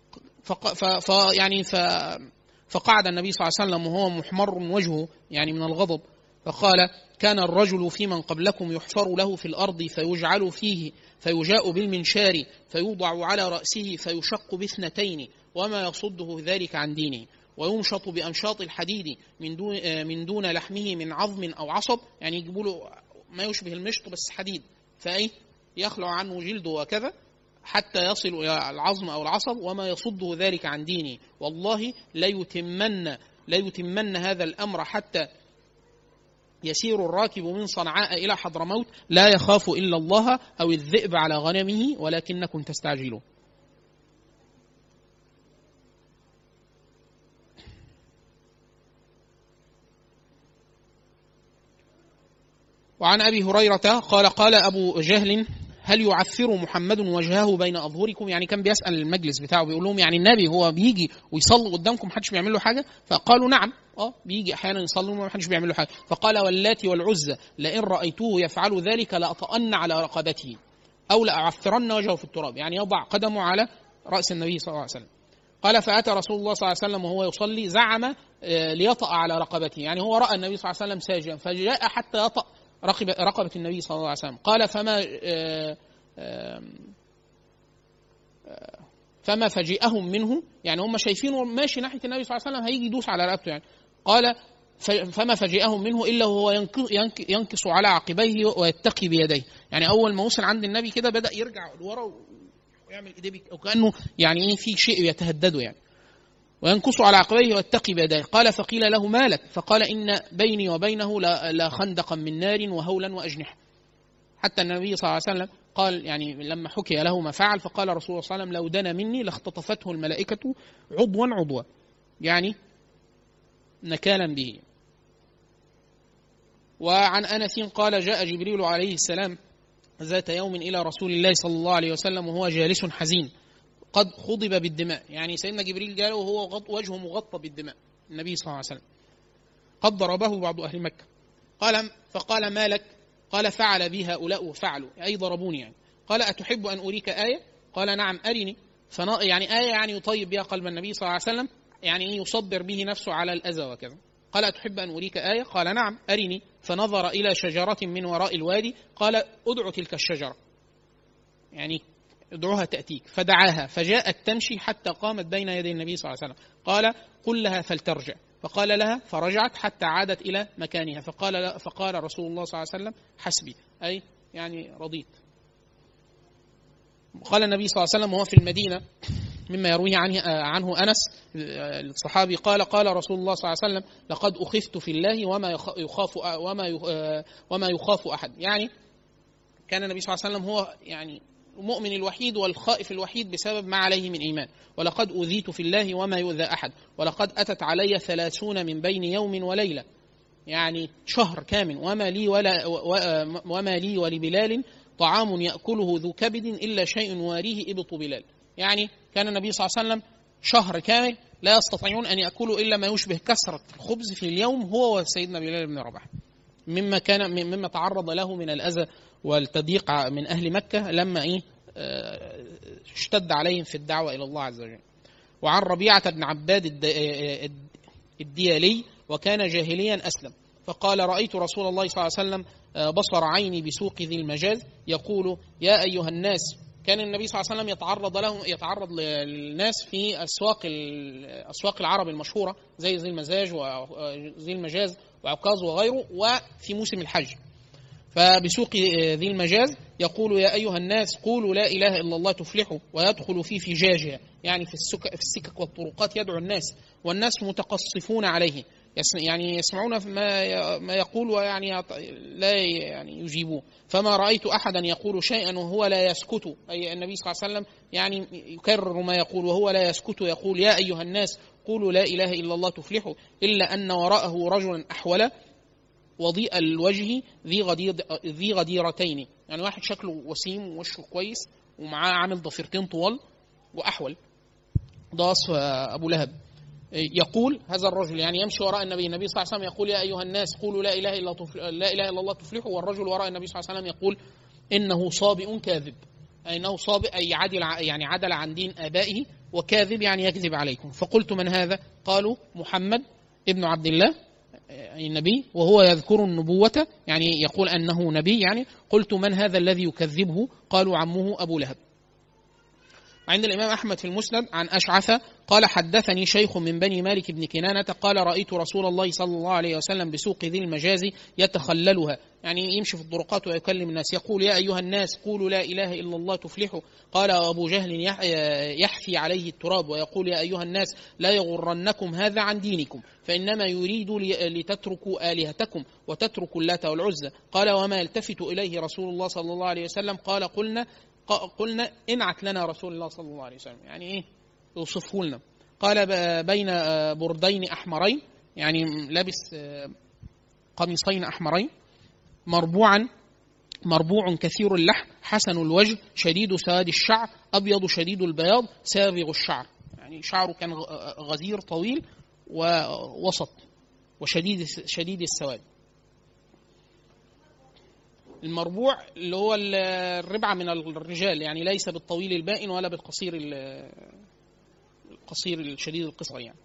فقعد النبي صلى الله عليه وسلم وهو محمر وجهه يعني من الغضب، فقال كان الرجل في من قبلكم يحفر له في الأرض فيجعل فيه فيجاء بالمنشار فيوضع على رأسه فيشق باثنتين وما يصده ذلك عن دينه، ويمشط بأمشاط الحديد من دون لحمه من عظم أو عصب، يعني يجيبوا له ما يشبه المشط بس حديد فأي يخلع عنه جلده وكذا حتى يصل إلى العظم أو العصب، وما يصده ذلك عن دينه. والله لا يتمن هذا الأمر حتى يسير الراكب من صنعاء إلى حضرموت لا يخاف إلا الله أو الذئب على غنمه ولكنكم تستعجلون. وعن أبي هريرة قال أبو جهل هل يعثر محمد وجهه بين أظهركم؟ يعني كان بيسأل المجلس بتاعه بيقول لهم يعني النبي هو بيجي ويصلي قدامكم محدش بيعمل له حاجة؟ فقالوا نعم بيجي أحيانا يصلي وما محدش بيعمل له حاجة. فقال واللات والعزى لئن رأيتوه يفعل ذلك لأطأن على رقبته أو لأعثرن وجهه في التراب، يعني يضع قدمه على رأس النبي صلى الله عليه وسلم. قال فأتى رسول الله صلى الله عليه وسلم وهو يصلي زعم ليطأ على رقبته، يعني هو رأى النبي صلى الله عليه وسلم ساجدا فجاء حتى يطأ رقبة النبي صلى الله عليه وسلم. قال فما فجئهم منه، يعني هم شايفينه ماشي ناحية النبي صلى الله عليه وسلم هيجي يدوس على رقبته، يعني قال فما فجئهم منه إلا هو ينكص على عقبيه ويتقي بيديه، يعني أول ما وصل عند النبي كده بدأ يرجع لورا ويعمل إيديه وكأنه يعني في شيء يتهدده يعني، وينكص على عقبيه ويتقي بيديه. قال فقيل له ما لك؟ فقال إن بيني وبينه لا خندقا من نار وهولا وأجنحة. حتى النبي صلى الله عليه وسلم قال يعني لما حكي له ما فعل فقال رسول الله صلى الله عليه وسلم لو دنا مني لاختطفته الملائكة عضوا يعني نكالا به. وعن أنس قال جاء جبريل عليه السلام ذات يوم إلى رسول الله صلى الله عليه وسلم وهو جالس حزين قد خضب بالدماء، يعني سيدنا جبريل جاء وهو وجهه مغطى بالدماء، النبي صلى الله عليه وسلم قد ضربه بعض أهل مكة. فقال ما لك؟ قال فعل بي هؤلاء وفعلوا أي ضربوني يعني. قال أتحب أن أريك آية؟ قال نعم أرني. يعني آية يعني يطيب بها قلب النبي صلى الله عليه وسلم، يعني يصبر به نفسه على الأذى وكذا. قال أتحب أن أريك آية؟ قال نعم أرني. فنظر إلى شجرة من وراء الوادي قال ادع تلك الشجرة، يعني ادعوها تأتيك. فدعاها فجاءت تمشي حتى قامت بين يدي النبي صلى الله عليه وسلم. قال قل لها فلترجع. فقال لها فرجعت حتى عادت إلى مكانها. فقال رسول الله صلى الله عليه وسلم حسبي، أي يعني رضيت. قال النبي صلى الله عليه وسلم وهو في المدينة مما يرويه عنه أنس الصحابي قال قال رسول الله صلى الله عليه وسلم لقد أخفت في الله وما يخاف أحد. يعني كان النبي صلى الله عليه وسلم هو يعني المؤمن الوحيد والخائف الوحيد بسبب ما عليه من إيمان. ولقد أوذيت في الله وما يؤذى أحد، ولقد أتت علي 30 من بين يوم وليلة، يعني شهر كامل، وما لي ولبلال طعام يأكله ذو كبد إلا شيء واريه إبط بلال. يعني كان النبي صلى الله عليه وسلم شهر كامل لا يستطيعون أن يأكلوا إلا ما يشبه كسرة الخبز في اليوم، هو وسيدنا بلال بن رباح، مما تعرض له من الأذى والتضييق من أهل مكة لما اشتد عليهم في الدعوة إلى الله عز وجل. وعن ربيعة بن عباد الديالي وكان جاهليا أسلم فقال رأيت رسول الله صلى الله عليه وسلم بصر عيني بسوق ذي المجاز يقول يا أيها الناس. كان النبي صلى الله عليه وسلم يتعرض للناس في أسواق العرب المشهورة زي ذي المجاز وعكاظ وغيره، وفي موسم الحج. فبسوق ذي المجاز يقول يا أيها الناس قولوا لا إله إلا الله تفلحوا، ويدخل في فجاجها، يعني في السكك والطرقات يدعو الناس، والناس متقصفون عليه، يعني يسمعون ما يقول ويعني لا يعني يجيبوه. فما رأيت أحدا يقول شيئا وهو لا يسكت، أي النبي صلى الله عليه وسلم يعني يكرر ما يقول وهو لا يسكت، يقول يا أيها الناس قولوا لا إله إلا الله تفلحوا، إلا أن وراءه رجلا أحول وضيء الوجه ذي غديرتين، يعني واحد شكله وسيم ووشه كويس ومعاه عامل ضفيرتين طوال وأحول، ده وصف أبو لهب. يقول هذا الرجل يعني يمشي وراء النبي صلى الله عليه وسلم يقول يا أيها الناس قولوا لا إله إلا الله تفلحوا، والرجل وراء النبي صلى الله عليه وسلم يقول إنه صابئ كاذب، أي إنه صابئ أي عدل عن دين آبائه، وكاذب يعني يكذب عليكم. فقلت من هذا؟ قالوا محمد ابن عبد الله أي النبي، وهو يذكر النبوة يعني يقول أنه نبي. يعني قلت من هذا الذي يكذبه؟ قالوا عمه أبو لهب. عند الإمام أحمد في المسند عن أشعث قال حدثني شيخ من بني مالك بن كنانة قال رأيت رسول الله صلى الله عليه وسلم بسوق ذي المجاز يتخللها، يعني يمشي في الطرقات ويكلم الناس يقول يا أيها الناس قولوا لا إله إلا الله تفلحوا. قال أبو جهل يحفي عليه التراب ويقول يا أيها الناس لا يغرنكم هذا عن دينكم، فإنما يريد لتتركوا آلهتكم وتتركوا اللات والعزى. قال وما يلتفت إليه رسول الله صلى الله عليه وسلم؟ قال قلنا انعت لنا رسول الله صلى الله عليه وسلم، يعني ايه يوصفه لنا. قال بين بردين احمرين، يعني لابس قميصين احمرين، مربوع كثير اللحم، حسن الوجه، شديد سواد الشعر، ابيض شديد البياض، سابغ الشعر، يعني شعره كان غزير طويل ووسط وشديد السواد. المربوع اللي هو الربعة من الرجال، يعني ليس بالطويل البائن ولا بالقصير الشديد القصر يعني.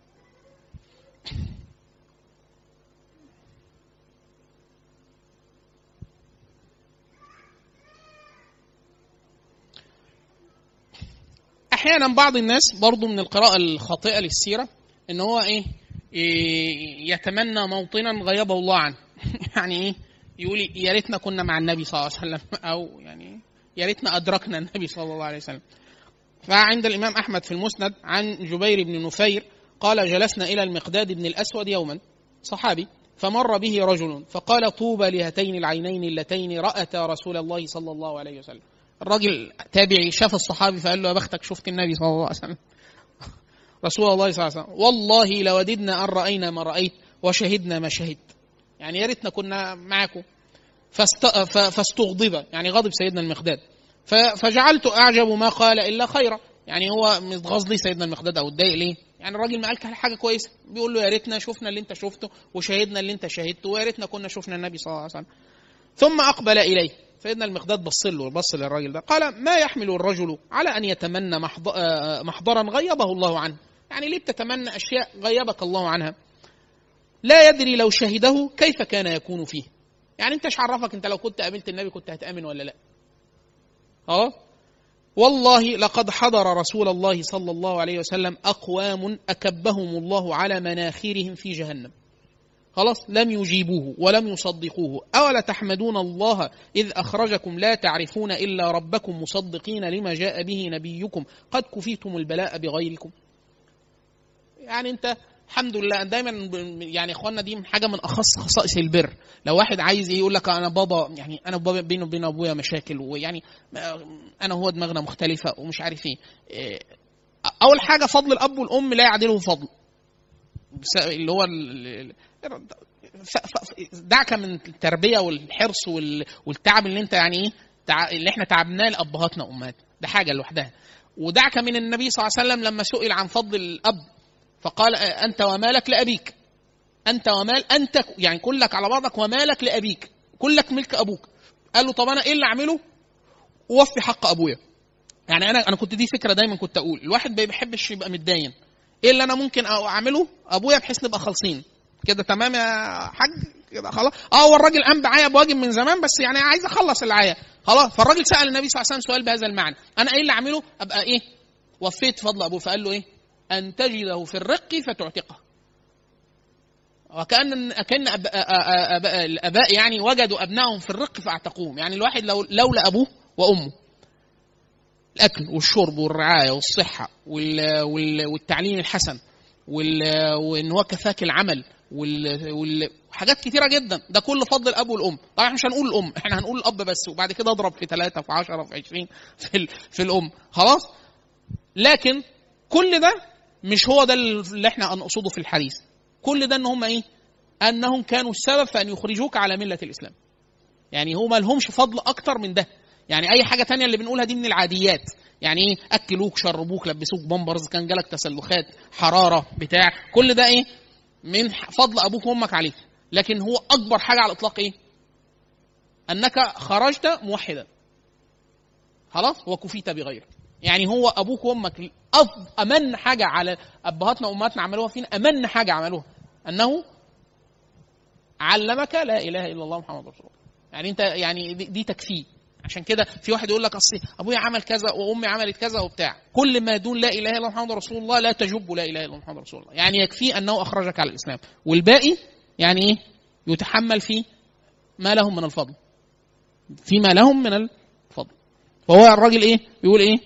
أحيانا بعض الناس برضو من القراءة الخاطئة للسيرة إن هو يتمنى موطنا غيبه الله عنه يعني يقول يا ريتنا كنا مع النبي صلى الله عليه وسلم، أو يعني يا ريتنا أدركنا النبي صلى الله عليه وسلم. فعند الإمام أحمد في المسند عن جبير بن نفير قال جلسنا إلى المقداد بن الأسود يوما، صحابي، فمر به رجل فقال طوبى لهاتين العينين اللتين رأتا رسول الله صلى الله عليه وسلم. الرجل تابعي شاف الصحابي فقال له يا بختك شفت النبي صلى الله عليه وسلم. رسول الله صلى الله عليه وسلم والله لوددنا أن رأينا ما رأيت وشهدنا ما شهدت، يعني يا ريتنا كنا معكم. فاستغضب، يعني غضب سيدنا المقداد. فجعلت أعجب ما قال إلا خيرا، يعني هو متغاظ ليه سيدنا المقداد أو اتضايق ليه؟ يعني الراجل ما قال حاجة كويسة، بيقول له يا ريتنا شفنا اللي انت شفته وشهدنا اللي انت شهدته، ويا ريتنا كنا شفنا النبي صلى الله عليه وسلم. ثم أقبل إليه سيدنا المقداد بص للراجل ده قال: ما يحمل الرجل على أن يتمنى محضرا غيبه الله عنه؟ يعني ليه بتتمنى أشياء غيبك الله عنها؟ لا يدري لو شهده كيف كان يكون فيه. يعني انت ايش عرفك انت لو كنت قابلت النبي كنت هتآمن ولا لا؟ والله لقد حضر رسول الله صلى الله عليه وسلم أقوام أكبهم الله على مناخرهم في جهنم، خلاص، لم يجيبوه ولم يصدقوه. أولا تحمدون الله إذ أخرجكم لا تعرفون إلا ربكم مصدقين لما جاء به نبيكم قد كفيتم البلاء بغيركم. يعني انت الحمد لله دايما، يعني اخواننا دي حاجه من اخص خصائص البر. لو واحد عايز يقول لك انا بابا، يعني انا بابا بيني وبين ابويا مشاكل، ويعني انا هو دماغنا مختلفه ومش عارف ايه، اول حاجه فضل الاب والام لا يعدله فضل، اللي هو دعك من التربيه والحرص والتعب اللي انت يعني ايه اللي احنا تعبناه لابهاتنا وامهاتنا، ده حاجه لوحدها. ودعك من النبي صلى الله عليه وسلم لما سئل عن فضل الاب فقال: أنت ومالك لأبيك، أنت ومال، أنت يعني كلك على بعضك ومالك لأبيك، كلك ملك أبوك. قال له: طب أنا إيه اللي أعمله ووفي حق أبويا؟ يعني أنا كنت دي فكرة دايما كنت أقول الواحد ما بيحبش يبقى متدين، إيه اللي أنا ممكن أعمله أبويا بحيث نبقى خالصين كده، تمام يا حاج كده خلاص. هو الراجل قام بعاية بواجب من زمان، بس يعني عايز أخلص العاية خلاص. فالراجل سأل النبي صلى الله عليه وسلم سؤال بهذا المعنى: أنا إيه اللي أعمله أبقى إيه وفيت فضل أبوه؟ فقال له إيه؟ أن تجده في الرق فتعتقه. وكأن الآباء يعني وجدوا أبنائهم في الرق فاعتقوهم. يعني الواحد لولا أبوه وأمه، الأكل والشرب والرعاية والصحة والتعليم الحسن وإن هو كفاك العمل وحاجات كتيرة جدا، ده كل فضل الأب والأم. طبعا مش هنقول الأم، احنا هنقول الأب بس، وبعد كده اضرب في 3 في 10 في 20 في الأم، خلاص. لكن كل ده مش هو ده اللي احنا نقصده في الحديث. كل ده ان هم ايه؟ انهم كانوا السبب في ان يخرجوك على ملة الاسلام. يعني هما لهمش فضل اكتر من ده. يعني اي حاجة تانية اللي بنقولها دي من العاديات، يعني ايه؟ اكلوك، شربوك، لبسوك بامبرز، كان جالك تسلخات، حرارة، بتاع، كل ده ايه؟ من فضل ابوك وامك عليك. لكن هو اكبر حاجة على الاطلاق ايه؟ انك خرجت موحدا، خلاص، وكفيت بغيرك. يعني هو ابوك وامك امن حاجه على ابهاتنا وامهاتنا عملوها فينا، امن حاجه عملوها انه علمك لا اله الا الله محمد رسول الله. يعني انت يعني دي تكفيه. عشان كده في واحد يقول لك اصل ابويا عمل كذا وامي عملت كذا وبتاع، كل ما دون لا اله الا الله محمد رسول الله لا تجب لا اله الا الله محمد رسول الله. يعني يكفي انه اخرجك على الاسلام، والباقي يعني ايه؟ يتحمل فيه ما لهم من الفضل، فيما لهم من الفضل. فهو الراجل ايه بيقول ايه؟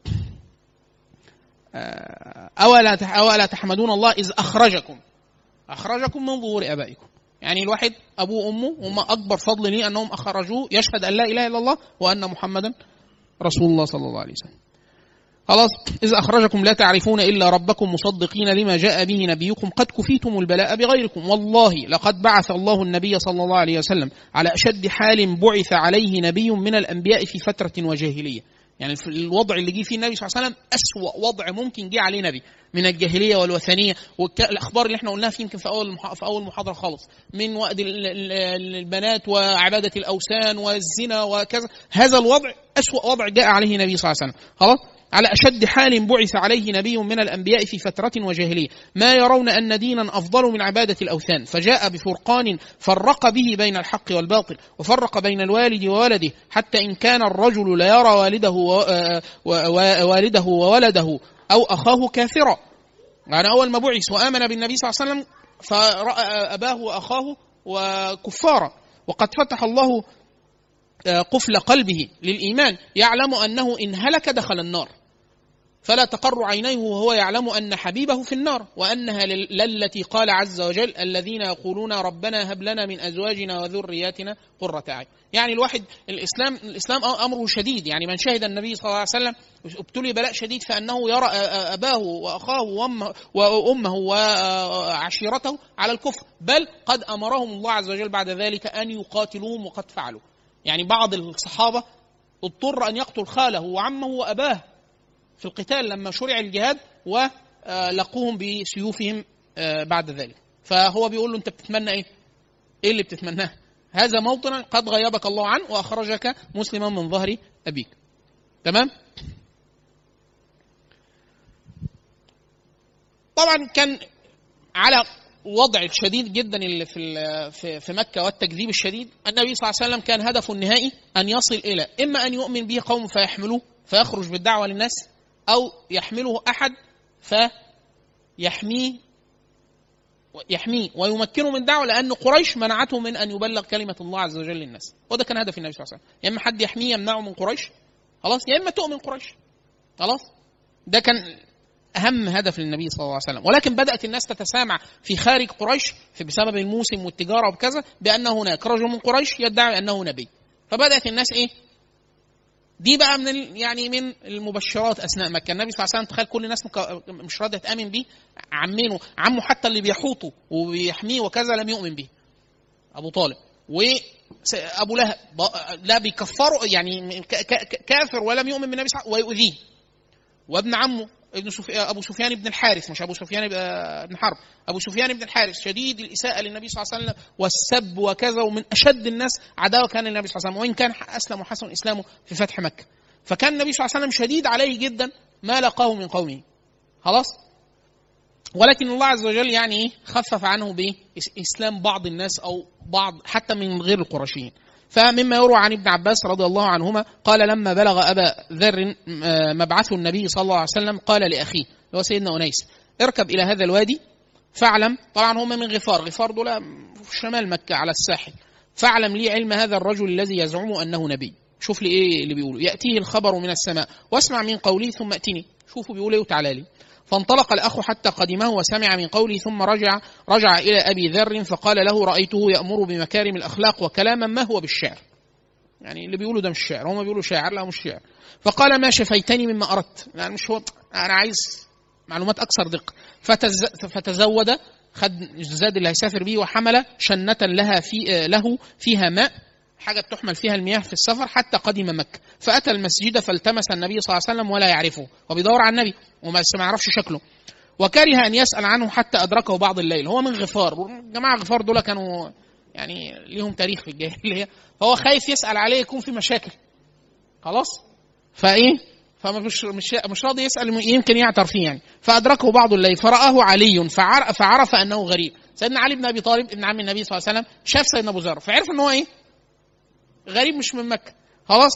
أولا تحمدون الله إذ أخرجكم من ظهور آبائكم. يعني الواحد أبوه وأمه هم أكبر فضل لي أنهم أخرجوه يشهد أن لا إله إلا الله وأن محمدا رسول الله صلى الله عليه وسلم. خلاص، إذ أخرجكم لا تعرفون إلا ربكم مصدقين لما جاء به نبيكم قد كفيتم البلاء بغيركم. والله لقد بعث الله النبي صلى الله عليه وسلم على أشد حال بعث عليه نبي من الأنبياء في فترة وجاهلية. يعني في الوضع اللي جه فيه النبي صلى الله عليه وسلم أسوأ وضع ممكن جه عليه نبي، من الجاهلية والوثنية والأخبار اللي احنا قلناها فيه يمكن في أول محاضرة خالص، من وأد البنات وعبادة الأوثان والزنا وكذا. هذا الوضع أسوأ وضع جاء عليه النبي صلى الله عليه وسلم. خلاص، على أشد حال بعث عليه نبي من الأنبياء في فترة وجاهلية ما يرون أن دينا أفضل من عبادة الأوثان، فجاء بفرقان فرق به بين الحق والباطل، وفرق بين الوالد وولده، حتى إن كان الرجل لا يرى والده وولده أو أخاه كافرا. يعني أول ما بعث وآمن بالنبي صلى الله عليه وسلم فرأى أباه وأخاه وكفارا، وقد فتح الله قفل قلبه للإيمان، يعلم أنه إن هلك دخل النار، فلا تقر عينيه وهو يعلم أن حبيبه في النار، وأنها للتي قال عز وجل الذين يقولون ربنا هب لنا من أزواجنا وذرياتنا قرة أعين. يعني الواحد الإسلام أمره شديد. يعني من شهد النبي صلى الله عليه وسلم ابتلي بلاء شديد فأنه يرى أباه وأخاه وأمه وعشيرته على الكفر، بل قد أمرهم الله عز وجل بعد ذلك أن يقاتلوهم وقد فعلوا. يعني بعض الصحابة اضطر أن يقتل خاله وعمه وأباه في القتال لما شرع الجهاد، ولقوهم بسيوفهم بعد ذلك. فهو بيقول له أنت بتتمنى إيه؟ إيه اللي بتتمناه؟ هذا موطن قد غيبك الله عنه وأخرجك مسلما من ظهر أبيك. تمام. طبعا كان على وضع الشديد جدا اللي في مكة والتكذيب الشديد، النبي صلى الله عليه وسلم كان هدفه النهائي أن يصل إلى إما أن يؤمن به قوم فيحملوه فيخرج بالدعوة للناس، أو يحمله أحد فيحميه ويمكنه من دعوة، لأن قريش منعته من أن يبلغ كلمة الله عز وجل للناس. وده كان هدف النبي صلى الله عليه وسلم، يا إما حد يحميه يمنعه من قريش خلاص، يا إما تؤمن قريش خلاص. ده كان أهم هدف للنبي صلى الله عليه وسلم. ولكن بدأت الناس تتسامع في خارج قريش بسبب الموسم والتجارة وكذا بأن هناك رجل من قريش يدعي أنه نبي، فبدأت الناس إيه دي بقى من يعني من المبشرات أثناء مكة. النبي صلى الله عليه وسلم تخيل كل الناس مش راضية تآمن به، عمه حتى اللي بيحوطه وبيحميه وكذا لم يؤمن به، أبو طالب، وأبو لهب لا بيكفره يعني كافر ولم يؤمن بالنبي صلى الله عليه وسلم ويؤذيه، وابن عمه أبو سفيان بن الحارث، مش أبو سفيان بن حرب، أبو سفيان بن الحارث شديد الإساءة للنبي صلى الله عليه وسلم والسب وكذا، ومن أشد الناس عداوة كان النبي صلى الله عليه وسلم، وإن كان أسلم وحسن إسلامه في فتح مكة. فكان النبي صلى الله عليه وسلم شديد عليه جدا ما لقاه من قومه خلاص. ولكن الله عز وجل يعني خفف عنه بإسلام بعض الناس أو بعض حتى من غير القرشيين. فمما يروى عن ابن عباس رضي الله عنهما قال لما بلغ أبا ذر مبعث النبي صلى الله عليه وسلم قال لأخيه هو سيدنا أنيس اركب إلى هذا الوادي فاعلم، طبعا هم من غفار دول في شمال مكة على الساحل، فاعلم لي علم هذا الرجل الذي يزعم أنه نبي. شوف لي إيه اللي بيقوله، يأتيه الخبر من السماء واسمع من قولي ثم أتني، شوفوا بيقول إيه وتعالى لي. فانطلق الأخ حتى قدمه وسمع من قوله، ثم رجع إلى أبي ذر فقال له رأيته يأمر بمكارم الأخلاق وكلاما ما هو بالشعر، يعني اللي بيقولوا ده مش شعر، هم بيقولوا شاعر، لا مش شعر. فقال ما شفيتني مما أردت، يعني مش هو، أنا عايز معلومات أكثر دقة. فتزود، خد الزاد اللي هيسافر به، وحمل شنة له فيها ماء، حاجة بتحمل فيها المياه في السفر، حتى قدم مكة. فأتى المسجد فالتمس النبي صلى الله عليه وسلم ولا يعرفه، وبيدور على النبي وما يعرفش شكله، وكره أن يسأل عنه حتى أدركه بعض الليل. هو من غفار، جماعة غفار دول كانوا يعني ليهم تاريخ في الجاهلية، فهو خايف يسأل عليه يكون في مشاكل خلاص، فمش راضي يسأل يمكن يعتر فيه يعني. فأدركه بعض الليل فرآه علي فعرف أنه غريب. سيدنا علي بن أبي طالب ابن عم النبي صلى الله عليه وسلم شاف سيدنا أبو ذر فعرف أنه غريب مش من مكة خلاص.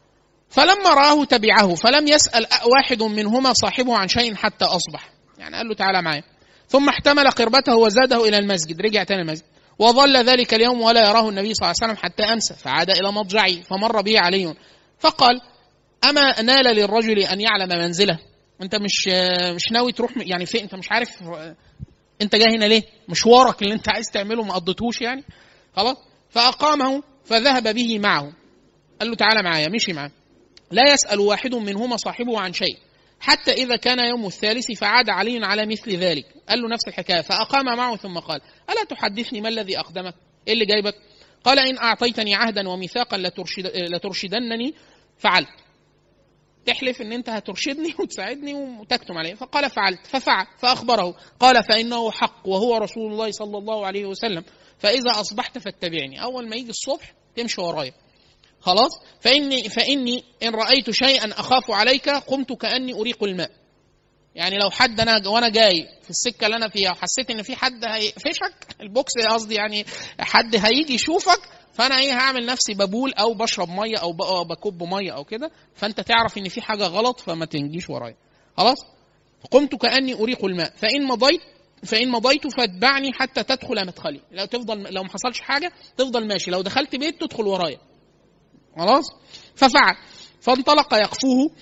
فلما رآه تبعه فلم يسأل واحد منهما صاحبه عن شيء حتى أصبح، يعني قال له تعالى معايا. ثم احتمل قربته وزاده إلى المسجد، رجع تاني المسجد، وظل ذلك اليوم ولا يراه النبي صلى الله عليه وسلم حتى أمسى، فعاد إلى مضجعه فمر به علي فقال أما نال للرجل أن يعلم منزله؟ أنت مش ناوي تروح يعني فين؟ أنت مش عارف أنت جاي هنا ليه؟ مشوارك اللي أنت عايز تعمله ما قضيتهوش يعني خلاص. فأقامه فذهب به معه، قال له تعالى معايا، مشي معاه. لا يسأل واحد منهما صاحبه عن شيء حتى إذا كان يوم الثالث فعاد علي على مثل ذلك، قال له نفس الحكاية، فأقام معه ثم قال ألا تحدثني ما الذي أقدمك؟ إيه اللي جايبك؟ قال إن أعطيتني عهدا وميثاقا لترشدنني فعلت، تحلف ان انت هترشدني وتساعدني وتكتم عليه. فقال فعلت، ففعل فأخبره، قال فإنه حق وهو رسول الله صلى الله عليه وسلم، فإذا أصبحت فاتبعني، أول ما يجي الصبح تمشي ورايا خلاص. فإني إن رأيت شيئا أخاف عليك قمت كأني أريق الماء، يعني لو حد وانا جاي في السكة اللي أنا فيها وحسيت إن في حد هيقفشك البوكس قصدي، يعني حد هيجي يشوفك، فأنا هعمل نفسي ببول أو بشرب مية أو بكب مية أو كده، فأنت تعرف إن في حاجة غلط فما تنجيش ورايا خلاص. قمت كأني أريق الماء فإن مضيت فاتبعني حتى تدخل مدخلي، لو ما حصلش حاجة تفضل ماشي، لو دخلت بيت تدخل ورايا خلاص. ففعل، فانطلق يقفوه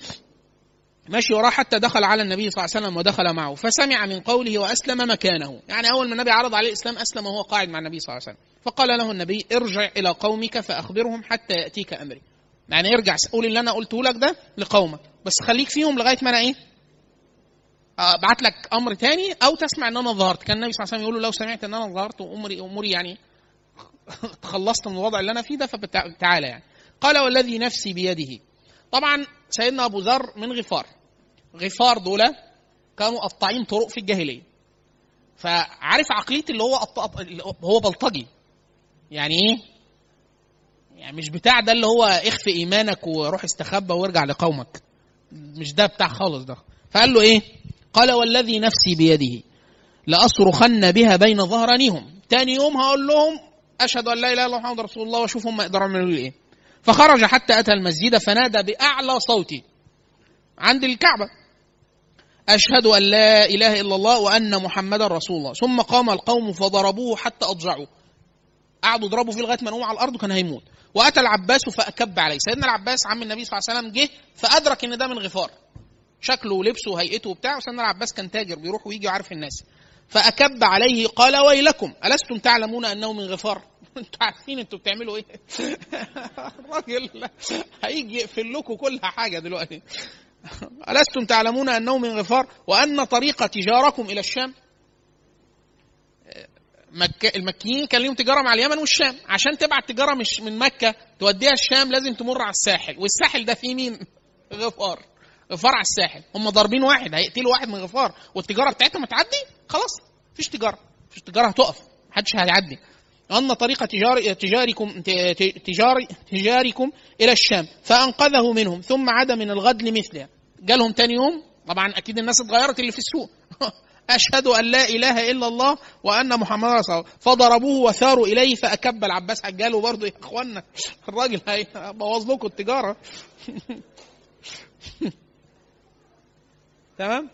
ماشي وراه حتى دخل على النبي صلى الله عليه وسلم ودخل معه، فسمع من قوله وأسلم مكانه، يعني أول ما النبي عرض عليه الإسلام أسلم وهو قاعد مع النبي صلى الله عليه وسلم. فقال له النبي ارجع إلى قومك فأخبرهم حتى يأتيك أمري، يعني ارجع قول اللي أنا قلته لك ده لقومك، بس خليك فيهم لغاية ما أنا أبعت لك أمر تاني أو تسمع أن أنا ظهرت. كان النبي صلى الله عليه وسلم يقول له لو سمعت أن أنا ظهرت وأمري يعني تخلصت من الوضع اللي أنا فيه ده فتعالى يعني. قال والذي نفسي بيده. طبعا سيدنا أبو ذر من غفار دول كانوا قطاعين طرق في الجاهلية، فعارف عقلية اللي هو بلطجي، يعني يعني مش بتاع ده اللي هو اخفي ايمانك وروح استخبى وارجع لقومك، مش ده بتاع خالص ده. فقال له ايه؟ قال والذي نفسي بيده لأصرخن بها بين ظهرانيهم، تاني يوم هقول لهم أشهد أن لا إله إلا الله محمد رسول الله، واشوف هم يقدروا يعملوا لي إيه. فخرج حتى أتى المسجد فنادى بأعلى صوتي عند الكعبة أشهد أن لا إله إلا الله وأن محمدا رسول الله. ثم قام القوم فضربوه حتى أضجعوا، قعدوا يضربوا فيه لغاية ما نقوم على الأرض وكان هيموت. وأتى العباس فأكب عليه. سيدنا العباس عم النبي صلى الله عليه وسلم جه فأدرك إن ده من غفار، شكله ولبسه وهيئته وبتاع، وسيدنا العباس كان تاجر بيروح ويجي وعارف الناس. فأكب عليه قال ويلكم ألستم تعلمون أنه من غفار؟ انتوا عارفين انتوا بتعملوا ايه؟ الراجل هيجي يقفل لكم كل حاجة دلوقتي. ألستم تعلمون أنه من غفار وأن طريق تجاركم إلى الشام؟ المكيين كان لهم تجارة مع اليمن والشام، عشان تبعت تجارة مش من مكة توديها الشام لازم تمر على الساحل، والساحل ده فيه مين؟ غفار. غفار على الساحل، هم ضاربين واحد هيقتلوا واحد من غفار والتجارة بتاعتهم هتعدي، خلاص مفيش تجارة هتقف، محدش هيعدي. أن طريق تجاركم إلى الشام فأنقذه منهم ثم عاد من الغد لمثله. جالهم تاني يوم، طبعا أكيد الناس اتغيرت اللي في السوق. أشهد أن لا إله إلا الله وأن محمد رسول الله، فضربوه وثاروا إليه فأكب العباس حجاله برضه. يا إخوانا الراجل هيبوظ لكم التجارة. تمام.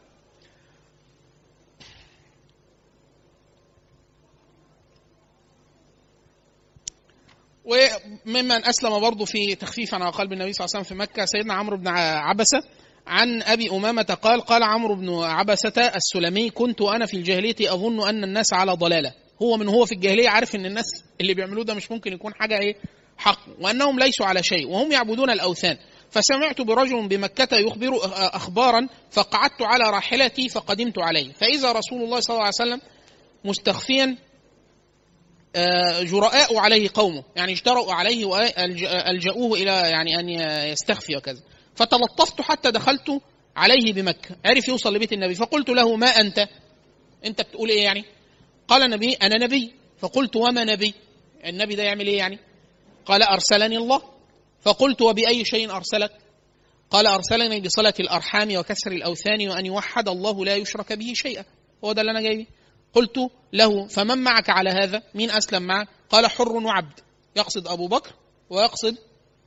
وممن أسلم برضه في تخفيف عن قلب النبي صلى الله عليه وسلم في مكة سيدنا عمرو بن عبسة. عن أبي أمامة قال عمرو بن عبسة السلمي كنت أنا في الجاهلية أظن أن الناس على ضلالة. هو في الجاهلية عارف أن الناس اللي بيعملوه ده مش ممكن يكون حاجة إيه حق، وأنهم ليسوا على شيء وهم يعبدون الأوثان. فسمعت برجل بمكة يخبر أخبارا فقعدت على راحلتي فقدمت عليه، فإذا رسول الله صلى الله عليه وسلم مستخفيا جراء عليه قومه، يعني اجترأوا عليه وألجأوه إلى يعني أن يستخفي وكذا. فتلطفت حتى دخلت عليه بمكة، عرف يوصل لبيت النبي. فقلت له ما أنت بتقول إيه يعني؟ قال النبي أنا نبي. فقلت وما نبي؟ النبي ده يعمل إيه يعني؟ قال أرسلني الله. فقلت وبأي شيء أرسلك؟ قال أرسلني بصلة الأرحام وكسر الأوثان وأن يوحد الله لا يشرك به شيئا. هو ده اللي أنا جاي. قلت له فمن معك على هذا؟ مين أسلم معك؟ قال حر وعبد، يقصد أبو بكر ويقصد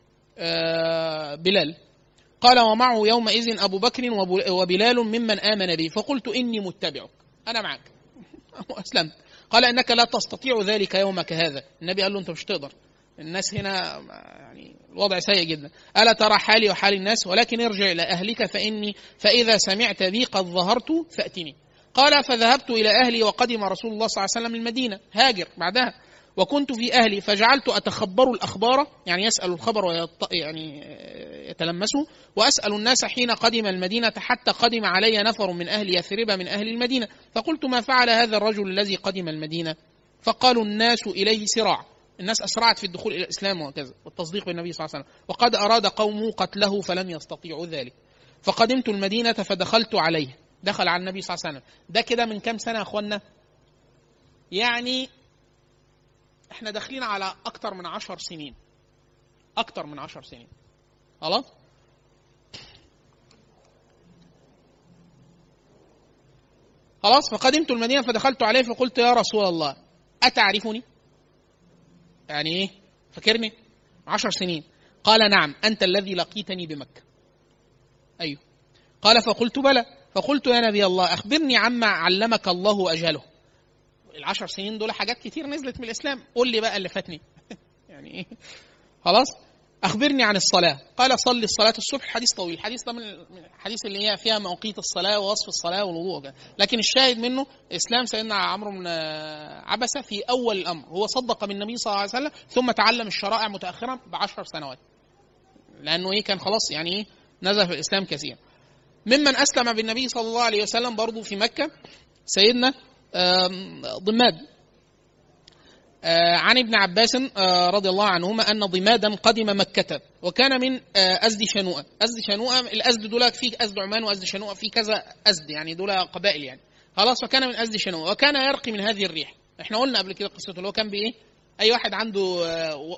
بلال. قال ومعه يومئذ أبو بكر وبلال ممن آمن به. فقلت إني متبعك، أنا معك وأسلمت. قال إنك لا تستطيع ذلك يومك هذا. النبي قال له أنت مش تقدر، الناس هنا يعني الوضع سيء جدا. ألا ترى حالي وحال الناس؟ ولكن ارجع إلى أهلك فإذا سمعت بي قد ظهرت فأتني. قال فذهبت إلى أهلي وقدم رسول الله صلى الله عليه وسلم المدينة، هاجر بعدها، وكنت في أهلي فجعلت أتخبر الأخبار، يعني يسأل الخبر يعني يتلمسه، وأسأل الناس حين قدم المدينة حتى قدم علي نفر من أهل يثرب من أهل المدينة. فقلت ما فعل هذا الرجل الذي قدم المدينة؟ فقالوا الناس إليه سراع، الناس أسرعت في الدخول إلى الإسلام وكذا والتصديق بالنبي صلى الله عليه وسلم، وقد أراد قومه قتله فلم يستطيعوا ذلك. فقدمت المدينة فدخلت عليه، دخل على النبي صلى الله عليه وسلم. ده كده من كام سنة يا أخوانا؟ يعني احنا داخلين على أكتر من 10 سنين، أكتر من 10 سنين. خلاص. فقدمت المدينة فدخلت عليه فقلت يا رسول الله أتعرفني؟ يعني إيه؟ فكرني 10 سنين. قال نعم أنت الذي لقيتني بمكة. أيوه. قال فقلت بلى. فقلت يا نبي الله أخبرني عما علمك الله وأجهله. 10 سنين دول حاجات كتير نزلت من الإسلام، قول لي بقى اللي فاتني. يعني إيه؟ خلاص. أخبرني عن الصلاة. قال صلي الصلاة الصبح. الحديث طويل، الحديث ده من الحديث اللي هي فيها مواقيت الصلاة ووصف الصلاة والوضوء، لكن الشاهد منه إسلام سيدنا عمرو بن عبسة في أول الأمر، هو صدق بالنبي صلى الله عليه وسلم ثم تعلم الشرائع متأخرا ب10 سنوات، لأنه إيه كان خلاص يعني إيه نزل في الإسلام كثير. ممن أسلم بالنبي صلى الله عليه وسلم برضو في مكة سيدنا ضماد. عن ابن عباس رضي الله عنهما أن ضمادا قدم مكة وكان من أزد شنوءة. أزد شنوءة، الأزد دول في أزد عمان وأزد شنوءة، في كذا أزد يعني دول قبائل يعني. خلاص. فكان من أزد شنوءة وكان يرقي من هذه الريح. احنا قلنا قبل كده قصته، اللي هو كان بإيه؟ أي واحد عنده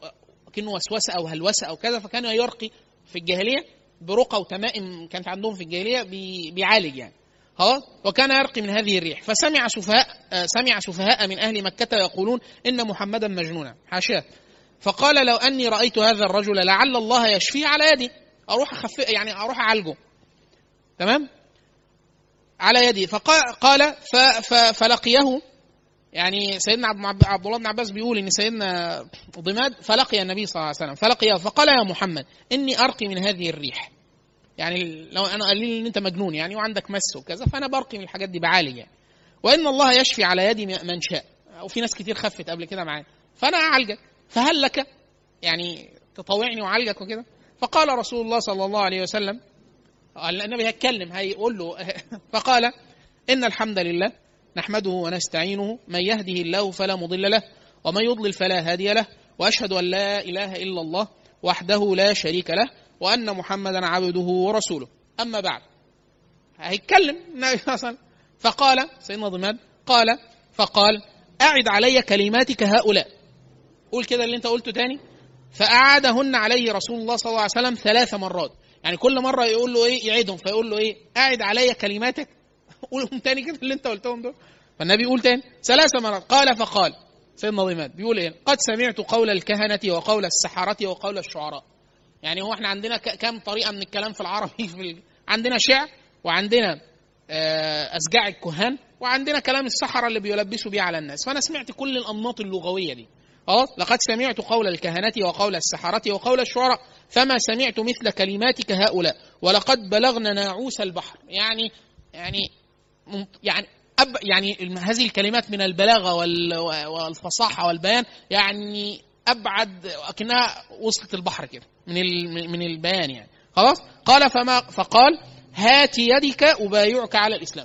كأنه وسوسه او هلوسه او كذا، فكان يرقي في الجاهليه برقى وتمائم كانت عندهم في الجاهليه بيعالج يعني. خلاص. وكان يرقي من هذه الريح، فسمع سفهاء من اهل مكه يقولون ان محمدا مجنونا، حاشاه. فقال لو اني رايت هذا الرجل لعل الله يشفيه على يدي، اروح يعني اروح اعالجه، تمام، على يدي. فقال فلقيه، يعني سيدنا عبد الله بن عباس بيقول ان سيدنا ضماد فلقي النبي صلى الله عليه وسلم، فلقيه فقال يا محمد اني ارقي من هذه الريح، يعني لو انا قال لي ان انت مجنون يعني وعندك مس وكذا، فانا برقي من الحاجات دي بعالج يعني، وان الله يشفي على يدي من شاء، وفي ناس كتير خفت قبل كده معايا، فانا اعالجك، فهل لك يعني تطوعني واعالجك وكده؟ فقال رسول الله صلى الله عليه وسلم، النبي هيتكلم هيقول له فقال ان الحمد لله نحمده ونستعينه، من يهده الله فلا مضل له ومن يضلل فلا هادي له، واشهد ان لا اله الا الله وحده لا شريك له وان محمدا عبده ورسوله، اما بعد. هيتكلم النبي صلى الله عليه وسلم، فقال سيدنا ضماد فقال اعد علي كلماتك هؤلاء، قول كده اللي انت قلته تاني. فاعادهن عليه رسول الله صلى الله عليه وسلم 3 مرات، يعني كل مره يقول له ايه يعيدهم، فيقول له ايه اعد علي كلماتك، قولهم تاني كده اللي انت قلتهم دول. فالنبي يقول تاني 3 مرات. فقال سيدنا ضماد بيقول ايه؟ قد سمعت قول الكهنه وقول السحرة وقول الشعراء. يعني هو احنا عندنا كم طريقه من الكلام في العربي عندنا شعر، وعندنا أسجاع الكهان، وعندنا كلام السحرة اللي بيلبسوا بيه على الناس، فأنا سمعت كل الأنماط اللغوية دي. لقد سمعت قول الكهنة وقول السحرة وقول الشعراء فما سمعت مثل كلماتك هؤلاء، ولقد بلغنا ناعوس البحر. يعني هذه الكلمات من البلاغة والفصاحة والبيان، يعني أبعد أكنها وصلت البحر كده من البيان يعني. خلاص. فقال هات يدك أبايعك على الإسلام،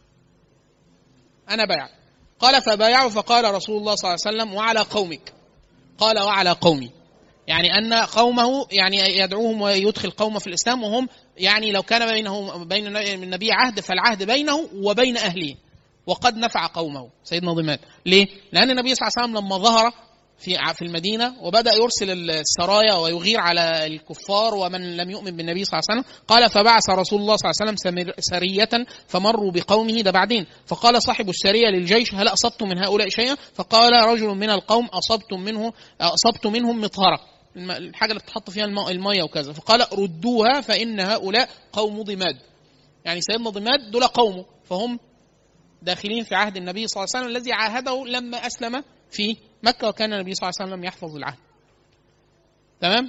أنا بايع. قال فبايعه، فقال رسول الله صلى الله عليه وسلم وعلى قومك، قال وعلى قومي، يعني أن قومه يعني يدعوهم ويدخل قومه في الإسلام، وهم يعني لو كان بين النبي عهد فالعهد بينه وبين أهله، وقد نفع قومه سيدنا ضماد. ليه؟ لأن النبي صلى الله عليه وسلم لما ظهر في المدينة وبدأ يرسل السرايا ويغير على الكفار ومن لم يؤمن بالنبي صلى الله عليه وسلم، قال فبعث رسول الله صلى الله عليه وسلم سرية فمروا بقومه، ده بعدين. فقال صاحب السرية للجيش هل أصبتم من هؤلاء شيئا؟ فقال رجل من القوم أصبت منهم مطهرة، الحاجة اللي تحط فيها المية وكذا. فقال ردوها فإن هؤلاء قوم ضماد، يعني سيدنا ضماد دول قومه، فهم داخلين في عهد النبي صلى الله عليه وسلم الذي عاهده لما أسلم في مكة، وكان النبي صلى الله عليه وسلم يحفظ العهد. تمام.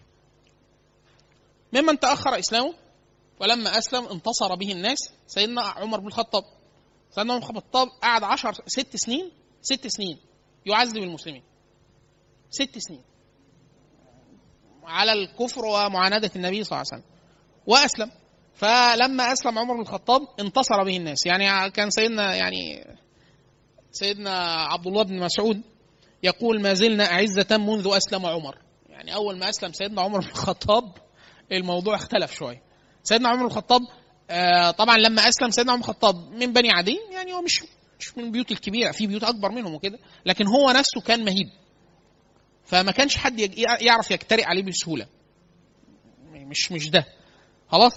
ممن تأخر إسلامه ولما أسلم انتصر به الناس سيدنا عمر بن الخطاب. سيدنا عمر بن الخطاب قعد 6 سنين يعذب المسلمين، 6 سنين على الكفر ومعاندة النبي صلى الله عليه وسلم، وأسلم. فلما أسلم عمر بن الخطاب انتصر به الناس. يعني كان سيدنا عبد الله بن مسعود يقول ما زلنا أعزة منذ أسلم عمر. يعني أول ما أسلم سيدنا عمر بن الخطاب الموضوع اختلف شوية. سيدنا عمر بن الخطاب طبعا لما أسلم سيدنا عمر بن الخطاب من بني عدي، يعني هو مش من البيوت الكبيرة، في بيوت أكبر منهم وكده، لكن هو نفسه كان مهيب، فما كانش حد يعرف يجترئ عليه بسهولة، مش ده. خلاص.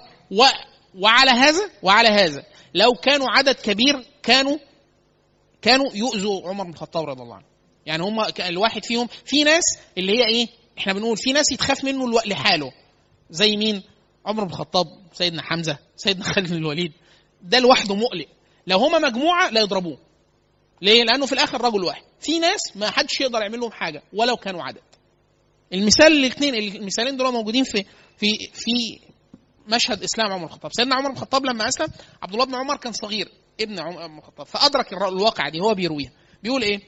وعلى هذا لو كانوا عدد كبير كانوا يؤذوا عمر بن الخطاب رضي الله عنه. يعني هم الواحد فيهم، في ناس اللي هي ايه، احنا بنقول في ناس يتخاف منه لحاله، زي مين؟ عمر بن الخطاب، سيدنا حمزة، سيدنا خالد بن الوليد، ده لوحده مقلق. لو هم مجموعة لا يضربوه. ليه؟ لأنه في الآخر رجل واحد. في ناس ما حدش يقدر يعمل لهم حاجة ولو كانوا عدد. المثالين دول موجودين في مشهد إسلام عمر بن الخطاب. سيدنا عمر بن الخطاب لما أسلم، عبد الله بن عمر كان صغير ابن عمر بن الخطاب، فأدرك الواقع دي، هو بيرويها، بيقول إيه؟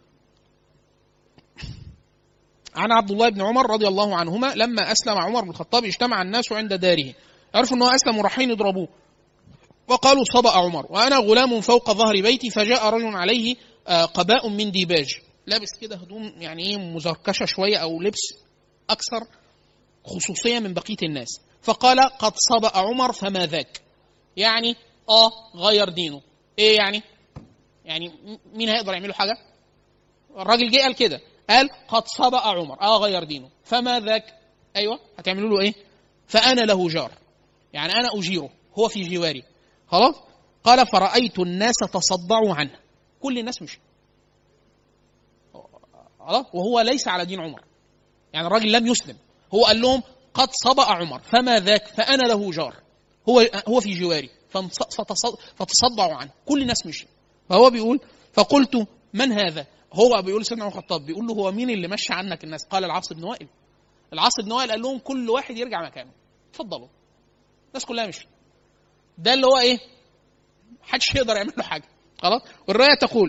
عن عبد الله بن عمر رضي الله عنهما لما أسلم عمر بن الخطاب اجتمع الناس عند داره، عرفوا أنه أسلم ورايحين يضربوه، وقالوا صبأ عمر وأنا غلام فوق ظهر بيتي، فجاء رجل عليه قباء من ديباج، لابس كده هدوم يعني ايه مزركشة شوية أو لبس أكثر خصوصية من بقية الناس، فقال قد صبأ عمر فما ذاك، يعني غير دينه. ايه يعني مين هيقدر يعمله حاجة؟ الراجل جه قال كده، قال قد صبأ عمر غير دينه، فما ذاك؟ ايوه هتعملوا له ايه؟ فانا له جار، يعني انا اجيره، هو في جواري. خلاص. قال فرأيت الناس تصدعوا عنه، كل الناس مشي خلاص، وهو ليس على دين عمر، يعني الراجل لم يسلم، هو قال لهم قد صبأ عمر، فما ذاك؟ فأنا له جار، هو في جواري، فتصدعوا عنه، كل الناس مشي. فهو بيقول فقلت من هذا؟ هو بيقول سيدنا عمر الخطاب بيقول له هو مين اللي مشى عنك الناس؟ قال العاص بن وائل. العاص بن وائل قال لهم كل واحد يرجع مكانه، اتفضلوا. الناس كلها مشي. ده اللي هو ايه؟ محدش يقدر يعمل له حاجه خلاص. والروايه تقول،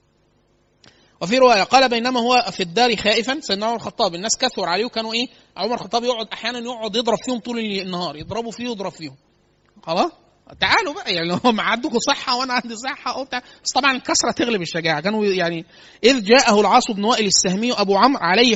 وفي روايه قال بينما هو في الدار خائفا، سيدنا عمر الخطاب الناس كثر عليه، وكانوا ايه؟ عمر الخطاب يقعد احيانا يضرب فيهم طول النهار، يضربوا فيه ويضرب فيهم. خلاص تعالوا بقى، يعني هم عندكم صحه وانا عندي صحه وبتاع، بس طبعا الكثره تغلب الشجاعه. كانوا يعني اذ جاءه العاص بن وائل السهمي ابو عمرو عليه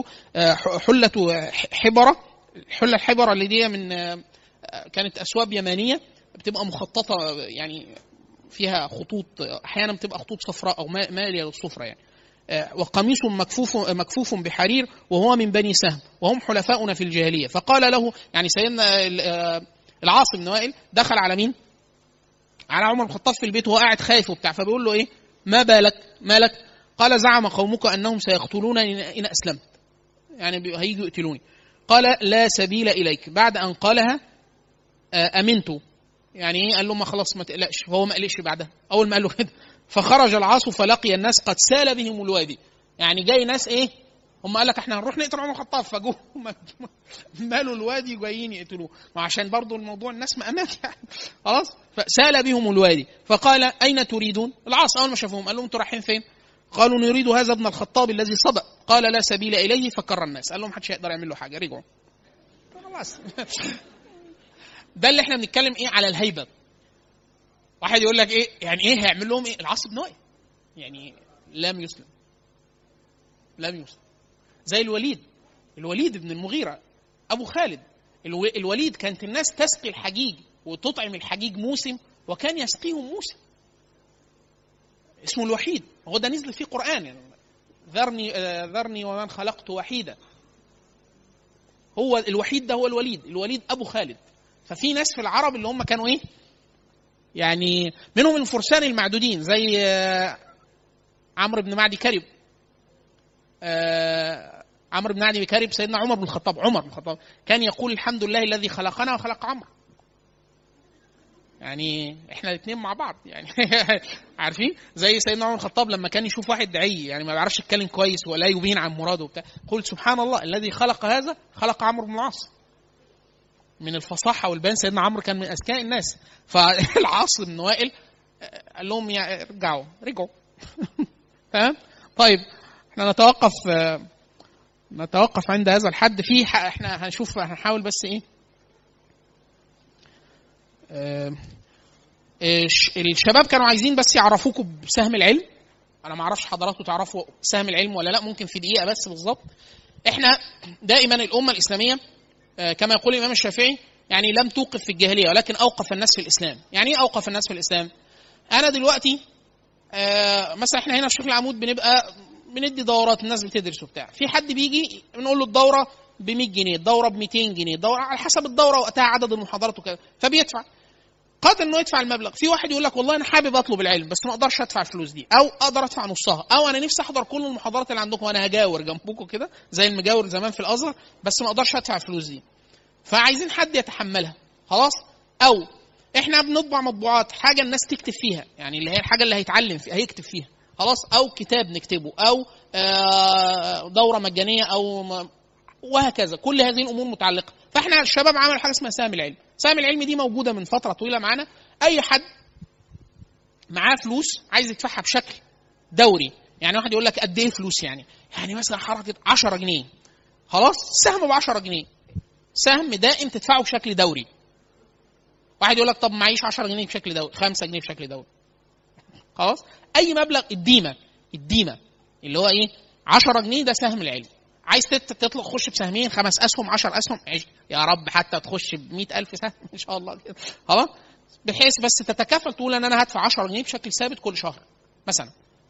حله حبره. الحله الحبره اللي دي من كانت اسواب يمانيه بتبقى مخططه، يعني فيها خطوط، احيانا بتبقى خطوط صفراء او ماليه للصفرة يعني. وقميص مكفوف بحرير، وهو من بني سهم وهم حلفاؤنا في الجاهليه. فقال له، يعني سيدنا العاص بن وائل دخل على مين؟ على عمر بن الخطاب في البيت وهو قاعد خايف وبتاع، فبيقول له ايه؟ ما بالك؟ مالك؟ قال زعم قومك انهم سيقتلون ان اسلمت، يعني هيجوا يقتلوني. قال لا سبيل اليك. بعد ان قالها امنت، يعني ايه؟ قال له ما خلاص ما تقلقش، فهو ما قلقش بعدها. اول ما قال له كده فخرج العاص فلقي الناس قد سال بهم الوادي، يعني جاي ناس ايه؟ هم قال لك احنا هنروح نقتل عمر الخطاب، فجوه مالوا الوادي جايين يقتلوه، وعشان برضو الموضوع الناس مأمات يعني. خلاص. فسال بهم الوادي فقال اين تريدون؟ العاص اول ما شافهم قال لهم انتوا رايحين فين؟ قالوا نريد هذا ابن الخطاب الذي صدق. قال لا سبيل اليه. فكر الناس، قال لهم محدش يقدر يعمل له حاجه، رجعوا خلاص. ده اللي احنا بنتكلم ايه؟ على الهيبه. واحد يقول لك ايه يعني؟ ايه هيعمل لهم ايه؟ العاص بن وائل يعني لم يسلم زي الوليد بن المغيرة ابو خالد. الوليد كانت الناس تسقي الحجيج وتطعم الحجيج موسم، وكان يسقيهم موسم، اسمه الوحيد. هو ده نزل فيه قرآن يعني ذرني ومن خلقت وحيدا. هو الوحيد ده هو الوليد ابو خالد. ففي ناس في العرب اللي هم كانوا ايه يعني، منهم الفرسان المعدودين زي عمرو بن معدي كرب. عمرو بن معدي كرب سيدنا عمر بن الخطاب كان يقول الحمد لله الذي خلقنا وخلق عمرو. يعني احنا الاثنين مع بعض يعني. عارفين؟ زي سيدنا عمر بن الخطاب لما كان يشوف واحد دعي يعني ما بيعرفش يتكلم كويس ولا يبين عن مراده وبتاع، قلت سبحان الله الذي خلق هذا خلق عمرو بن العاص. من الفصاحه والبيان سيدنا عمرو كان من اذكياء الناس. فالعاص بن وائل قال لهم رجعوا. تمام. طيب احنا نتوقف عند هذا الحد. في احنا هنحاول بس ايه، الشباب كانوا عايزين بس يعرفوكم بسهم العلم. انا ما اعرفش حضراتكم تعرفوا سهم العلم ولا لا، ممكن في دقيقه بس بالظبط. احنا دائما الامه الاسلاميه كما يقول الامام الشافعي يعني لم توقف في الجاهليه ولكن اوقف الناس في الاسلام. يعني ايه اوقف الناس في الاسلام؟ انا دلوقتي مثلا احنا هنا في شيخ العمود بنبقى بندي دورات، الناس بتدرس وبتاع، في حد بيجي بنقول له الدوره ب 100 جنيه، الدوره ب 200 جنيه، الدوره على حسب الدوره وقتها عدد المحاضرات وكذا، فبيدفع قادر انه يدفع المبلغ. في واحد يقول لك والله انا حابب اطلب العلم بس ما اقدرش ادفع الفلوس دي، او اقدر ادفع نصها، او انا نفسي احضر كل المحاضرات اللي عندكم وانا هجاور جنبكم كده زي المجاور زمان في الازهر، بس ما اقدرش ادفع الفلوس دي، فعايزين حد يتحملها. خلاص. او احنا بنطبع مطبوعات حاجه الناس تكتب فيها، يعني اللي هي الحاجه اللي هيتعلم فيها هيكتب فيها. خلاص. او كتاب نكتبه، او دوره مجانيه، او وهكذا. كل هذه الامور متعلقه. فاحنا الشباب عملوا حاجه اسمها سهم العلم. سهم العلم دي موجوده من فتره طويله معانا. اي حد معاه فلوس عايز يدفعها بشكل دوري، يعني واحد يقول لك قد ايه فلوس؟ يعني مثلا حركه 10 جنيه، خلاص سهم ب 10 جنيه، سهم دائم تدفعه بشكل دوري. واحد يقول لك طب معيش 10 جنيه بشكل دوري، 5 جنيه بشكل دوري، خلاص. اي مبلغ، الديمه اللي هو ايه 10 جنيه ده سهم العلم. عايز تطلق خش بسهمين، 5 اسهم، 10 اسهم، يا رب حتى تخش ب100,000 سهم ان شاء الله كده، خلاص، بحيث بس تتكافل تقول ان انا هدفع 10 جنيه بشكل ثابت كل شهر مثلا،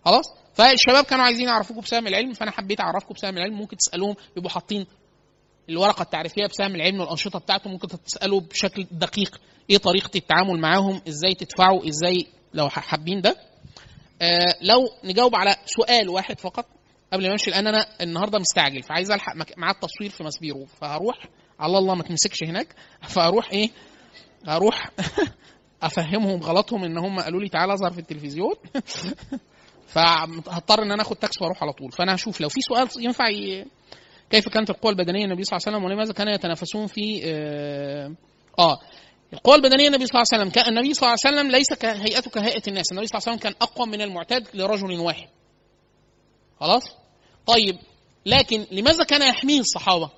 خلاص. فالشباب كانوا عايزين يعرفوكم بسهم العلم، فانا حبيت اعرفكم بسهم العلم. ممكن تسالوهم، يبقوا حاطين الورقه التعريفيه بسهم العلم والانشطه بتاعته، ممكن تسالوا بشكل دقيق ايه طريقه التعامل معاهم، ازاي تدفعوا، ازاي لو حابين ده. لو نجاوب على سؤال واحد فقط قبل ما امشي، لان انا النهارده مستعجل فعايز الحق مع التصوير في مسبيرو، فهروح على الله ما تمسكش هناك، فاروح ايه، هروح افهمهم غلطهم ان هم قالوا لي تعالى اظهر في التلفزيون فهضطر ان انا اخد تاكس واروح على طول. فانا هشوف لو في سؤال ينفع كيف كانت القوى البدنيه النبي صلى الله عليه وسلم ولماذا كانوا يتنافسون في القوى البدنيه النبي صلى الله عليه وسلم. كان النبي صلى الله عليه وسلم ليس كهيئته كهيئه الناس، النبي صلى الله عليه وسلم كان اقوى من المعتاد لرجل واحد. خلاص. طيب لكن لماذا كان يحميه الصحابه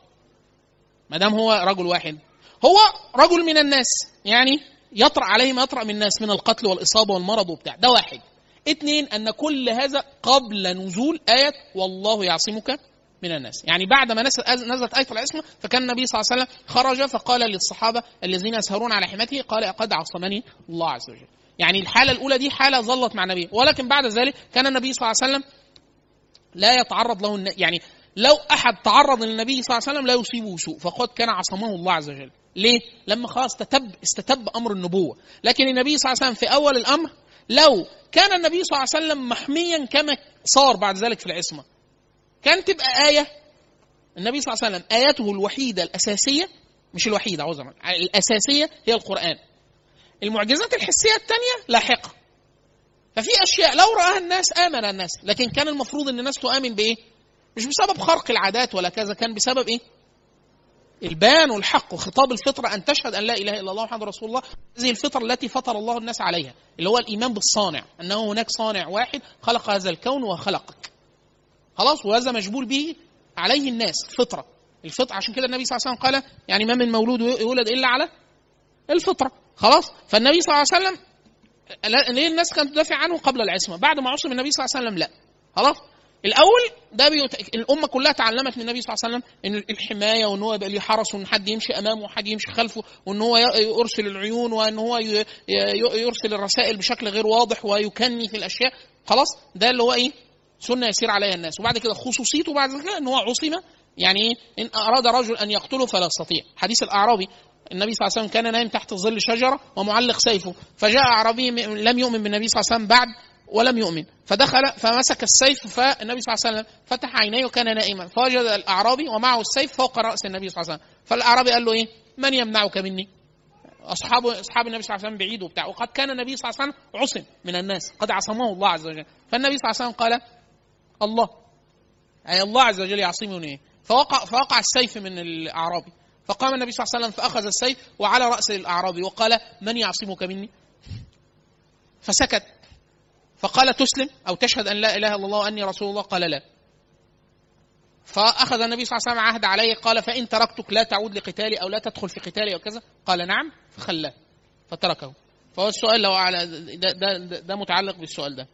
ما دام هو رجل واحد؟ هو رجل من الناس، يعني يطرأ عليه ما يطرأ من الناس من القتل والاصابه والمرض وبتاع، ده واحد. اثنين، ان كل هذا قبل نزول ايه والله يعصمك من الناس، يعني بعد ما نزلت آية العصمة فكان النبي صلى الله عليه وسلم خرج فقال للصحابة الذين يسهرون على حماته قال قد عصمني الله عز وجل. يعني الحالة الأولى دي حالة ظلت مع النبي، ولكن بعد ذلك كان النبي صلى الله عليه وسلم لا يتعرض له، يعني لو أحد تعرض للنبي صلى الله عليه وسلم لا يصيبه سوء، فقد كان عصمه الله عز وجل. ليه؟ لما خلاص استتب أمر النبوة. لكن النبي صلى الله عليه وسلم في أول الأمر لو كان النبي صلى الله عليه وسلم محميا كما صار بعد ذلك في العصمة، كان تبقى آية النبي صلى الله عليه وسلم آياته الوحيدة الأساسية، مش الوحيدة عذرا، الأساسية هي القرآن. المعجزات الحسية الثانية لاحقة. ففي أشياء لو رآها الناس آمن الناس، لكن كان المفروض أن الناس تؤمن بإيه؟ مش بسبب خرق العادات ولا كذا، كان بسبب إيه؟ البيان والحق وخطاب الفطرة أن تشهد أن لا إله إلا الله محمد رسول الله. هذه الفطرة التي فطر الله الناس عليها، اللي هو الإيمان بالصانع، أنه هناك صانع واحد خلق هذا الكون وخلقك. خلاص. وهذا مجبول به عليه الناس، فطرة. الفطرة عشان كده النبي صلى الله عليه وسلم قال يعني ما من مولود يولد إلا على الفطرة. خلاص. فالنبي صلى الله عليه وسلم ليه الناس كانت تدافع عنه قبل العصمة؟ بعد ما عصم النبي صلى الله عليه وسلم لا. خلاص. الأول ده الأمة كلها تعلمت من النبي صلى الله عليه وسلم إن الحماية، وإن هو يبقى ليه حرس، وإن حد يمشي أمامه وحد يمشي خلفه، وإن هو يرسل العيون، وإن هو يرسل الرسائل بشكل غير واضح ويكني في الأشياء. خلاص. ده اللي هو إيه؟ سنة يسير عليها الناس. وبعد كده خصوصيته بعد كده إن هو عصم، يعني إيه؟ إن أراد رجل أن يقتله فلا يستطيع. حديث الأعرابي، النبي صلى الله عليه وسلم كان نايم تحت ظل شجرة ومعلق سيفه، فجاء أعرابي لم يؤمن بالنبي صلى الله عليه وسلم بعد ولم يؤمن، فدخل فمسك السيف، فالنبي صلى الله عليه وسلم فتح عينيه وكان نائما، فوجد الأعرابي ومعه السيف فوق رأس النبي صلى الله عليه وسلم. فالأعرابي قال له إيه؟ من يمنعك مني؟ أصحاب النبي صلى الله عليه وسلم بعيد وبتاع، وقد كان النبي صلى الله عليه وسلم عصم من الناس، قد عصمه الله عز وجل. فالنبي صلى الله عليه وسلم قال الله، أي الله عز وجل يعصمني. فوقع السيف من الأعرابي، فقام النبي صلى الله عليه وسلم فأخذ السيف وعلى رأس الأعرابي وقال من يعصمك مني؟ فسكت. فقال تسلم أو تشهد أن لا إله إلا الله وأني رسول الله؟ قال لا. فأخذ النبي صلى الله عليه وسلم عهد عليه، قال فإن تركتك لا تعود لقتالي أو لا تدخل في قتالي أو كذا؟ قال نعم، فخلاه فتركه. فهو السؤال لو على ده متعلق بالسؤال ده.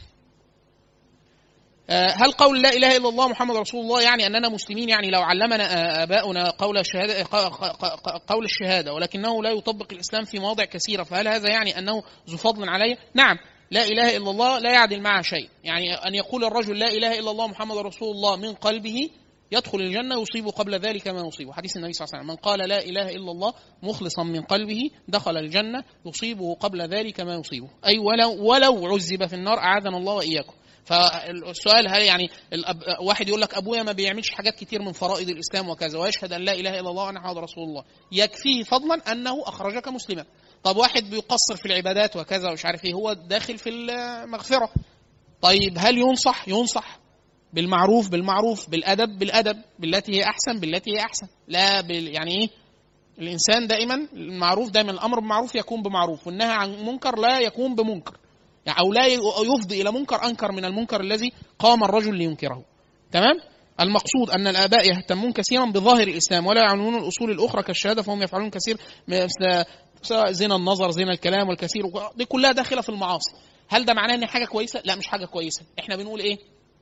هل قول لا إله إلا الله محمد رسول الله يعني أننا مسلمين؟ يعني لو علمنا آباؤنا قول الشهادة ولكنه لا يطبق الإسلام في مواضع كثيرة، فهل هذا يعني أنه ذو فضل عليه؟ نعم. لا إله إلا الله لا يعدل معها شيء. يعني أن يقول الرجل لا إله إلا الله محمد رسول الله من قلبه يدخل الجنة يصيب قبل ذلك ما يصيبه. حديث النبي صلى الله عليه وسلم من قال لا إله إلا الله مخلصا من قلبه دخل الجنة يصيبه قبل ذلك ما يصيبه، أي ولو عذب في النار أعاذنا الله وإياكم. فالسؤال هل يعني واحد يقول لك أبويا ما بيعملش حاجات كتير من فرائض الإسلام وكذا ويشهد أن لا إله إلا الله وأن محمد رسول الله، يكفيه فضلا أنه أخرجك مسلما. طب واحد بيقصر في العبادات وكذا ومش عارف ايه، هو داخل في المغفرة. طيب هل ينصح بالمعروف بالأدب بالتي هي أحسن لا يعني ايه؟ الإنسان دائما المعروف، دائما الأمر بالمعروف يكون بمعروف، والنهي عن منكر لا يكون بمنكر، يعني أو لا يفضي إلى منكر أنكر من المنكر الذي قام الرجل لينكره. تمام؟ المقصود أن الآباء يهتمون كثيرا بظاهر الإسلام ولا يعنون الأصول الأخرى كالشهادة، فهم يفعلون كثير سواء زنا النظر، زنا الكلام، والكثير دي كلها داخلة في المعاصي. هل ده معناه ان حاجة كويسة؟ لا، مش حاجة كويسة. احنا بنقول ايه؟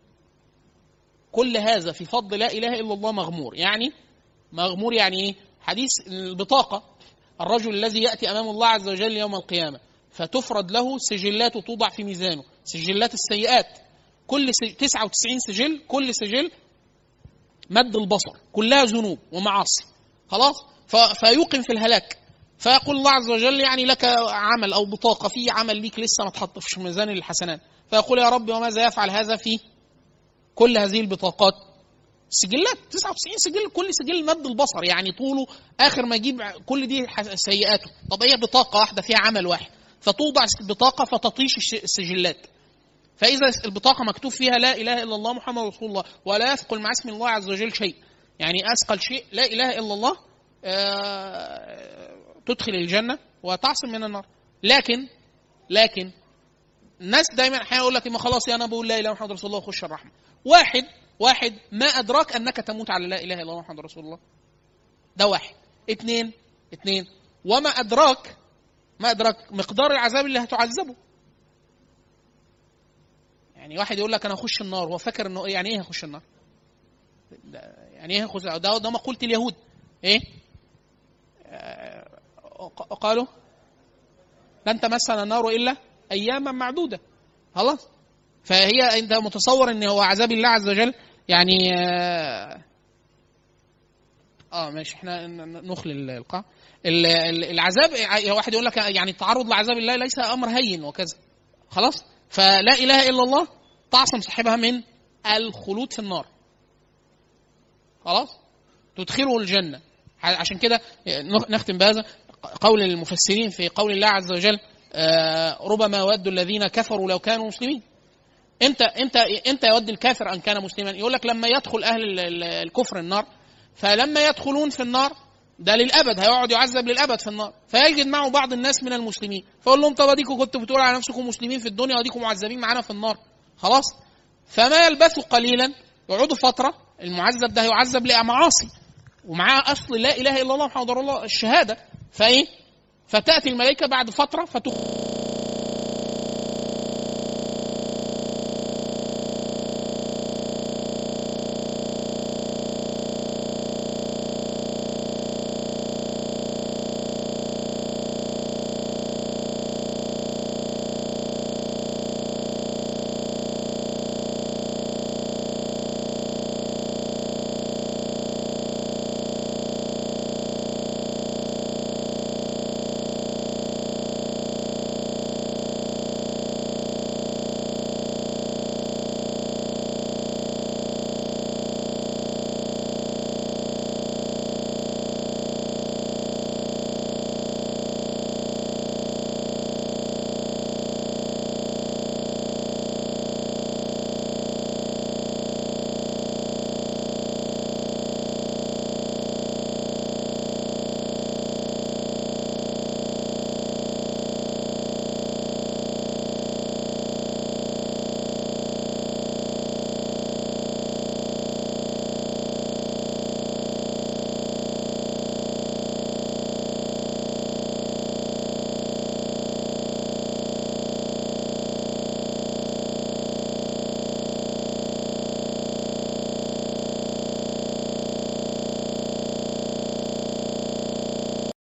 كل هذا في فضل لا إله إلا الله مغمور. يعني مغمور يعني ايه؟ حديث البطاقة، الرجل الذي يأتي أمام الله عز وجل يوم القيامة فتفرد له سجلات توضع في ميزانه، سجلات السيئات، كل 99 سجل، كل سجل مد البصر، كلها ذنوب ومعاصي، خلاص. فيوقن في الهلاك. فيقول الله عز وجل يعني لك عمل أو بطاقة في عمل ليك لسه ما تحط في ميزان الحسنات، فيقول يا رب وماذا يفعل هذا في كل هذه البطاقات؟ سجلات 99 سجل، كل سجل مد البصر، يعني طوله آخر ما يجيب كل دي سيئاته. طب هي بطاقة واحدة فيها عمل واحد، فتوضع البطاقة فتطيش السجلات. فإذا البطاقة مكتوب فيها لا إله إلا الله محمد رسول الله، ولا يثقل مع اسم الله عز وجل شيء، يعني أثقل شيء لا إله إلا الله، تدخل الجنة وتعصم من النار. لكن الناس دايما احيانا يقول لك ما خلاص يا انا بقول لا اله الا محمد رسول الله وخش الرحمه. واحد ما ادراك انك تموت على لا اله الا الله محمد رسول الله، ده واحد. اتنين وما ادراك مقدار العذاب اللي هتعذبه. يعني واحد يقول لك انا اخش النار، هو فاكر انه يعني ايه هخش النار؟ يعني ايه هخش؟ ده مقولة اليهود. ايه قالوا لن تمسنا النار الا اياما معدوده، خلاص. فهي انت متصور ان هو عذاب الله عز وجل يعني ماشي، احنا نخلي القاع. العذاب واحد يقول لك يعني التعرض لعذاب الله ليس امر هين وكذا، خلاص. فلا اله الا الله تعصم صاحبها من الخلود في النار، خلاص، تدخله الجنه. عشان كده نختم بهذا قول المفسرين في قول الله عز وجل ربما يود الذين كفروا لو كانوا مسلمين. انت يود الكافر ان كان مسلما؟ يقول لك لما يدخل اهل الكفر النار، فلما يدخلون في النار ده للابد، هيقعد يعذب للابد في النار، فيجد معه بعض الناس من المسلمين، فيقول لهم طب اديكم كنتوا بتقولوا على نفسكم مسلمين في الدنيا واديكم معذبين معانا في النار، خلاص. فما يلبثوا قليلا يقعدوا فتره، المعذب ده يعذب لمعاصي ومعاه اصل لا اله الا الله محمد رسول الله الشهاده، فتاتي الملائكه بعد فتره